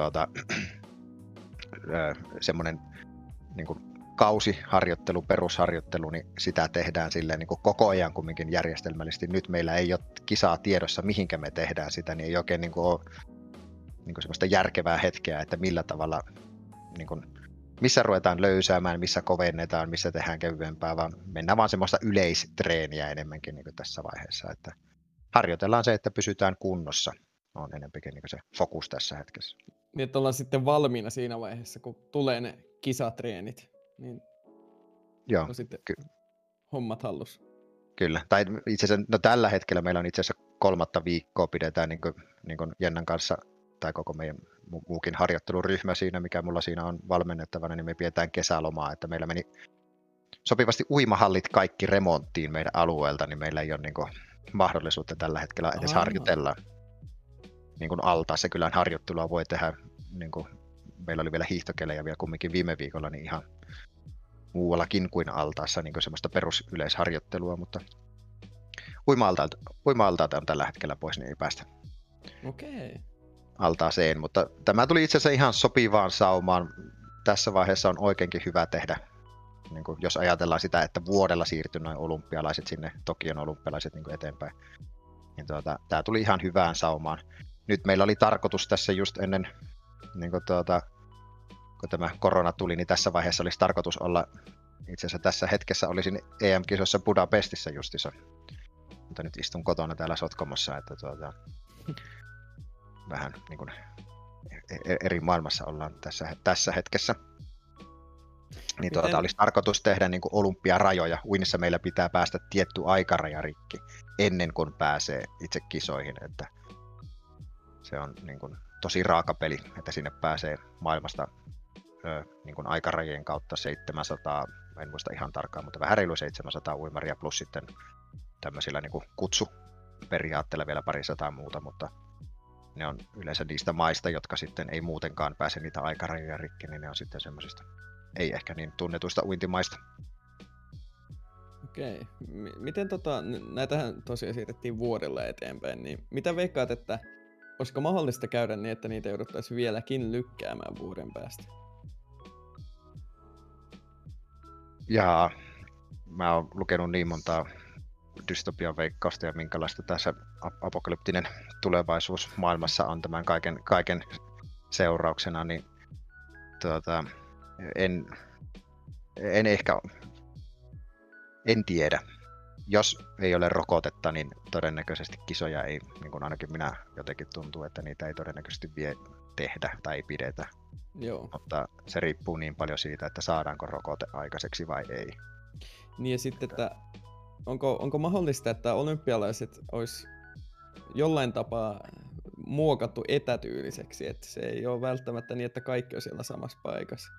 semmoinen niinku kausiharjoittelu, perusharjoittelu, niin sitä tehdään silleen niin kuin koko ajan kumminkin järjestelmällisesti. Nyt meillä ei ole kisaa tiedossa, mihinkä me tehdään sitä, niin ei oikein niin kuin ole niin kuin semmoista järkevää hetkeä, että millä tavalla, niin kuin, missä ruvetaan löysäämään, missä kovennetaan, missä tehdään kevyempää, vaan mennään vaan semmoista yleistreeniä enemmänkin niin kuin tässä vaiheessa. Että harjoitellaan se, että pysytään kunnossa, on enemmänkin niin kuin se fokus tässä hetkessä. Niin, että ollaan sitten valmiina siinä vaiheessa, kun tulee ne kisatreenit. Niin joo, on sitten hommat hallus. Kyllä, tai itse asiassa tällä hetkellä meillä on itse asiassa 3. viikkoa pidetään niin kuin Jennan kanssa, tai koko meidän muukin harjoitteluryhmä siinä, mikä mulla siinä on valmennettavana, niin me pidetään kesälomaa, että meillä meni sopivasti uimahallit kaikki remonttiin meidän alueelta, niin meillä ei ole niin kuin mahdollisuutta tällä hetkellä edes harjoitella niin kuin altaassa. Kyllähän harjoittelua voi tehdä, niin kuin meillä oli vielä hiihtokelejä vielä kumminkin viime viikolla, niin ihan muuallakin kuin altaassa niin kuin semmoista perusyleisharjoittelua, mutta uima-altaalta on tällä hetkellä pois, niin ei päästä altaaseen, mutta tämä tuli itse asiassa ihan sopivaan saumaan. Tässä vaiheessa on oikeinkin hyvä tehdä, niin kuin jos ajatellaan sitä, että vuodella siirtyi noin olympialaiset sinne, Tokion olympialaiset niin kuin eteenpäin, niin tämä tuli ihan hyvään saumaan. Nyt meillä oli tarkoitus tässä just ennen, niin kuin kun tämä korona tuli, niin tässä vaiheessa olisi tarkoitus olla, itse asiassa tässä hetkessä olisin EM-kisoissa Budapestissa justissa, mutta nyt istun kotona täällä Sotkamossa, että vähän niin kuin eri maailmassa ollaan tässä hetkessä. Niin olisi tarkoitus tehdä niin kuin olympiarajoja. Uinnissa meillä pitää päästä tietty aikaraja rikki ennen kuin pääsee itse kisoihin, että se on niin kuin tosi raaka peli, että sinne pääsee maailmasta niin kuin aikarajien kautta 700, en muista ihan tarkkaan, mutta vähän reilu 700 uimaria plus sitten tämmöisillä niin kuin kutsuperiaatteella vielä 200 muuta, mutta ne on yleensä niistä maista, jotka sitten ei muutenkaan pääse niitä aikarajoja rikki, niin ne on sitten semmoisista ei ehkä niin tunnetuista uintimaista. Okei. Miten näitähän tosiaan siirrettiin vuodella eteenpäin, niin mitä veikkaat, että olisiko mahdollista käydä niin, että niitä jouduttaisiin vieläkin lykkäämään vuoden päästä? Jaa, mä oon lukenut niin montaa dystopian veikkausta ja minkälaista tässä apokalyptinen tulevaisuus maailmassa on tämän kaiken seurauksena, niin en tiedä. Jos ei ole rokotetta, niin todennäköisesti kisoja ei, niin kuin ainakin minä jotenkin tuntuu, että niitä ei todennäköisesti tehdä tai ei pidetä. Joo. Mutta se riippuu niin paljon siitä, että saadaanko rokote aikaiseksi vai ei. Niin ja sitten, että onko mahdollista, että olympialaiset olisi jollain tapaa muokattu etätyyliseksi, että se ei ole välttämättä niin, että kaikki on siellä samassa paikassa?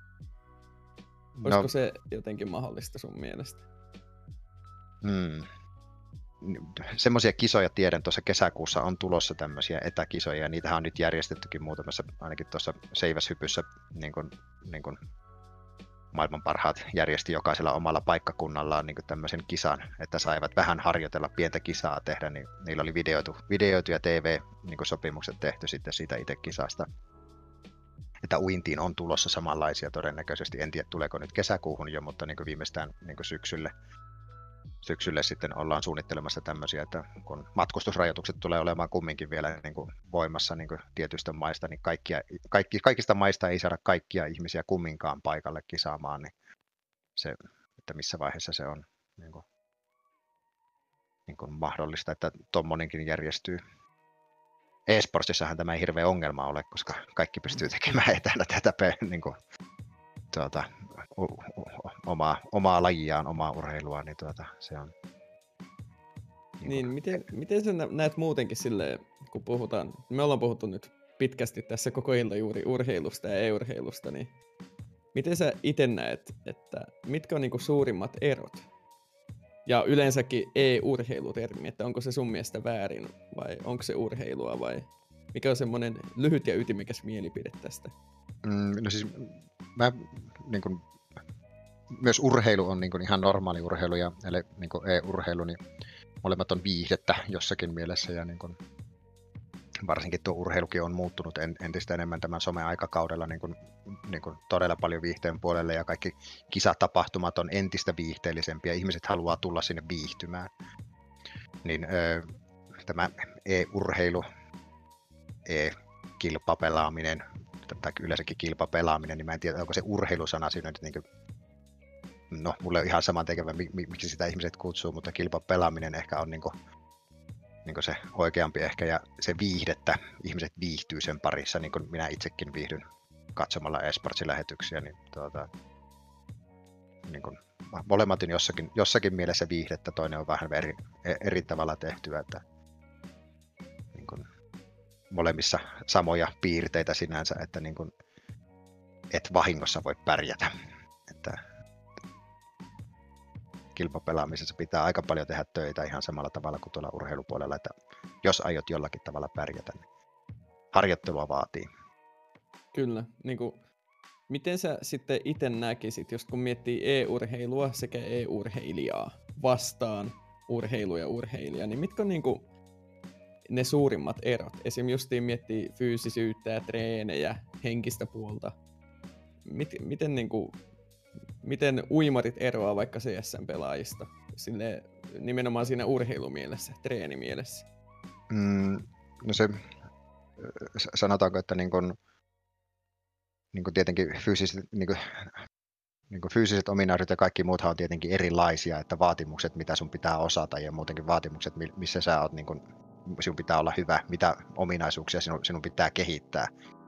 Olisiko se jotenkin mahdollista sun mielestä? semmoisia kisoja tiedän, tuossa kesäkuussa on tulossa tämmöisiä etäkisoja, ja niitähän on nyt järjestettykin muutamassa, ainakin tuossa seiväshypyssä, niin kuin maailman parhaat järjesti jokaisella omalla paikkakunnallaan niin kuin tämmöisen kisan, että saivat vähän harjoitella pientä kisaa tehdä, niin niillä oli videoituja TV-sopimukset tehty sitten siitä itse kisasta. Että uintiin on tulossa samanlaisia todennäköisesti, en tiedä tuleeko nyt kesäkuuhun jo, mutta niin kuin viimeistään niin kuin syksylle sitten ollaan suunnittelemassa tämmöisiä, että kun matkustusrajoitukset tulee olemaan kumminkin vielä niin kuin voimassa niin kuin tietyistä maista, niin kaikista maista ei saada kaikkia ihmisiä kumminkaan paikalle kisaamaan, niin se, että missä vaiheessa se on niin kuin mahdollista, että tommonenkin järjestyy. E-sportsissahan tämä ei hirveä ongelma ole, koska kaikki pystyy tekemään etänä tätä niin kuin, omaa lajiaan, omaa urheilua, niin se on... Niin, miten sä näet muutenkin silleen, kun puhutaan, me ollaan puhuttu nyt pitkästi tässä koko ilta juuri urheilusta ja e-urheilusta, niin miten sä itse näet, että mitkä on niinku suurimmat erot? Ja yleensäkin e-urheilutermi, että onko se sun mielestä väärin vai onko se urheilua vai mikä on semmoinen lyhyt ja ytimekäs mielipide tästä? No siis mä niin kun, myös urheilu on niin kun ihan normaali urheilu ja niin kun e-urheilu, niin molemmat on viihdettä jossakin mielessä ja niin kun, varsinkin tuo urheilukin on muuttunut entistä enemmän tämän some-aikakaudella niin kun todella paljon viihteen puolelle ja kaikki kisatapahtumat on entistä viihteellisempiä. Ihmiset haluaa tulla sinne viihtymään. Niin tämä e-urheilu, e-kilpapelaaminen tai yleensäkin kilpapelaaminen, niin mä en tiedä, onko se urheilusana siinä nyt niin kuin, no mulle on ihan saman tekevä, miksi sitä ihmiset kutsuu, mutta kilpapelaaminen ehkä on niin kuin se oikeampi ehkä, ja se viihdettä, ihmiset viihtyy sen parissa, niin kuin minä itsekin viihdyn katsomalla e-sportsilähetyksiä, niin, niin kuin, molemmat on jossakin mielessä viihdettä, toinen on vähän eri tavalla tehtyä, että niin kuin, molemmissa samoja piirteitä sinänsä, että niin kuin, et vahingossa voi pärjätä, että kilpapelaamisessa pitää aika paljon tehdä töitä ihan samalla tavalla kuin tuolla urheilupuolella, että jos aiot jollakin tavalla pärjätä, niin harjoittelua vaatii. Kyllä, niin kuin, miten sä sitten itse näkisit, jos kun miettii e-urheilua sekä e-urheilijaa vastaan urheilu ja urheilija, niin mitkä on niin kuin ne suurimmat erot? Esimerkiksi justiin miettii fyysisyyttä ja treenejä, henkistä puolta. Miten uimarit eroaa vaikka CS:n-pelaajista? Silleen, nimenomaan siinä urheilumielessä, treenimielessä. No se, sanotaanko, että niin kuin tietenkin fyysiset ominaisuudet ja kaikki muuthan on tietenkin erilaisia, että vaatimukset, mitä sun pitää osata ja muutenkin vaatimukset, missä sä oot, niin kuin, sinun pitää olla hyvä, mitä ominaisuuksia sinun pitää kehittää,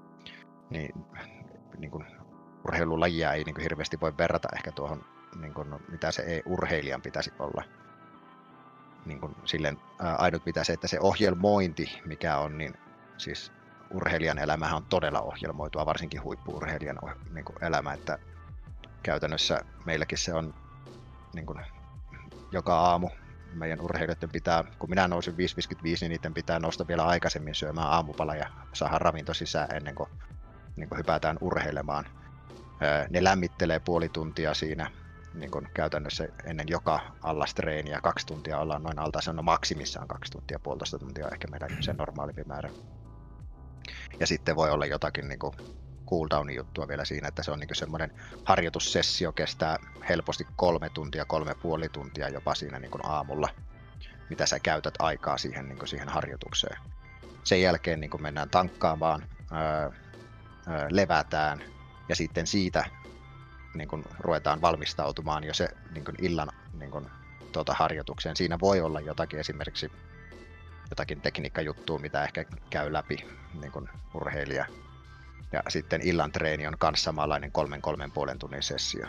niin kuin urheilulajia ei niin kuin hirveästi voi verrata ehkä tuohon, niin kuin, mitä se ei-urheilijan pitäisi olla. Niin kuin, silleen, ainut mitä se, että se ohjelmointi, mikä on, niin siis urheilijan elämähän on todella ohjelmoitua, varsinkin huippu-urheilijan niin kuin elämä, että käytännössä meilläkin se on niin kuin, joka aamu meidän urheilijoiden pitää, kun minä nousin 5.55, niin niiden pitää nousta vielä aikaisemmin syömään aamupala ja saada ravinto sisään ennen kuin, niin kuin hypätään urheilemaan. Ne lämmittelee puoli tuntia siinä niin kuin käytännössä ennen joka allastreeniä. 2 tuntia ollaan noin alta, se on maksimissaan 2 tuntia, 1,5 tuntia ehkä meidän se normaalimpi määrä. Ja sitten voi olla jotakin niin kuin cooldown juttua vielä siinä, että se on niin kuin semmoinen harjoitussessio kestää helposti 3 tuntia, 3,5 tuntia jopa siinä niin kuin aamulla, mitä sä käytät aikaa siihen, niin kuin siihen harjoitukseen. Sen jälkeen niin kuin mennään tankkaamaan, levätään ja sitten siitä niin kuin ruvetaan valmistautumaan jo se niin kuin illan niin kuin, harjoitukseen. Siinä voi olla jotakin esimerkiksi jotakin tekniikkajuttua, mitä ehkä käy läpi niin kuin urheilija. Ja sitten illan treeni on myös samanlainen 3,5 tunnin sessio.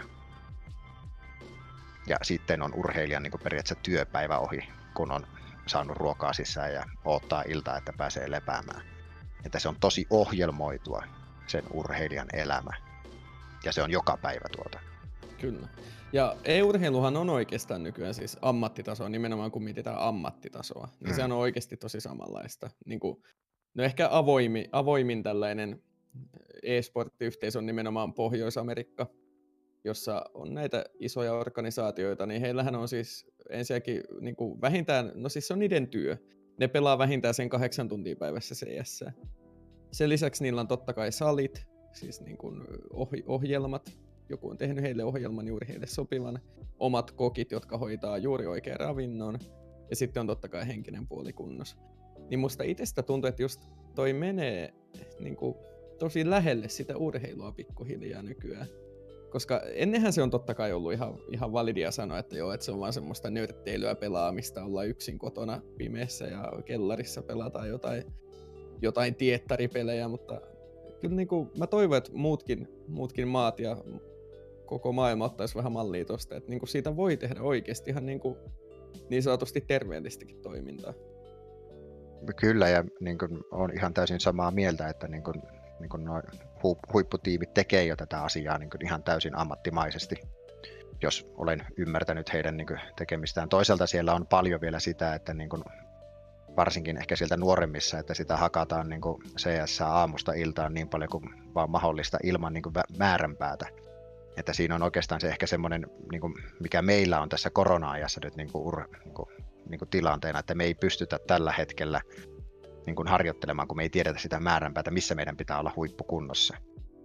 Ja sitten on urheilijan niin kuin periaatteessa työpäivä ohi, kun on saanut ruokaa sisään ja odottaa iltaa, että pääsee lepäämään. Että se on tosi ohjelmoitua sen urheilijan elämä. Ja se on joka päivä tuota. Kyllä. Ja e-urheiluhan on oikeastaan nykyään siis ammattitasoa, nimenomaan kun mietitään ammattitasoa, niin se on oikeasti tosi samanlaista. Niin kuin, no ehkä avoimin tällainen e-sporttiyhteisö on nimenomaan Pohjois-Amerikka, jossa on näitä isoja organisaatioita, niin heillähän on siis ensinnäkin niin kuin vähintään, no siis se on niiden työ. Ne pelaa vähintään sen 8 tuntia päivässä CS. Sen lisäksi niillä on totta kai salit, siis niin kuin ohjelmat. Joku on tehnyt heille ohjelman juuri heille sopivan. Omat kokit, jotka hoitaa juuri oikean ravinnon. Ja sitten on totta kai henkinen puoli kunnossa. Niin musta itsestä tuntuu, että just toi menee niin kuin tosi lähelle sitä urheilua pikkuhiljaa nykyään. Koska ennenhän se on totta kai ollut ihan validia sanoa, että joo, että se on vaan semmoista nörtteilyä pelaamista, olla yksin kotona pimeässä ja kellarissa pelataan jotain tiettaripelejä, mutta kyllä niin kuin, mä toivon, että muutkin maat ja koko maailma ottaisi vähän mallia tosta, että niin kuin siitä voi tehdä oikeasti ihan niin sanotusti terveellistäkin toimintaa. Kyllä, ja niin kuin, olen ihan täysin samaa mieltä, että niin kuin nuo huipputiimit tekee jo tätä asiaa niin kuin ihan täysin ammattimaisesti, jos olen ymmärtänyt heidän niin kuin tekemistään. Toisaalta siellä on paljon vielä sitä, että niin kuin, varsinkin ehkä sieltä nuoremmissa, että sitä hakataan niin kuin CS aamusta iltaan niin paljon kuin vaan mahdollista ilman niin kuin määränpäätä. Että siinä on oikeastaan se ehkä semmoinen, niin kuin mikä meillä on tässä korona-ajassa nyt niin kuin tilanteena, että me ei pystytä tällä hetkellä niin kuin harjoittelemaan, kun me ei tiedetä sitä määränpäätä, missä meidän pitää olla huippukunnossa.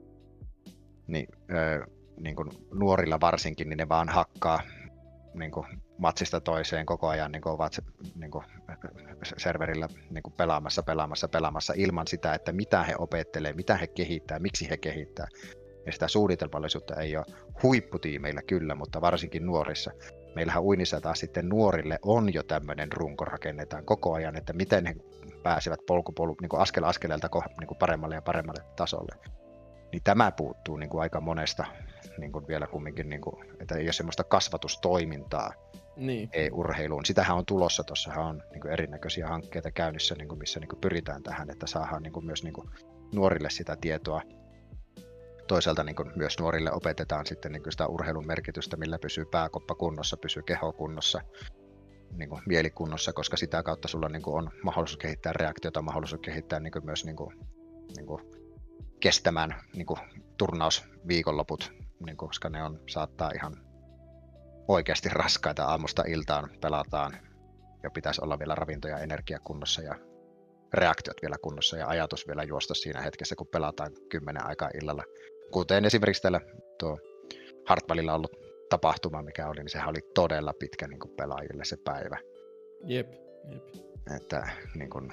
Niin kuin nuorilla varsinkin, niin ne vaan hakkaa niin kuin matsista toiseen koko ajan, niin kuin ovat niin kuin serverillä niin kuin pelaamassa ilman sitä, että mitä he opettelee, mitä he kehittää, miksi he kehittää. Ja sitä suunnitelmallisuutta ei ole huipputiimeillä kyllä, mutta varsinkin nuorissa. Meillähän uinnissa taas sitten nuorille on jo tämmöinen runko rakennetaan koko ajan, että miten he pääsevät niin kuin askel askeleelta niin kuin paremmalle ja paremmalle tasolle. Niin tämä puuttuu niin kuin aika monesta niin kuin vielä kumminkin, niin kuin, että ei ole semmoista kasvatustoimintaa niin e-urheiluun. Sitähän on tulossa, tuossahan on niin kuin erinäköisiä hankkeita käynnissä, niin kuin missä niin kuin pyritään tähän, että saadaan niin kuin myös niin kuin nuorille sitä tietoa. Toisaalta niin kuin myös nuorille opetetaan sitten niin kuin sitä urheilun merkitystä, millä pysyy pääkoppa kunnossa, pysyy keho kunnossa, niin kuin mielikunnossa, koska sitä kautta sulla niin kuin on mahdollisuus kehittää reaktiota, mahdollisuus kehittää niin kuin myös niin kuin kestämään niin kuin turnausviikonloput, niin kuin, koska ne saattaa ihan oikeasti raskaita aamusta iltaan pelataan ja pitäisi olla vielä ravinto ja energia kunnossa ja reaktiot vielä kunnossa ja ajatus vielä juosta siinä hetkessä, kun pelataan 10 aikaa illalla. Kuten esimerkiksi täällä tuo Hartwallilla ollut tapahtuma, mikä oli, niin sehän oli todella pitkä niin kuin pelaajille se päivä. Jep. Että niin kuin,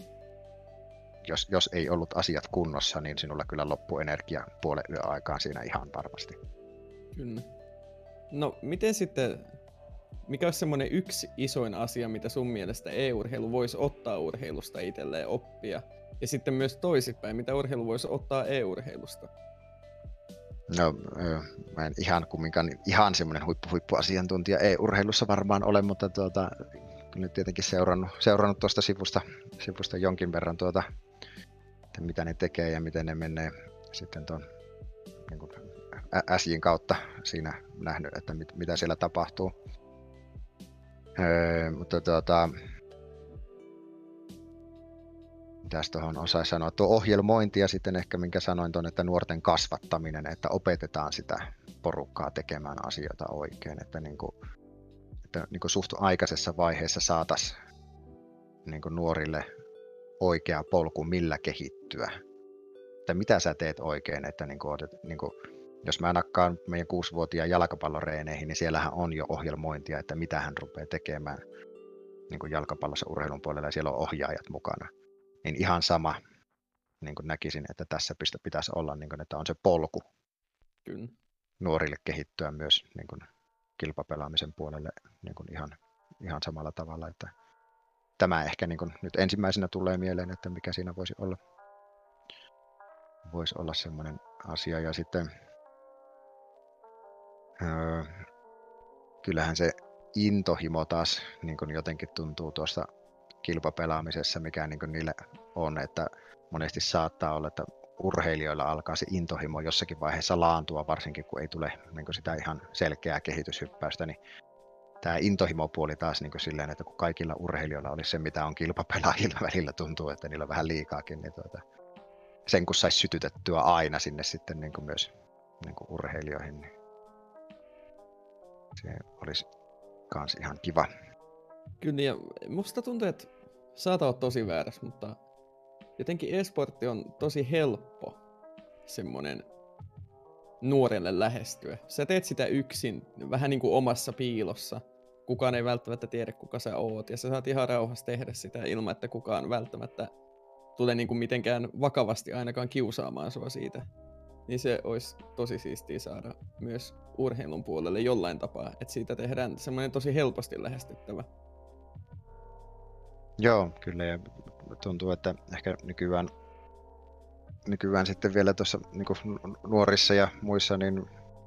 jos ei ollut asiat kunnossa, niin sinulla kyllä loppui energia puolen yön aikaan siinä ihan varmasti. Kyllä. No miten sitten, mikä olisi semmoinen yksi isoin asia, mitä sun mielestä e-urheilu voisi ottaa urheilusta itselleen oppia? Ja sitten myös toisinpäin, mitä urheilu voisi ottaa e-urheilusta? No, mä en ihan semmoinen huippuasiantuntija e-urheilussa varmaan ole, mutta nyt tietenkin seurannut tuosta sivusta jonkin verran että mitä ne tekee ja miten ne menee sitten tuon niin kuin SJ:n kautta siinä nähnyt, että mitä siellä tapahtuu. Mutta mitäs tuohon osaisi sanoa, tuo ohjelmointi ja sitten ehkä minkä sanoin tuon, että nuorten kasvattaminen, että opetetaan sitä porukkaa tekemään asioita oikein, että suht aikaisessa vaiheessa saataisiin niin kuin nuorille oikea polku, millä kehittyä. Että mitä sä teet oikein, että jos mä nakkaan meidän 6-vuotiaan jalkapalloreeneihin, niin siellähän on jo ohjelmointia, että mitä hän rupeaa tekemään niin kuin jalkapallossa urheilun puolella ja siellä on ohjaajat mukana. Niin ihan sama niin kuin näkisin, että tässä pitäisi olla, niin kuin, että on se polku Kyllä. nuorille kehittyä myös niin kuin kilpapelaamisen puolelle niin kuin ihan samalla tavalla. Että tämä ehkä niin kuin nyt ensimmäisenä tulee mieleen, että mikä siinä voisi olla semmoinen asia. Ja sitten kyllähän se intohimo taas niin kuin jotenkin tuntuu tuossa kilpapelaamisessa, mikä niin kuin niille on, että monesti saattaa olla, että urheilijoilla alkaa se intohimo jossakin vaiheessa laantua, varsinkin kun ei tule niin kuin sitä ihan selkeää kehityshyppäystä, niin tämä intohimopuoli taas niin kuin silleen, että kun kaikilla urheilijoilla olisi se, mitä on kilpapelaajilla, välillä tuntuu, että niillä on vähän liikaakin, niin sen kun saisi sytytettyä aina sinne sitten niin kuin myös niin kuin urheilijoihin, niin se olisi kans ihan kiva. Kyllä, ja musta tuntuu, että saat olla tosi väärässä, mutta jotenkin e-sportti on tosi helppo semmonen nuorelle lähestyä. Sä teet sitä yksin, vähän niin kuin omassa piilossa. Kukaan ei välttämättä tiedä, kuka sä oot, ja sä saat ihan rauhassa tehdä sitä ilman, että kukaan välttämättä tule niin kuin mitenkään vakavasti ainakaan kiusaamaan sua siitä. Niin se olisi tosi siistiä saada myös urheilun puolelle jollain tapaa, että siitä tehdään semmoinen tosi helposti lähestyttävä. Joo, kyllä, ja tuntuu, että ehkä nykyään sitten vielä tuossa niin kuin nuorissa ja muissa, niin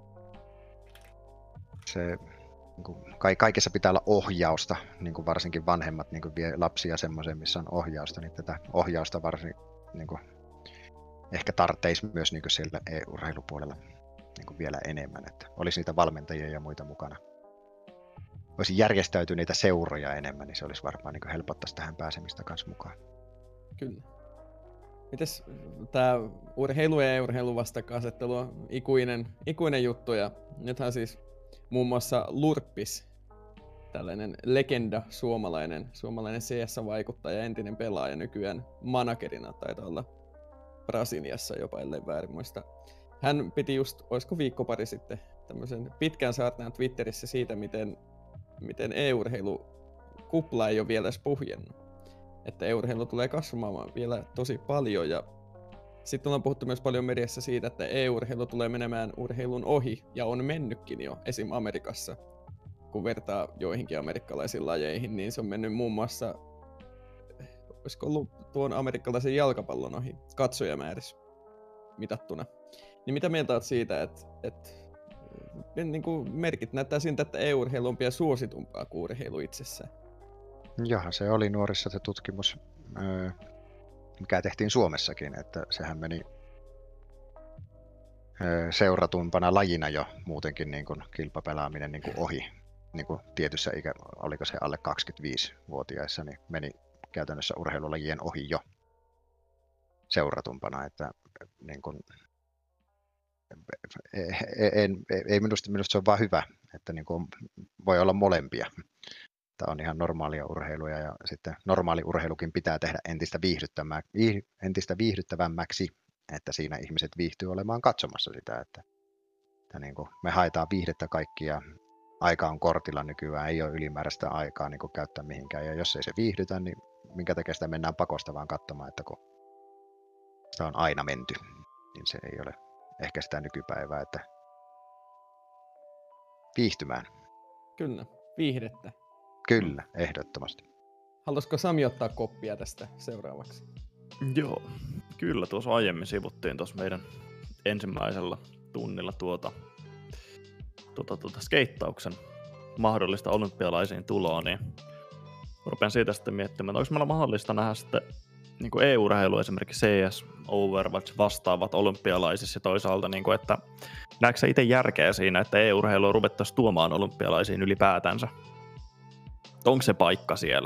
se niin kuin, kaikessa pitää olla ohjausta, niin kuin varsinkin vanhemmat niin kuin vie lapsia semmoiseen, missä on ohjausta, niin tätä ohjausta varsin niin kuin, ehkä tarvitsisi myös niin kuin siellä e-urheilupuolella niin kuin vielä enemmän, että olisi niitä valmentajia ja muita mukana. Olisi järjestäytyneitä seuroja enemmän, niin se olisi varmaan niin helpottaisi tähän pääsemistä kanssa mukaan. Kyllä. Mites tää urheilu ja ei-urheilu vastakkainasettelu on ikuinen juttu, ja nythän siis muun muassa Lurppis, tällainen legenda suomalainen CS-vaikuttaja, entinen pelaaja, nykyään managerina taitaa olla Brasiliassa jopa, ellei väärin muista. Hän piti just, olisiko viikko pari sitten, tämmöisen pitkän saarnaan Twitterissä siitä, miten e-urheilu kupla ei ole vielä edes puhjennut. Että e-urheilu tulee kasvamaan vielä tosi paljon, ja sitten ollaan puhuttu myös paljon mediassa siitä, että e-urheilu tulee menemään urheilun ohi, ja on mennytkin jo esim. Amerikassa. Kun vertaa joihinkin amerikkalaisiin lajeihin, niin se on mennyt muun muassa, olisiko ollut tuon amerikkalaisen jalkapallon ohi katsojamäärissä mitattuna. Niin mitä mieltä olet siitä, että niin kuin merkit näyttää siltä, että e-urheilu on vielä suositumpaa kuin urheilu itsessään? Jaha, se oli nuorissa se tutkimus, mikä tehtiin Suomessakin, että sehän meni seuratumpana lajina jo muutenkin niin kuin kilpapelaaminen niin kuin ohi. Niin kuin tietyssä oliko se alle 25-vuotiaissa, niin meni käytännössä urheilulajien ohi jo seuratumpana, että niin kuin, ei minusta se on vaan hyvä, että niin kuin voi olla molempia. Tämä on ihan normaalia urheilua, ja sitten normaali urheilukin pitää tehdä entistä viihdyttävämmäksi, että siinä ihmiset viihtyy olemaan katsomassa sitä, että niin kuin me haetaan viihdettä kaikki ja aika on kortilla nykyään, ei ole ylimääräistä aikaa niin kuin käyttää mihinkään, ja jos ei se viihdytä, niin minkä takia sitä mennään pakosta vaan katsomaan, että kun sitä on aina menty, niin se ei ole ehkä sitä nykypäivää, että viihtymään. Kyllä, viihdettä. Kyllä, ehdottomasti. Haluaisiko Sami ottaa koppia tästä seuraavaksi? Joo, kyllä tuossa aiemmin sivuttiin tuossa meidän ensimmäisellä tunnilla skeittauksen mahdollista olympialaisiin tuloa, niin rupean siitä sitten miettimään, että onko meillä mahdollista nähdä sitten niin kuin e-urheilu, esimerkiksi CS, Overwatch, vastaavat olympialaisissa, ja toisaalta, niin kuin, että näetkö sä itse järkeä siinä, että e-urheilua ruvettaisiin tuomaan olympialaisiin ylipäätänsä? Onko se paikka siellä?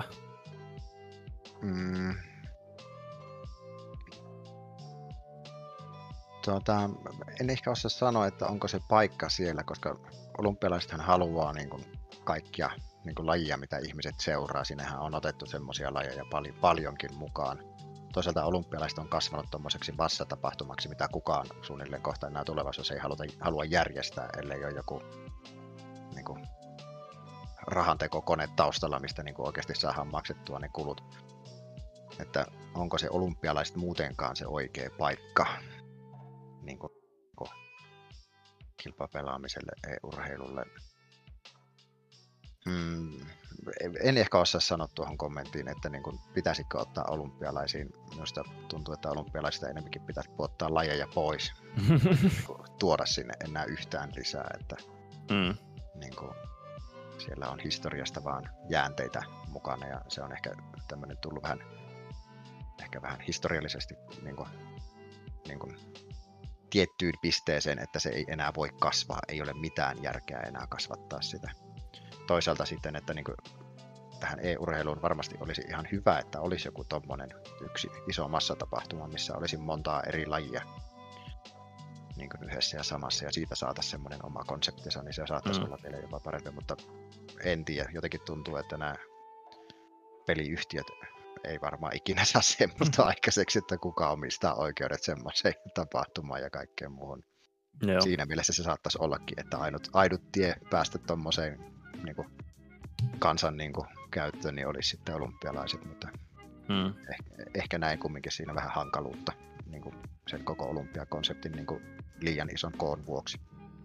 En ehkä osaa sanoa, että onko se paikka siellä, koska olympialaisethan haluaa niin kuin kaikkia niin kuin lajia, mitä ihmiset seuraa. Sinnehän on otettu semmoisia lajeja paljonkin mukaan. Toisaalta olympialaiset on kasvanut tuommoiseksi massatapahtumaksi, mitä kukaan suunnilleen kohta enää tulevaisuudessa ei halua järjestää, ellei ole joku niin kuin rahantekokone taustalla, mistä niin kuin oikeasti saadaan maksettua ne kulut. Että onko se olympialaiset muutenkaan se oikea paikka niin kuin kilpapelaamiselle, e-urheilulle. En ehkä osaa sanoa tuohon kommenttiin, että niin kuin pitäisikö ottaa olympialaisiin. Minusta tuntuu, että olympialaisista enemmänkin pitäisi ottaa lajeja pois, tuoda sinne enää yhtään lisää. Että, niin kuin, siellä on historiasta vaan jäänteitä mukana, ja se on ehkä tämmöinen tullut vähän historiallisesti niin kuin niin kuin tiettyyn pisteeseen, että se ei enää voi kasvaa, ei ole mitään järkeä enää kasvattaa sitä. Toisaalta sitten, että niin kuin tähän e-urheiluun varmasti olisi ihan hyvä, että olisi joku tommonen yksi iso massatapahtuma, missä olisi montaa eri lajia niin kuin yhdessä ja samassa, ja siitä saataisiin semmoinen oma konseptinsa, niin se saattaisi olla vielä jopa parempi, mutta en tiedä. Jotenkin tuntuu, että nämä peliyhtiöt ei varmaan ikinä saa semmoista aikaiseksi, että kuka omistaa oikeudet semmoiseen tapahtumaan ja kaikkeen muuhun. Joo. Siinä mielessä se saattaisi ollakin, että ainut tie päästä tommoseen niin kuin kansan niin kuin käyttöön niin olisi sitten olympialaiset, mutta ehkä näin kumminkin siinä vähän hankaluutta niin kuin sen koko olympiakonseptin niin kuin liian ison koon vuoksi.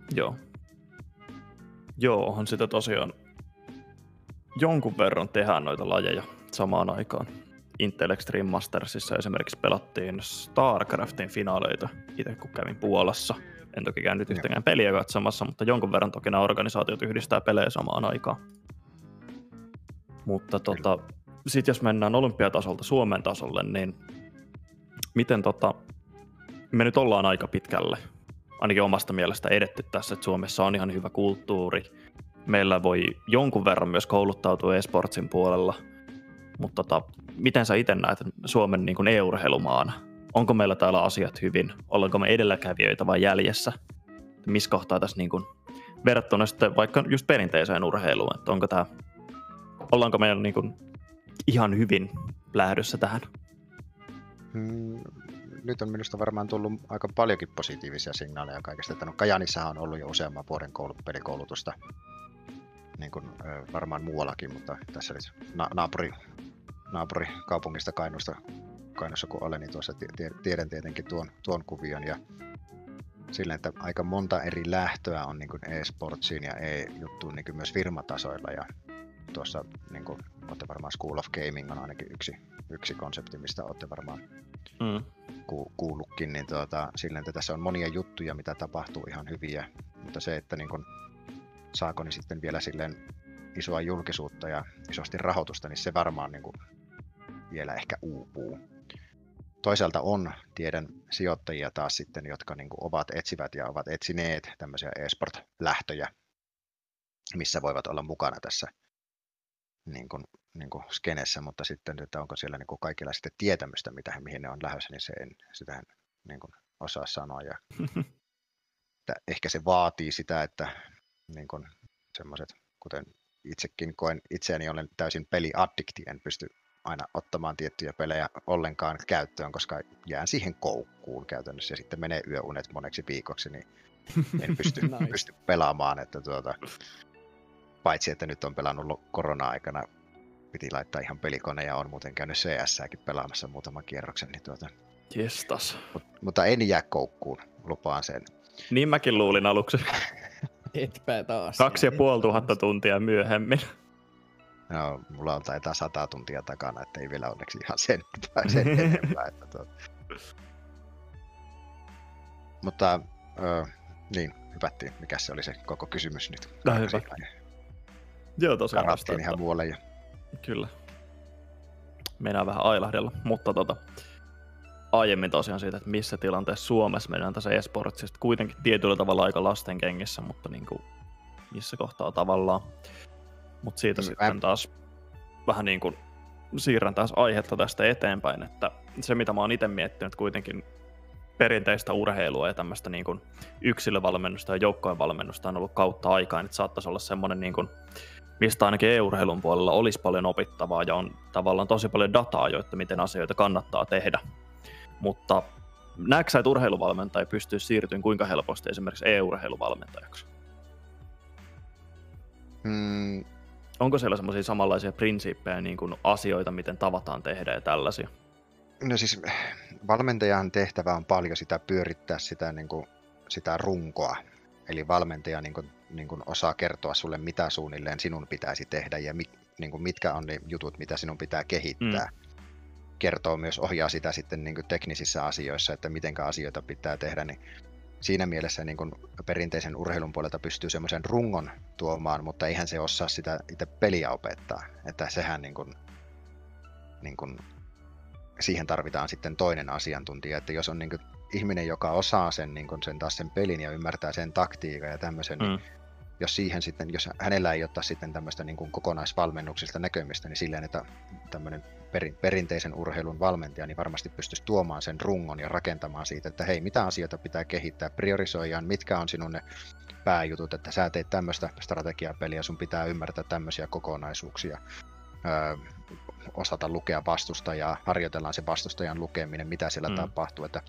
Joo, onhan sitä tosiaan jonkun verran tehdään noita lajeja samaan aikaan. Intel Extreme Mastersissa esimerkiksi pelattiin StarCraftin finaaleita itse kun kävin Puolassa. En toki käynyt yhtäkään peliä katsomassa, mutta jonkun verran toki nämä organisaatiot yhdistää pelejä samaan aikaan. Mutta sitten jos mennään olympiatasolta Suomen tasolle, niin miten me nyt ollaan aika pitkälle, ainakin omasta mielestä edetty tässä, että Suomessa on ihan hyvä kulttuuri. Meillä voi jonkun verran myös kouluttautua e-sportsin puolella, mutta miten sä itse näet Suomen niin kuin e-urheilumaana? Onko meillä täällä asiat hyvin? Ollaanko me edelläkävijöitä vai jäljessä? Missä kohtaa tässä niin kuin, verrattuna sitten vaikka just perinteiseen urheiluun, että ollaanko meillä niin kuin ihan hyvin lähdössä tähän? Nyt on minusta varmaan tullut aika paljonkin positiivisia signaaleja kaikesta. Että Kajanissahan on ollut jo useamman vuoden pelikoulutusta, niin kuin varmaan muuallakin, mutta tässä oli naapurikaupungista Kainuussa kun olen, niin tuossa tiedän tietenkin tuon kuvion. Ja sillä, että aika monta eri lähtöä on niin kuin e-sportsiin ja e-juttuun niin kuin myös firmatasoilla. Ja tuossa niin kuin, olette varmaan School of Gaming on ainakin yksi konsepti, mistä olette varmaan kuullutkin. Niin sillä, että tässä on monia juttuja, mitä tapahtuu ihan hyviä. Mutta se, että niin kuin, saako niin sitten vielä silleen isoa julkisuutta ja isosti rahoitusta, niin se varmaan niin kuin vielä ehkä uupuu. Toisaalta tiedän sijoittajia taas sitten, jotka niin kuin etsivät ja ovat etsineet tämmöisiä e-sport-lähtöjä, missä voivat olla mukana tässä niin kuin skenessä, mutta sitten, että onko siellä niin kuin kaikilla sitten tietämystä, mihin ne on lähdössä, niin sitä en niin kuin osaa sanoa. Ja että ehkä se vaatii sitä, että niin kuin semmoiset, kuten itsekin koen itseäni, olen täysin peliaddikti, en pysty aina ottamaan tiettyjä pelejä ollenkaan käyttöön, koska jään siihen koukkuun käytännössä ja sitten menee yöunet moneksi viikoksi, niin en pysty pelaamaan. Että paitsi, että nyt on pelannut korona-aikana, piti laittaa ihan pelikone ja on muuten käynyt CS-ääkin pelaamassa muutaman kierroksen. Niin Jestas. Mutta en jää koukkuun, lupaan sen. Niin mäkin luulin aluksi. Etpä taas. 2500 tuntia myöhemmin. No, mulla on taitaa 100 tuntia takana, että ei vielä onneksi ihan sen enempää. Mutta niin, hypättiin. Mikä se oli se koko kysymys nyt? Hyvä. Joo, tosiaan. Karattiin ihan muualle. Ja... Kyllä. Mennään vähän ailahdella, mutta aiemmin tosiaan siitä, että missä tilanteessa Suomessa mennään tässä e-sportsista. Kuitenkin tietyllä tavalla aika lasten kengissä, mutta niin kuin missä kohtaa tavallaan. Mutta siitä sitten taas vähän niin kuin siirrän taas aihetta tästä eteenpäin, että se mitä mä oon itse miettinyt kuitenkin perinteistä urheilua ja tämmöistä niin kuin yksilövalmennusta ja joukkojenvalmennusta on ollut kautta aikaan, että saattaisi olla semmoinen, niin kuin, mistä ainakin e-urheilun puolella olisi paljon opittavaa ja on tavallaan tosi paljon dataa jo, että miten asioita kannattaa tehdä. Mutta näetkö sä, että urheiluvalmentaja pystyy siirtymään kuinka helposti esimerkiksi e-urheiluvalmentajaksi? Onko siellä semmoisia samanlaisia prinsiippejä, niin kuin asioita, miten tavataan tehdä ja tällaisia? No siis valmentajan tehtävä on paljon sitä pyörittää sitä, niin kuin, sitä runkoa. Eli valmentaja niin kuin osaa kertoa sulle, mitä suunnilleen sinun pitäisi tehdä ja niin kuin mitkä on ne jutut, mitä sinun pitää kehittää. Kertoo myös, ohjaa sitä sitten niin kuin teknisissä asioissa, että mitenkä asioita pitää tehdä. Niin siinä mielessä niin kuin perinteisen urheilun puolelta pystyy semmoisen rungon tuomaan, mutta eihän se osaa sitä itse peliä opettaa. Että sehän niin kuin siihen tarvitaan sitten toinen asiantuntija, että jos on niin kuin ihminen, joka osaa sen, niin kuin sen pelin ja ymmärtää sen taktiikan ja tämmöisen, niin jos hänellä ei ottaa sitten tämmöistä niin kuin kokonaisvalmennuksista näkemistä, niin silleen, että tämmöinen perinteisen urheilun valmentaja niin varmasti pystyisi tuomaan sen rungon ja rakentamaan siitä, että hei, mitä asioita pitää kehittää, priorisoidaan, mitkä on sinun ne pääjutut, että sä teet tämmöistä strategiapeliä, sun pitää ymmärtää tämmöisiä kokonaisuuksia, osata lukea vastustajaa, harjoitellaan se vastustajan lukeminen, mitä siellä tapahtuu, että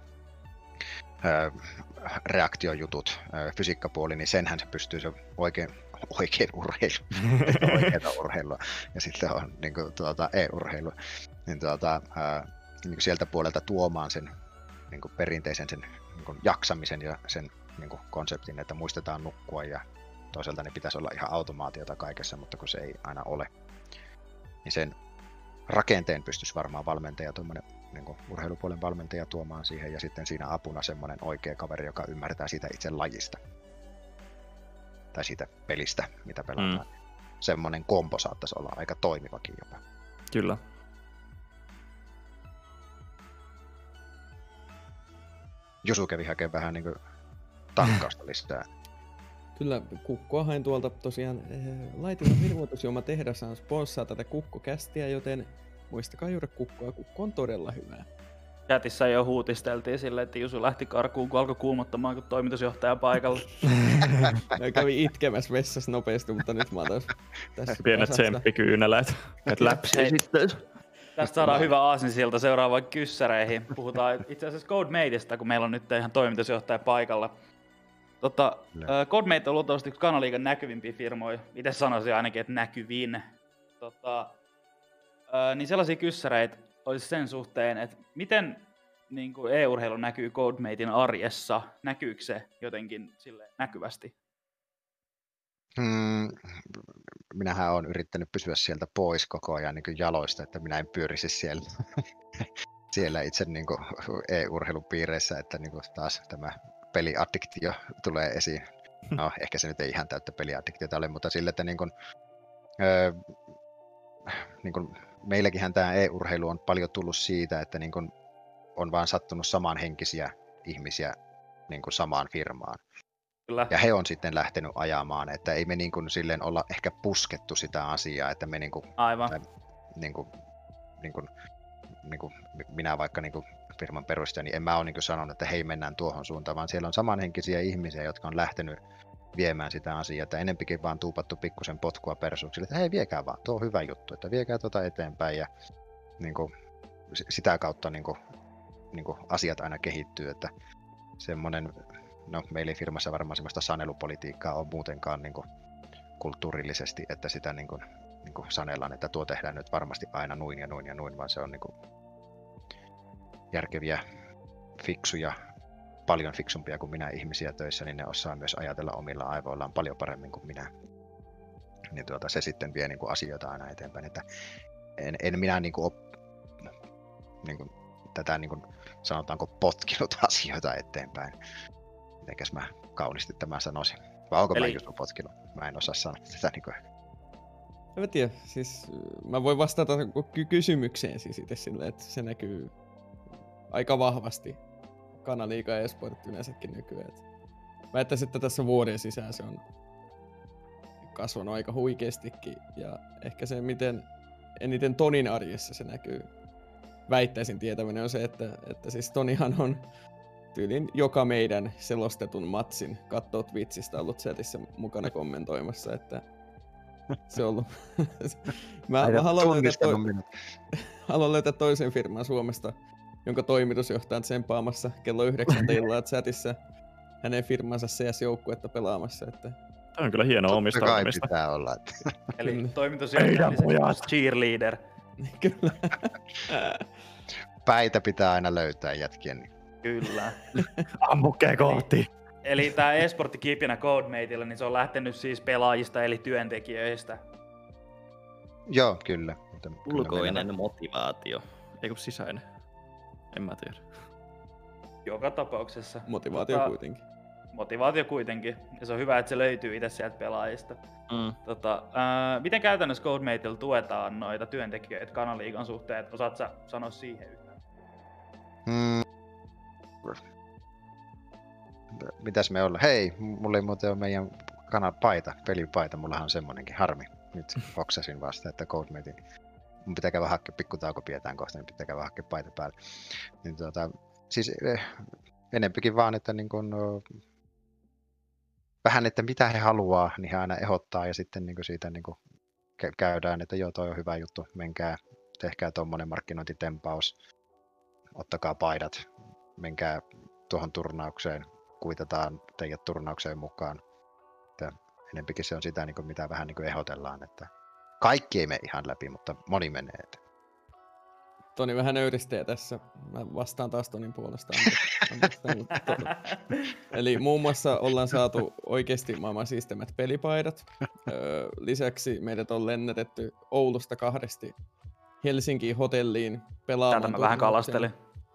reaktiojutut, fysiikkapuoli, niin senhän se pystyy se oikein urheilu, oikeata urheilua, ja sitten on niin kuin, e-urheilu, niin, niin sieltä puolelta tuomaan sen niin kuin perinteisen sen niin kuin jaksamisen ja sen niin kuin konseptin, että muistetaan nukkua, ja toisaalta ne pitäisi olla ihan automaatiota kaikessa, mutta kun se ei aina ole, niin sen rakenteen pystyisi varmaan valmentaja, tuommoinen niin kuin urheilupuolen valmentaja tuomaan siihen, ja sitten siinä apuna semmoinen oikea kaveri, joka ymmärtää sitä itse lajista tai siitä pelistä, mitä pelataan. Semmoinen kombo saattaisi olla aika toimivakin jopa. Kyllä. Jusu kävi hakemaan vähän niin kuin tankkausta lisää. Kyllä, kukkua hain tuolta tosiaan. Laitilan virvoitusjuoma tehdasaan sponssaa tätä kukkokästiä, joten muistakaa juoda kukkua. Kukko on todella hyvää. Chatissa jo huutisteltiin silleen, että Jusu lähti karkuun, kun alkoi kuumottamaan, kun toimitusjohtaja paikalla. Mä kävin itkemässä vessassa nopeasti, mutta nyt mä oon tässä pienet tsemppikyynelät. Läpsee sitten. Tästä saadaan hyvä aasinsilta seuraavaan kyssäreihin. Puhutaan itse asiassa Codemateista, kun meillä on nyt ihan toimitusjohtaja paikalla. Codemate on luultavasti yksi Kanaliigan näkyvimpiä firmoja. Itse sanoisin ainakin, että näkyvin. Niin sellaisia kyssäreitä olisi sen suhteen, että miten niin kuin e-urheilu näkyy Codematein arjessa? Näkyykö se jotenkin silleen näkyvästi? Minähän olen yrittänyt pysyä sieltä pois koko ajan niin kuin jaloista, että minä en pyörisi siellä itse niin kuin e-urheilupiireissä, että niin kuin taas tämä peliaddiktio tulee esiin. No, ehkä se nyt ei ihan täyttä peliaddiktiota ole, mutta sillä, että niin kuin meilläkinhän tämä e-urheilu on paljon tullut siitä, että niin kuin on vaan sattunut samanhenkisiä ihmisiä niin kuin samaan firmaan. Kyllä. Ja he on sitten lähtenyt ajamaan, että ei me niin kuin silleen olla ehkä puskettu sitä asiaa, että me niin kuin, aivan. Niin kuin minä vaikka niin kuin firman perustaja, niin en mä ole niin kuin sanonut, että hei, mennään tuohon suuntaan, vaan siellä on samanhenkisiä ihmisiä, jotka on lähtenyt viemään sitä asiaa, että enempikin vaan tuupattu pikkusen potkua persuuksille, että hei, viekää vaan, tuo on hyvä juttu, että viekää tuota eteenpäin, ja niin kuin, sitä kautta niin kuin asiat aina kehittyy, että semmoinen, no meillä ei firmassa varmaan semmoista sanelupolitiikkaa on muutenkaan niin kuin kulttuurillisesti, että sitä niin kuin sanellaan, että tuo tehdään nyt varmasti aina noin ja noin ja noin, vaan se on niin kuin järkeviä, fiksuja, paljon fiksumpia kuin minä ihmisiä töissä, niin ne osaa myös ajatella omilla aivoillaan paljon paremmin kuin minä. Niin se sitten vie niin kuin asioita aina eteenpäin, että en minä niin kuin tätä niin kuin, sanotaanko potkinut asioita eteenpäin. Mitenkäs mä kauniisti tämän sanoisin. Vai onko mä just potkinut? Mä en osaa sanoa tätä niin kuin. En tiedä, siis mä voin vastata kysymykseen siis itse silleen, että se näkyy aika vahvasti Kanaliiga ja e-sport yleensäkin nykyään. Väittäisin, että tässä vuoden sisään se on kasvanut aika huikeastikin ja ehkä se miten eniten Tonin arjessa se näkyy, väittäisin tietäväni, on se, että siis Tonihan on tyylin joka meidän selostetun matsin kattoo Twitchistä ollut chatissä mukana kommentoimassa, että se on ollut. Mä haluan löytää toisen firman Suomesta, jonka toimitusjohtaja on tsempaamassa kello 9 illalla chatissa hänen firmansa CS-joukkuetta pelaamassa. Että tämä on kyllä hienoa omistautumista. Pitää olla. Eli toimitusjohtajan lisäksi cheerleader. Kyllä. Päitä pitää aina löytää jätkien. Kyllä. Ammukee kohti. Eli tää e-sportti kipinä Codemateilla, niin se on lähtenyt siis pelaajista eli työntekijöistä. Joo, kyllä. Ulkoinen motivaatio. Eikö sisäinen? En mä tiedä. Joka tapauksessa. Motivaatio kuitenkin. Motivaatio kuitenkin. Ja se on hyvä, että se löytyy itse sieltä pelaajista. Miten käytännössä Codemateilla tuetaan noita työntekijöitä Kanaliigan suhteen? Osaat sä sanoa siihen yhtään? Mitäs me ollaan? Hei, mulla ei muuten ole meidän paita, pelipaita. Mullahan on semmonenkin harmi. Nyt oksasin vasta, että Codematein. Mun pitää käydä hakkeen, pikkutauko pidetään kohta, niin pitää käydä hakkeen paita päälle. Niin siis enempikin vaan, että niin kun, vähän, että mitä he haluaa, niin he aina ehdottaa ja sitten niin siitä niin käydään, että joo, toi on hyvä juttu, menkää, tehkää tommonen markkinointitempaus, ottakaa paidat, menkää tuohon turnaukseen, kuitataan teidät turnaukseen mukaan. Että enempikin se on sitä, niin mitä vähän niin ehdotellaan, että kaikki ei mene ihan läpi, mutta moni menee. Että. Toni vähän nöyristää tässä. Mä vastaan taas Tonin puolesta. Eli muun muassa ollaan saatu oikeasti maailman siisteimmät pelipaidat. Lisäksi meidät on lennätetty Oulusta 2 Helsinkiin hotelliin pelaamaan. Täältä mä vähän kalastelin.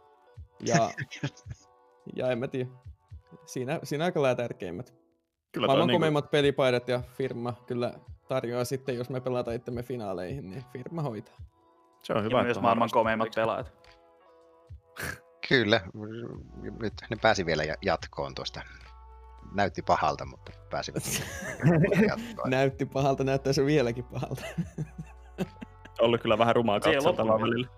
Ja en mä tiedä. Siinä aika lailla tärkeimmät. Kyllä maailman komeimmat pelipaidat ja firma kyllä tarjoaa sitten, jos me pelataan itsemme finaaleihin, niin firma hoitaa. Se on hyvä, ja myös maailman komeimmat pelaajat. Kyllä, nyt ne pääsi vielä jatkoon tuosta. Näytti pahalta, mutta pääsivät jatkoon. Näytti pahalta, näyttää se vieläkin pahalta. Ollut kyllä vähän rumaa katsottavaa välillä.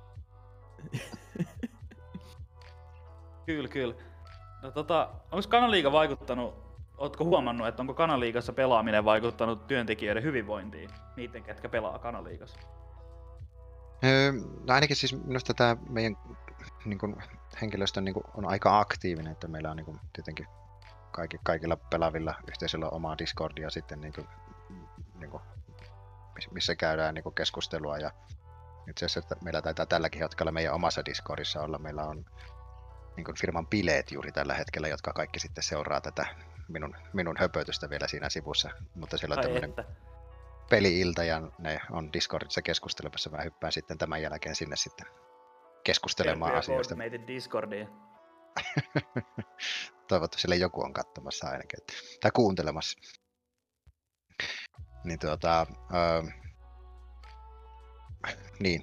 Kyllä. No onko Kanaliiga vaikuttanut, ootko huomannut, että onko Kanaliigassa pelaaminen vaikuttanut työntekijöiden hyvinvointiin, niiden ketkä pelaa Kanaliigassa? No ainakin siis minusta tämä meidän niin kuin, henkilöstö niin kuin, on aika aktiivinen, että meillä on niin kuin, tietenkin kaikilla pelaavilla yhteisöllä on omaa Discordia sitten, niin kuin, missä käydään niin kuin, keskustelua. Ja itse asiassa meillä taitaa tälläkin hetkellä meidän omassa Discordissa olla, meillä on niin kuin, firman bileet juuri tällä hetkellä, jotka kaikki sitten seuraa tätä minun höpötystä vielä siinä sivussa, mutta siellä on tämmöinen peli-ilta ja ne on Discordissa keskustelemassa. Mä hyppään sitten tämän jälkeen sinne sitten keskustelemaan asioista. Meitä Discordiin. Toivottavasti siellä joku on katsomassa ainakin, tai kuuntelemassa. Niin niin.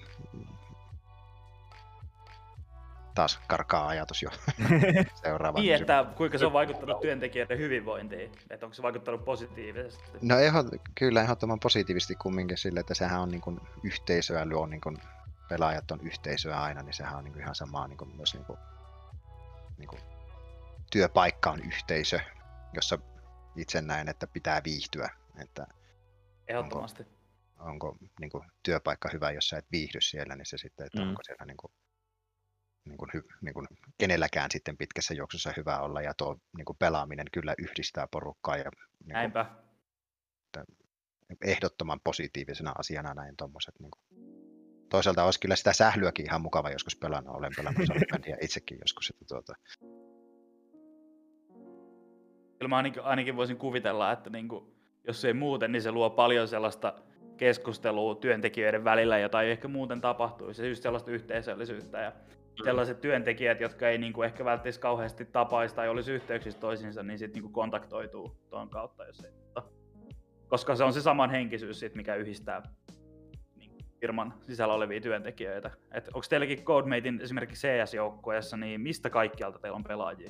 Taas karkaa ajatus jo seuraavaan. Niin, että kuinka se on vaikuttanut työntekijöiden hyvinvointiin? Että onko se vaikuttanut positiivisesti? No kyllä ehdottoman positiivisesti kumminkin sille, että sehän on niin kuin yhteisöä, luo niin kuin pelaajat on yhteisöä aina, niin sehän on niin kuin ihan samaa niin kuin myös niin kuin työpaikka on yhteisö, jossa itse näen, että pitää viihtyä. Että ehdottomasti. Onko niin kuin työpaikka hyvä, jos sä et viihdy siellä, niin se sitten, että onko siellä niin kuin kenelläkään sitten pitkässä juoksussa hyvä olla, ja tuo niin kuin pelaaminen kyllä yhdistää porukkaa. Ja, niin näinpä. Ehdottoman positiivisena asiana näin tommoset. Niin kuin. Toisaalta olisi kyllä sitä sählyäkin ihan mukava joskus pelannut. Olen pelannut Salibändiä itsekin joskus. Että Kyllä mä ainakin voisin kuvitella, että niin kuin, jos ei muuten, niin se luo paljon sellaista keskustelua työntekijöiden välillä, jota ei ehkä muuten tapahtuisi. Se just sellaista yhteisöllisyyttä ja sellaiset työntekijät, jotka ei niinku ehkä välttämättä kauheasti tapaisi tai olisi yhteyksissä toisiinsa, niin sitten niinku kontaktoituu tuon kautta, jos ei. Koska se on se samanhenkisyys, sit, mikä yhdistää niin firman sisällä olevia työntekijöitä. Onko teilläkin Codematein esimerkiksi CS-joukkueessa, niin mistä kaikkialta teillä on pelaajia?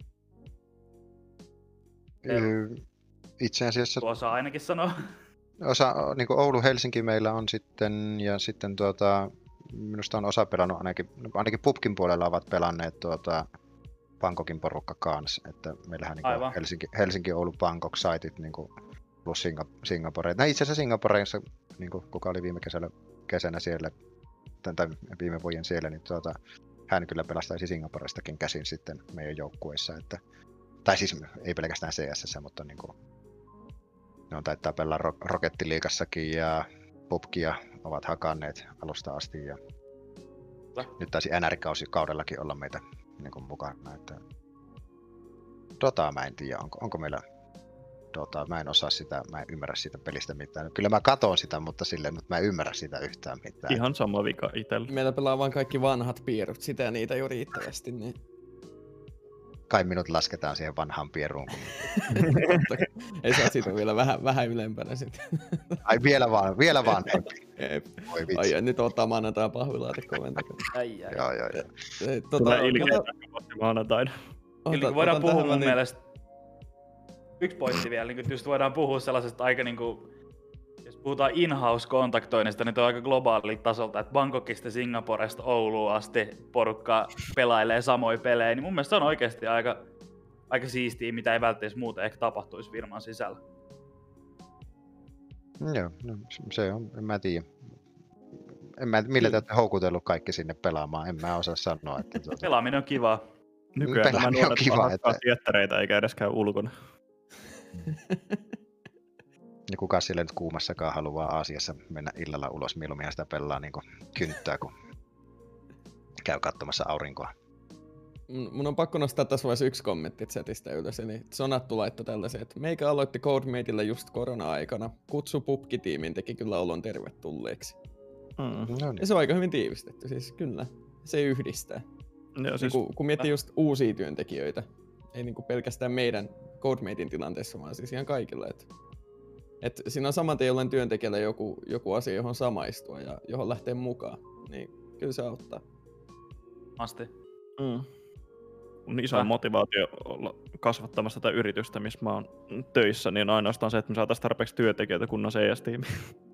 Itse asiassa Osaa ainakin sanoa. Niin kuin Oulu-Helsinki meillä on sitten, ja sitten minusta on osa pelannut, ainakin PUBGin puolella ovat pelanneet Bangkokin porukka kanssa, että meillähän niin Helsinki-Oulu-Bangkok-saitit niin plus Singapore. No itse asiassa Singaporeissa, niin kuka oli viime kesänä siellä, tai viime vuoden siellä, niin hän kyllä pelastaisi Singaporestakin käsin sitten meidän joukkueissa, että tai siis ei pelkästään CS:ssä, mutta niin kuin, ne on taittaa pelaa Rocket-liigassakin ja PUBGia ovat hakanneet alusta asti. Ja nyt taisi NR-kaudellakin olla meitä niin kuin mukana. Että Dotaa mä en tiedä, onko meillä Dotaa. Mä en osaa sitä, mä en ymmärrä siitä pelistä mitään. Kyllä mä katon sitä, mutta mä en ymmärrä sitä yhtään mitään. Ihan sama vika itsellä. Meillä pelaa vaan kaikki vanhat piirrot, sitä ja niitä jo riittävästi. Niin. kai minut lasketaan siihen vanhaan pieruun. Ei saa siitä vielä vähän ylempänä sitten. Ai vielä vanhempi. Voi Ai, vitsi. ja nyt ottaa maanantai pahvilaatikkoon mentäkö. Joo. Tulee ilkeä maanantaina. Kyllä voidaan puhua mun mielestä, yksi pointti vielä, niin just voidaan puhua sellaisesta aika niinku, jos puhutaan in-house-kontaktoinnista, niin toi on aika globaali tasolta, että Bangkokista, Singaporesta, Ouluun asti porukka pelailee samoja pelejä, niin mun mielestä se on oikeasti aika siistiä, mitä ei välttämättä muuten ehkä tapahtuisi firman sisällä. Joo, no, se on, en mä tiedä. En mä millä te olette houkutellut kaikki sinne pelaamaan, en mä osaa sanoa. Että Pelaaminen on kivaa. Nykyään nämä Pelaaminen on nuoret kiva, vaan hakkaa että- tiettäreitä eikä edes käy ulkona. Ja kuka sille nyt kuumassakaan haluaa Aasiassa mennä illalla ulos, mieluummin sitä pelaa niin kynttää, kun käy katsomassa aurinkoa. Mun on pakko nostaa tässä vaiheessa yksi kommentti chatista ylös, eli Sonattu laittoi tällaisen, että meikä aloitti Codemateillä just korona-aikana. Kutsu pubkitiimiin teki kyllä olon tervetulleeksi. No niin. Ja se on aika hyvin tiivistetty, siis kyllä. Se yhdistää. Joo, siis, Kun miettii just uusia työntekijöitä, ei niinku pelkästään meidän Codematein tilanteessa, vaan siis ihan kaikilla. Et siinä on saman tien jollain työntekijällä joku asia, johon samaistua ja johon lähtee mukaan, niin kyllä se auttaa. Asti. mun isoin motivaatio olla kasvattamassa tätä yritystä, missä mä oon töissä, niin on ainoastaan se, että me saataisiin tarpeeksi työntekijöitä kunnon CS-tiimi.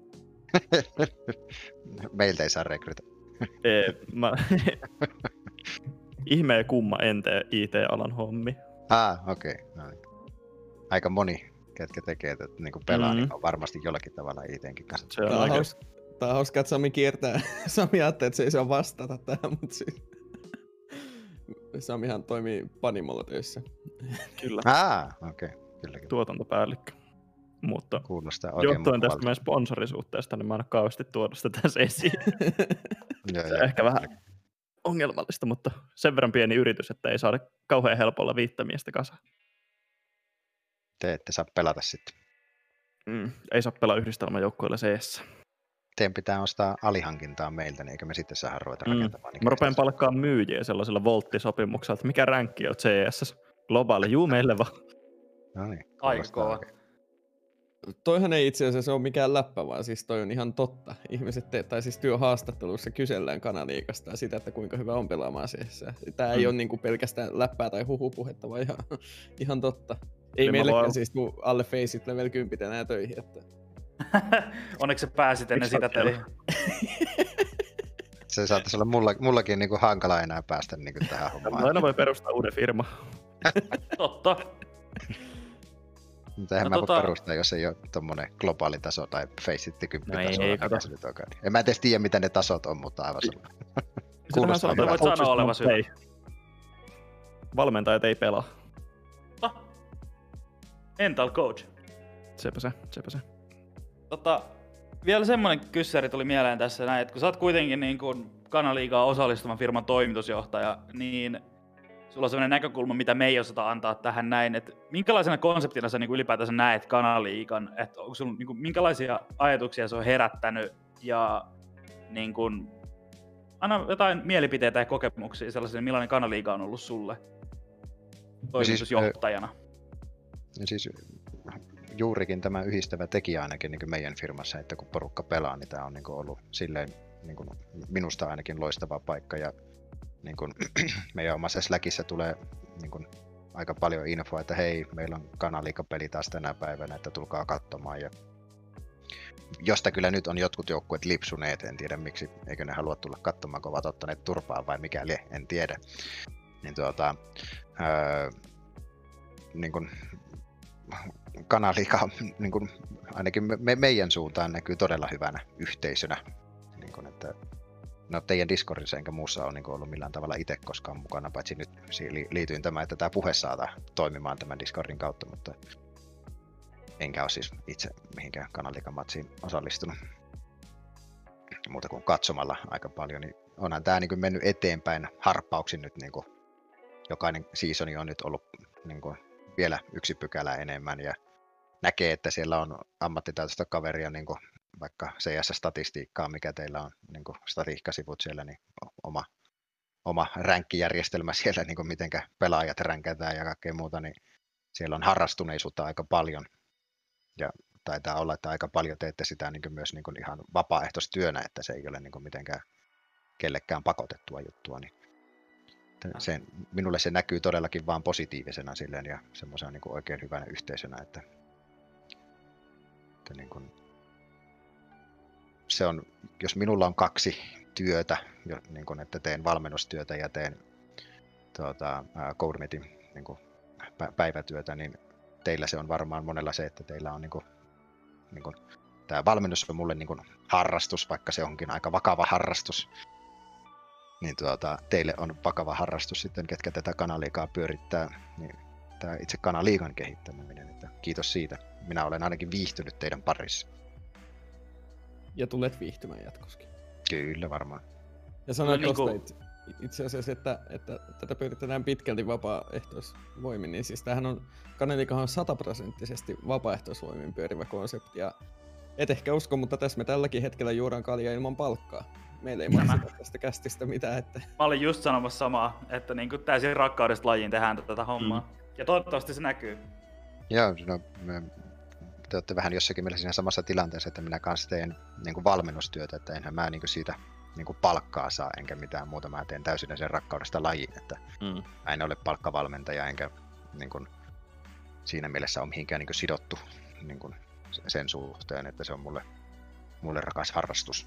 Meiltä ei saa rekrytä. Ihme ja kumma en tee IT-alan hommi. Okei. No niin. Aika moni, ketkä tekee tätä niin pelaa, niin on varmasti jollakin tavalla IT:nkin kanssa. Se on Tää on hauska, että Sami kiertää. Sami ajattelee, että se ei saa vastata tähän, mutta siis... Samihan toimii Panimolla töissä. Kyllä, Okei. Kylläkin. tuotantopäällikkö. Mutta Kuulostaa oikein johtuen tästä mukavalta. meidän sponsorisuhteesta, niin mä en ole kauheasti tuoda sitä tässä esiin. Joo, Se on ehkä vähän ongelmallista, mutta sen verran pieni yritys, että ei saada kauhean helpolla 5 miestä kasaan. Te ette saa pelata sitten. Ei saa pelaa yhdistelmäjoukkueella CS. Teidän pitää ostaa alihankintaa meiltä, niin eikö me sitten saada ruveta rakentamaan. Mä rupean palkkaa myyjiä sellaisella volttisopimuksella, että mikä ränkki on CS. Globaali, meille vaan. No niin, Aika kuulostaa kova. oikein. Toihan ei itse asiassa ole mikään läppä, vaan siis toi on ihan totta. Ihmiset tai siis työhaastatteluissa kysellään Kanaliikasta ja sitä, että kuinka hyvä on pelaamaan CS. Tää ei ole niinku pelkästään läppää tai huhupuhetta, vaan ihan totta. Ei Kyllä mä meillekään vaan- siis tuu alle Faceit level 10 enää töihin. Että... Onneksi sä pääsit ennen Miksi sitä sä oot töihin. Se saattaisi olla mullakin niin kuin hankala enää päästä niin kuin tähän hommaan. Aina voi perustaa uuden firma. Totta. Mutta eihän No mä voi perustaa, jos ei ole tommonen globaali taso tai Faceit 10 No ei, tasolla. kato. mikä se nyt onkaan. En mä edes tiedä, mitä ne tasot on, mutta aivan sama. Sitähän Kuulostaa sanotaan, voit että sanoa olevasi coaches don't play. Valmentajat ei pelaa. Totta. Mental coach. Sepä se. Vielä semmonen kyssäri tuli mieleen tässä näin, että kun sä oot kuitenkin niin kuin Kanaliigaan osallistuvan firman toimitusjohtaja, niin sulla on semmoinen näkökulma, mitä me ei osata antaa tähän näin, että minkälaisena konseptina sä niin kuin ylipäätänsä näet Kanaliigan, että onko sulla niin kuin, minkälaisia ajatuksia se on herättänyt ja niin kuin, anna jotain mielipiteitä ja kokemuksia sellaisena, millainen Kanaliiga on ollut sulle toimitusjohtajana. Siis juurikin tämä yhdistävä tekijä ainakin niin kuin meidän firmassa, että kun porukka pelaa, niin tämä on niin kuin ollut silleen niin kuin minusta ainakin loistava paikka. Ja niin kuin meidän omassa Slackissa tulee niin kuin aika paljon infoa, että hei, meillä on Kanaliiga-peli taas tänä päivänä, että tulkaa katsomaan. Ja josta kyllä nyt on jotkut joukkueet lipsuneet, en tiedä miksi, eikö ne halua tulla katsomaan, kun ovat ottaneet turpaa vai mikäli, en tiedä. Niin niin kuin Kanaliiga niin kuin ainakin meidän suuntaan näkyy todella hyvänä yhteisönä. Niin kuin, että, no teidän Discordissa enkä muussa ole niin kuin ollut millään tavalla itse koskaan mukana, paitsi nyt liityin tämä, että tämä puhe saada toimimaan tämän Discordin kautta, mutta enkä ole siis itse mihinkään Kanaliiga-matsiin osallistunut. Muuta kuin katsomalla aika paljon, niin onhan tämä niin kuin mennyt eteenpäin harppauksin nyt. Niin kuin jokainen seasoni on nyt ollut niin kuin vielä 1 pykälä enemmän ja näkee, että siellä on ammattitaitoista kaveria, niin kuin vaikka CS-statistiikkaa, mikä teillä on niin kuin statiikkasivut siellä, niin oma ränkkijärjestelmä siellä, niin kuin mitenkä pelaajat ränkätään ja kaikkea muuta, niin siellä on harrastuneisuutta aika paljon. Ja taitaa olla, että aika paljon teette sitä niin kuin myös niin kuin ihan vapaaehtoistyönä, että se ei ole niin kuin mitenkään kellekään pakotettua juttua. Niin minulle se näkyy todellakin vaan positiivisena silleen ja semmoisena niin kuin oikein hyvänä yhteisönä, että niin kuin, se on, jos minulla on 2 työtä, niin kuin, että teen valmennustyötä ja teen CodeMetin niin kuin päivätyötä, niin teillä se on varmaan monella se, että teillä on niin kuin, tämä valmennus on mulle niin kuin harrastus, vaikka se onkin aika vakava harrastus, niin teille on vakava harrastus sitten, ketkä tätä kanaliigaa pyörittää, niin tämä itse kanaliigan kehittäminen, että kiitos siitä. Minä olen ainakin viihtynyt teidän parissa. Ja tulet viihtymään jatkossakin. Kyllä varmaan. Ja sanoit No, tuosta itse asiassa, että tätä pyöritetään pitkälti vapaaehtoisvoimin, niin siis tämähän on, kanaliikahan on 100% vapaaehtoisvoimin pyörivä konsepti, ja et ehkä usko, mutta tässä me tälläkin hetkellä juodaan kaljaa ilman palkkaa. Meillä ei makseta tästä kästistä mitään, että... Mä olin just sanomassa samaa, että niinku täysin rakkaudesta lajiin tehdään tätä hommaa. Ja toivottavasti se näkyy. Joo, no, te olette vähän jossakin mielessä siinä samassa tilanteessa, että minä kanssa teen niin kuin valmennustyötä, että enhän mä niin kuin siitä niin kuin palkkaa saa, enkä mitään muuta. Mä teen täysin sen rakkaudesta lajiin, että mä en ole palkkavalmentaja, enkä niin kuin, siinä mielessä ole mihinkään niin kuin sidottu niin kuin sen suhteen, että se on mulle rakas harrastus.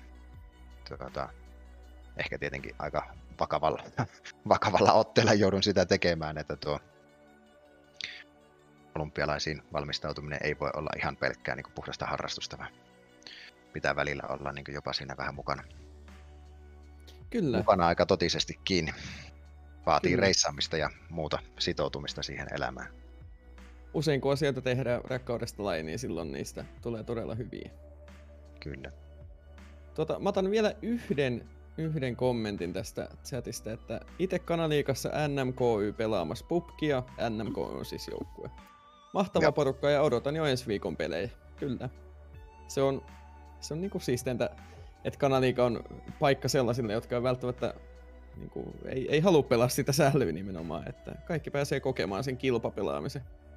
Ehkä tietenkin aika vakavalla otteella joudun sitä tekemään, että tuo olympialaisiin valmistautuminen ei voi olla ihan pelkkää niin kuin puhdasta harrastusta, vaan pitää välillä olla niin kuin jopa siinä vähän mukana. Kyllä. Mukana aika totisesti kiinni. Vaatii Kyllä. reissaamista ja muuta sitoutumista siihen elämään. Usein kun asioita tehdään rakkaudesta lajiin, niin silloin niistä tulee todella hyviä. Kyllä. Mä otan vielä yhden kommentin tästä chatista, että itse kanaliikassa NMKY pelaamassa PUBGia, NMKY on siis joukkue. Mahtava porukka ja odotan jo ensi viikon pelejä. Kyllä. Se on niinku siisteintä, että kanaliika on paikka sellaisille, jotka ei välttämättä niinku, ei halua pelaa sitä sählyä nimenomaan, että kaikki pääsee kokemaan sen kilpapelaamisen.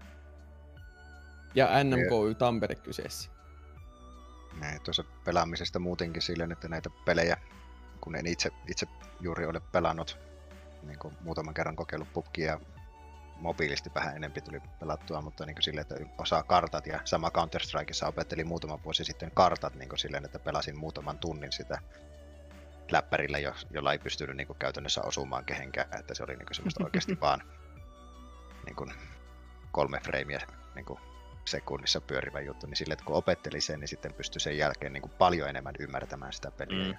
Ja NMKY Tampere kyseessä. Tuossa pelaamisesta muutenkin silleen, että näitä pelejä, kun en itse juuri ole pelannut, niin kuin muutaman kerran kokeillut PUBGia, mobiilisti vähän enemmän tuli pelattua, mutta niin silleen, että osaa kartat ja sama Counter-Strikeissa opettelin muutama vuosi sitten kartat niin silleen, että pelasin muutaman tunnin sitä läppärillä, jolla ei pystynyt niin käytännössä osumaan kehenkään, että se oli niin semmoista oikeasti vaan niin 3 freimiä niin sekunnissa pyörivä juttu, niin sille, että kun opetteli sen, niin sitten pystyi sen jälkeen niin paljon enemmän ymmärtämään sitä peliä.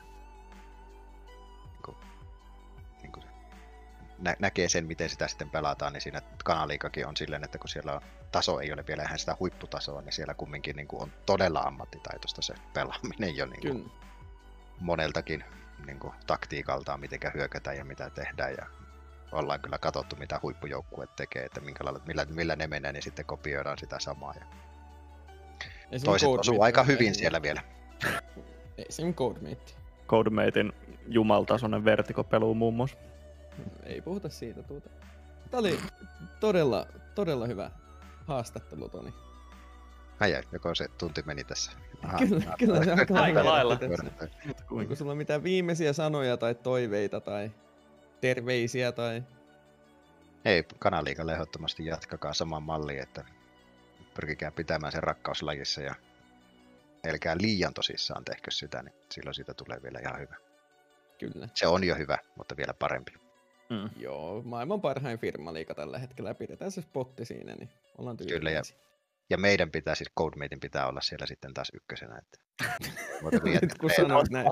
Näkee sen, miten sitä sitten pelataan, niin siinä kanaliikakin on silleen, että kun siellä taso ei ole vielä ihan sitä huipputasoa, niin siellä kumminkin niin kuin on todella ammattitaitoista se pelaaminen jo niin kuin moneltakin niin kuin taktiikaltaan, miten hyökätään ja mitä tehdään. Ja ollaan kyllä katsottu, mitä huippujoukkueet tekee, että millä ne menee, niin sitten kopioidaan sitä samaa. Ja toiset osuu aika hyvin siellä vielä. Esim. CodeMate. CodeMatein jumaltasoinen vertikopelu muun muassa. Ei puhuta siitä tuota. Tää oli todella hyvä haastattelu, Toni. Joko se tunti meni tässä? Kyllä se aika lailla. Onko sulla mitään viimeisiä sanoja tai toiveita tai terveisiä tai... Ei, kanaliikalle ehdottomasti jatkakaa saman malliin, että pyrkikää pitämään sen rakkauslajissa ja älkää liian tosissaan tehkö sitä, niin silloin siitä tulee vielä ihan hyvä. Kyllä. Se on jo hyvä, mutta vielä parempi. Joo, maailman parhain firmaliiga tällä hetkellä. Pidetään se spotti siinä, niin ollaan tyytyväisiä. Kyllä, ja meidän pitää siis, CodeMatein pitää olla siellä sitten taas ykkösenä. Että nyt kun sanoit näin.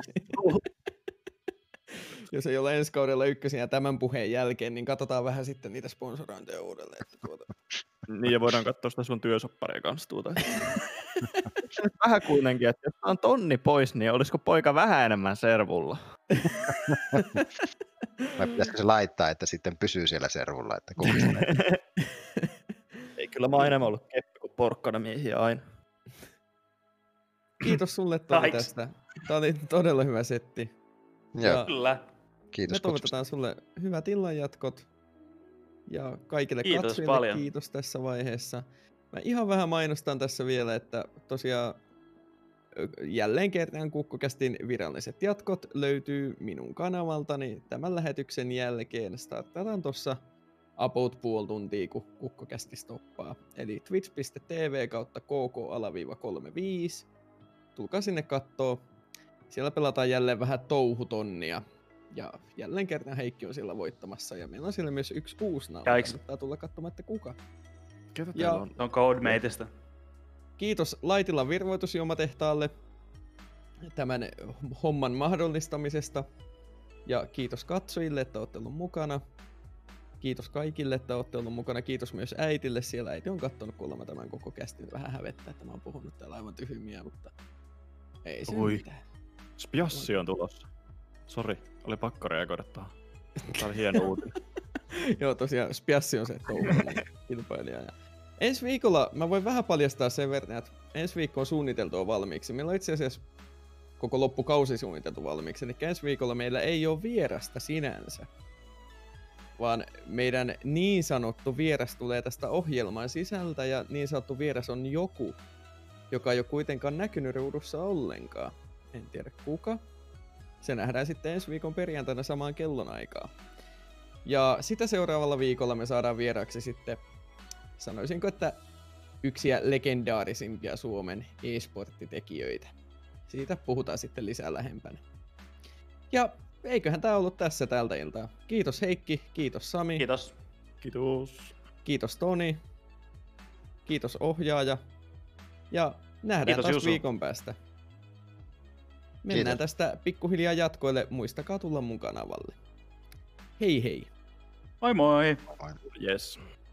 Jos ei ole ensi kaudella ykkösiä tämän puheen jälkeen, niin katsotaan vähän sitten niitä sponsorointeja uudelleen. Niin, ja voidaan katsoa sitä sun työsopparia kanssa tuota. Vähän kuitenkin, että jos on tonni pois, niin olisiko poika vähän enemmän servulla? Vai pitäisikö se laittaa, että sitten pysyy siellä servulla? Että Ei, kyllä mä oon enemmän ollut keppi kuin porkkana miehiä aina. Kiitos sulle Toni tästä. Tämä oli todella hyvä setti. Joo. Kyllä. Kiitos me toivotetaan sulle hyvät illanjatkot. Ja kaikille Kiitos katsojille paljon. kiitos tässä vaiheessa. Mä ihan vähän mainostan tässä vielä, että tosiaan jälleen kerran KukkoCastin viralliset jatkot löytyy minun kanavaltani tämän lähetyksen jälkeen. Startataan tuossa about puoli tuntia, kun KukkoCasti stoppaa. Eli twitch.tv/kk-35. Tulkaa sinne kattoo. Siellä pelataan jälleen vähän touhutonnia. Ja jälleen kerran Heikki on siellä voittamassa. Ja meillä on siellä myös yksi uusi naama. Kannattaa tulla katsomaan, että kuka. Ketä Ja- teillä on? On Codemateista. Kiitos Laitilan virvoitusjuomatehtaalle tämän homman mahdollistamisesta. Ja kiitos katsojille, että olette ollut mukana. Kiitos kaikille, että olette ollut mukana. Kiitos myös äitille. Siellä äiti on kattonut kuulemma tämän koko kästin. Vähän hävettää, että mä oon puhunut täällä aivan tyhmiä, mutta ei se Oi. mitään. Spiassi on tulossa. Sori, oli pakko reagoida tähän. Tää oli hieno uutinen. Joo, tosiaan Spiassi on se touhullinen kilpailija. Ja ensi viikolla mä voin vähän paljastaa sen verran, että ensi viikko on suunniteltua valmiiksi. Meillä on itse asiassa koko loppukausi suunniteltu valmiiksi. Eli ensi viikolla meillä ei ole vierasta sinänsä, vaan meidän niin sanottu vieras tulee tästä ohjelman sisältä, ja niin sanottu vieras on joku, joka ei ole kuitenkaan näkynyt ruudussa ollenkaan. En tiedä kuka. Se nähdään sitten ensi viikon perjantaina samaan kellonaikaan. Ja sitä seuraavalla viikolla me saadaan vieraaksi sitten, sanoisinko, että yksiä legendaarisimpia Suomen e-sporttitekijöitä. Siitä puhutaan sitten lisää lähempänä. Ja eiköhän tää ollut tässä tältä iltaa. Kiitos Heikki, kiitos Sami, Kiitos. Kiitos. kiitos Toni, kiitos ohjaaja. Ja nähdään Kiitos, taas Jusu. viikon päästä. Mennään Kiitos. tästä pikkuhiljaa jatkoille. Muistakaa tulla mun kanavalle. Hei hei! Moi moi! Yes.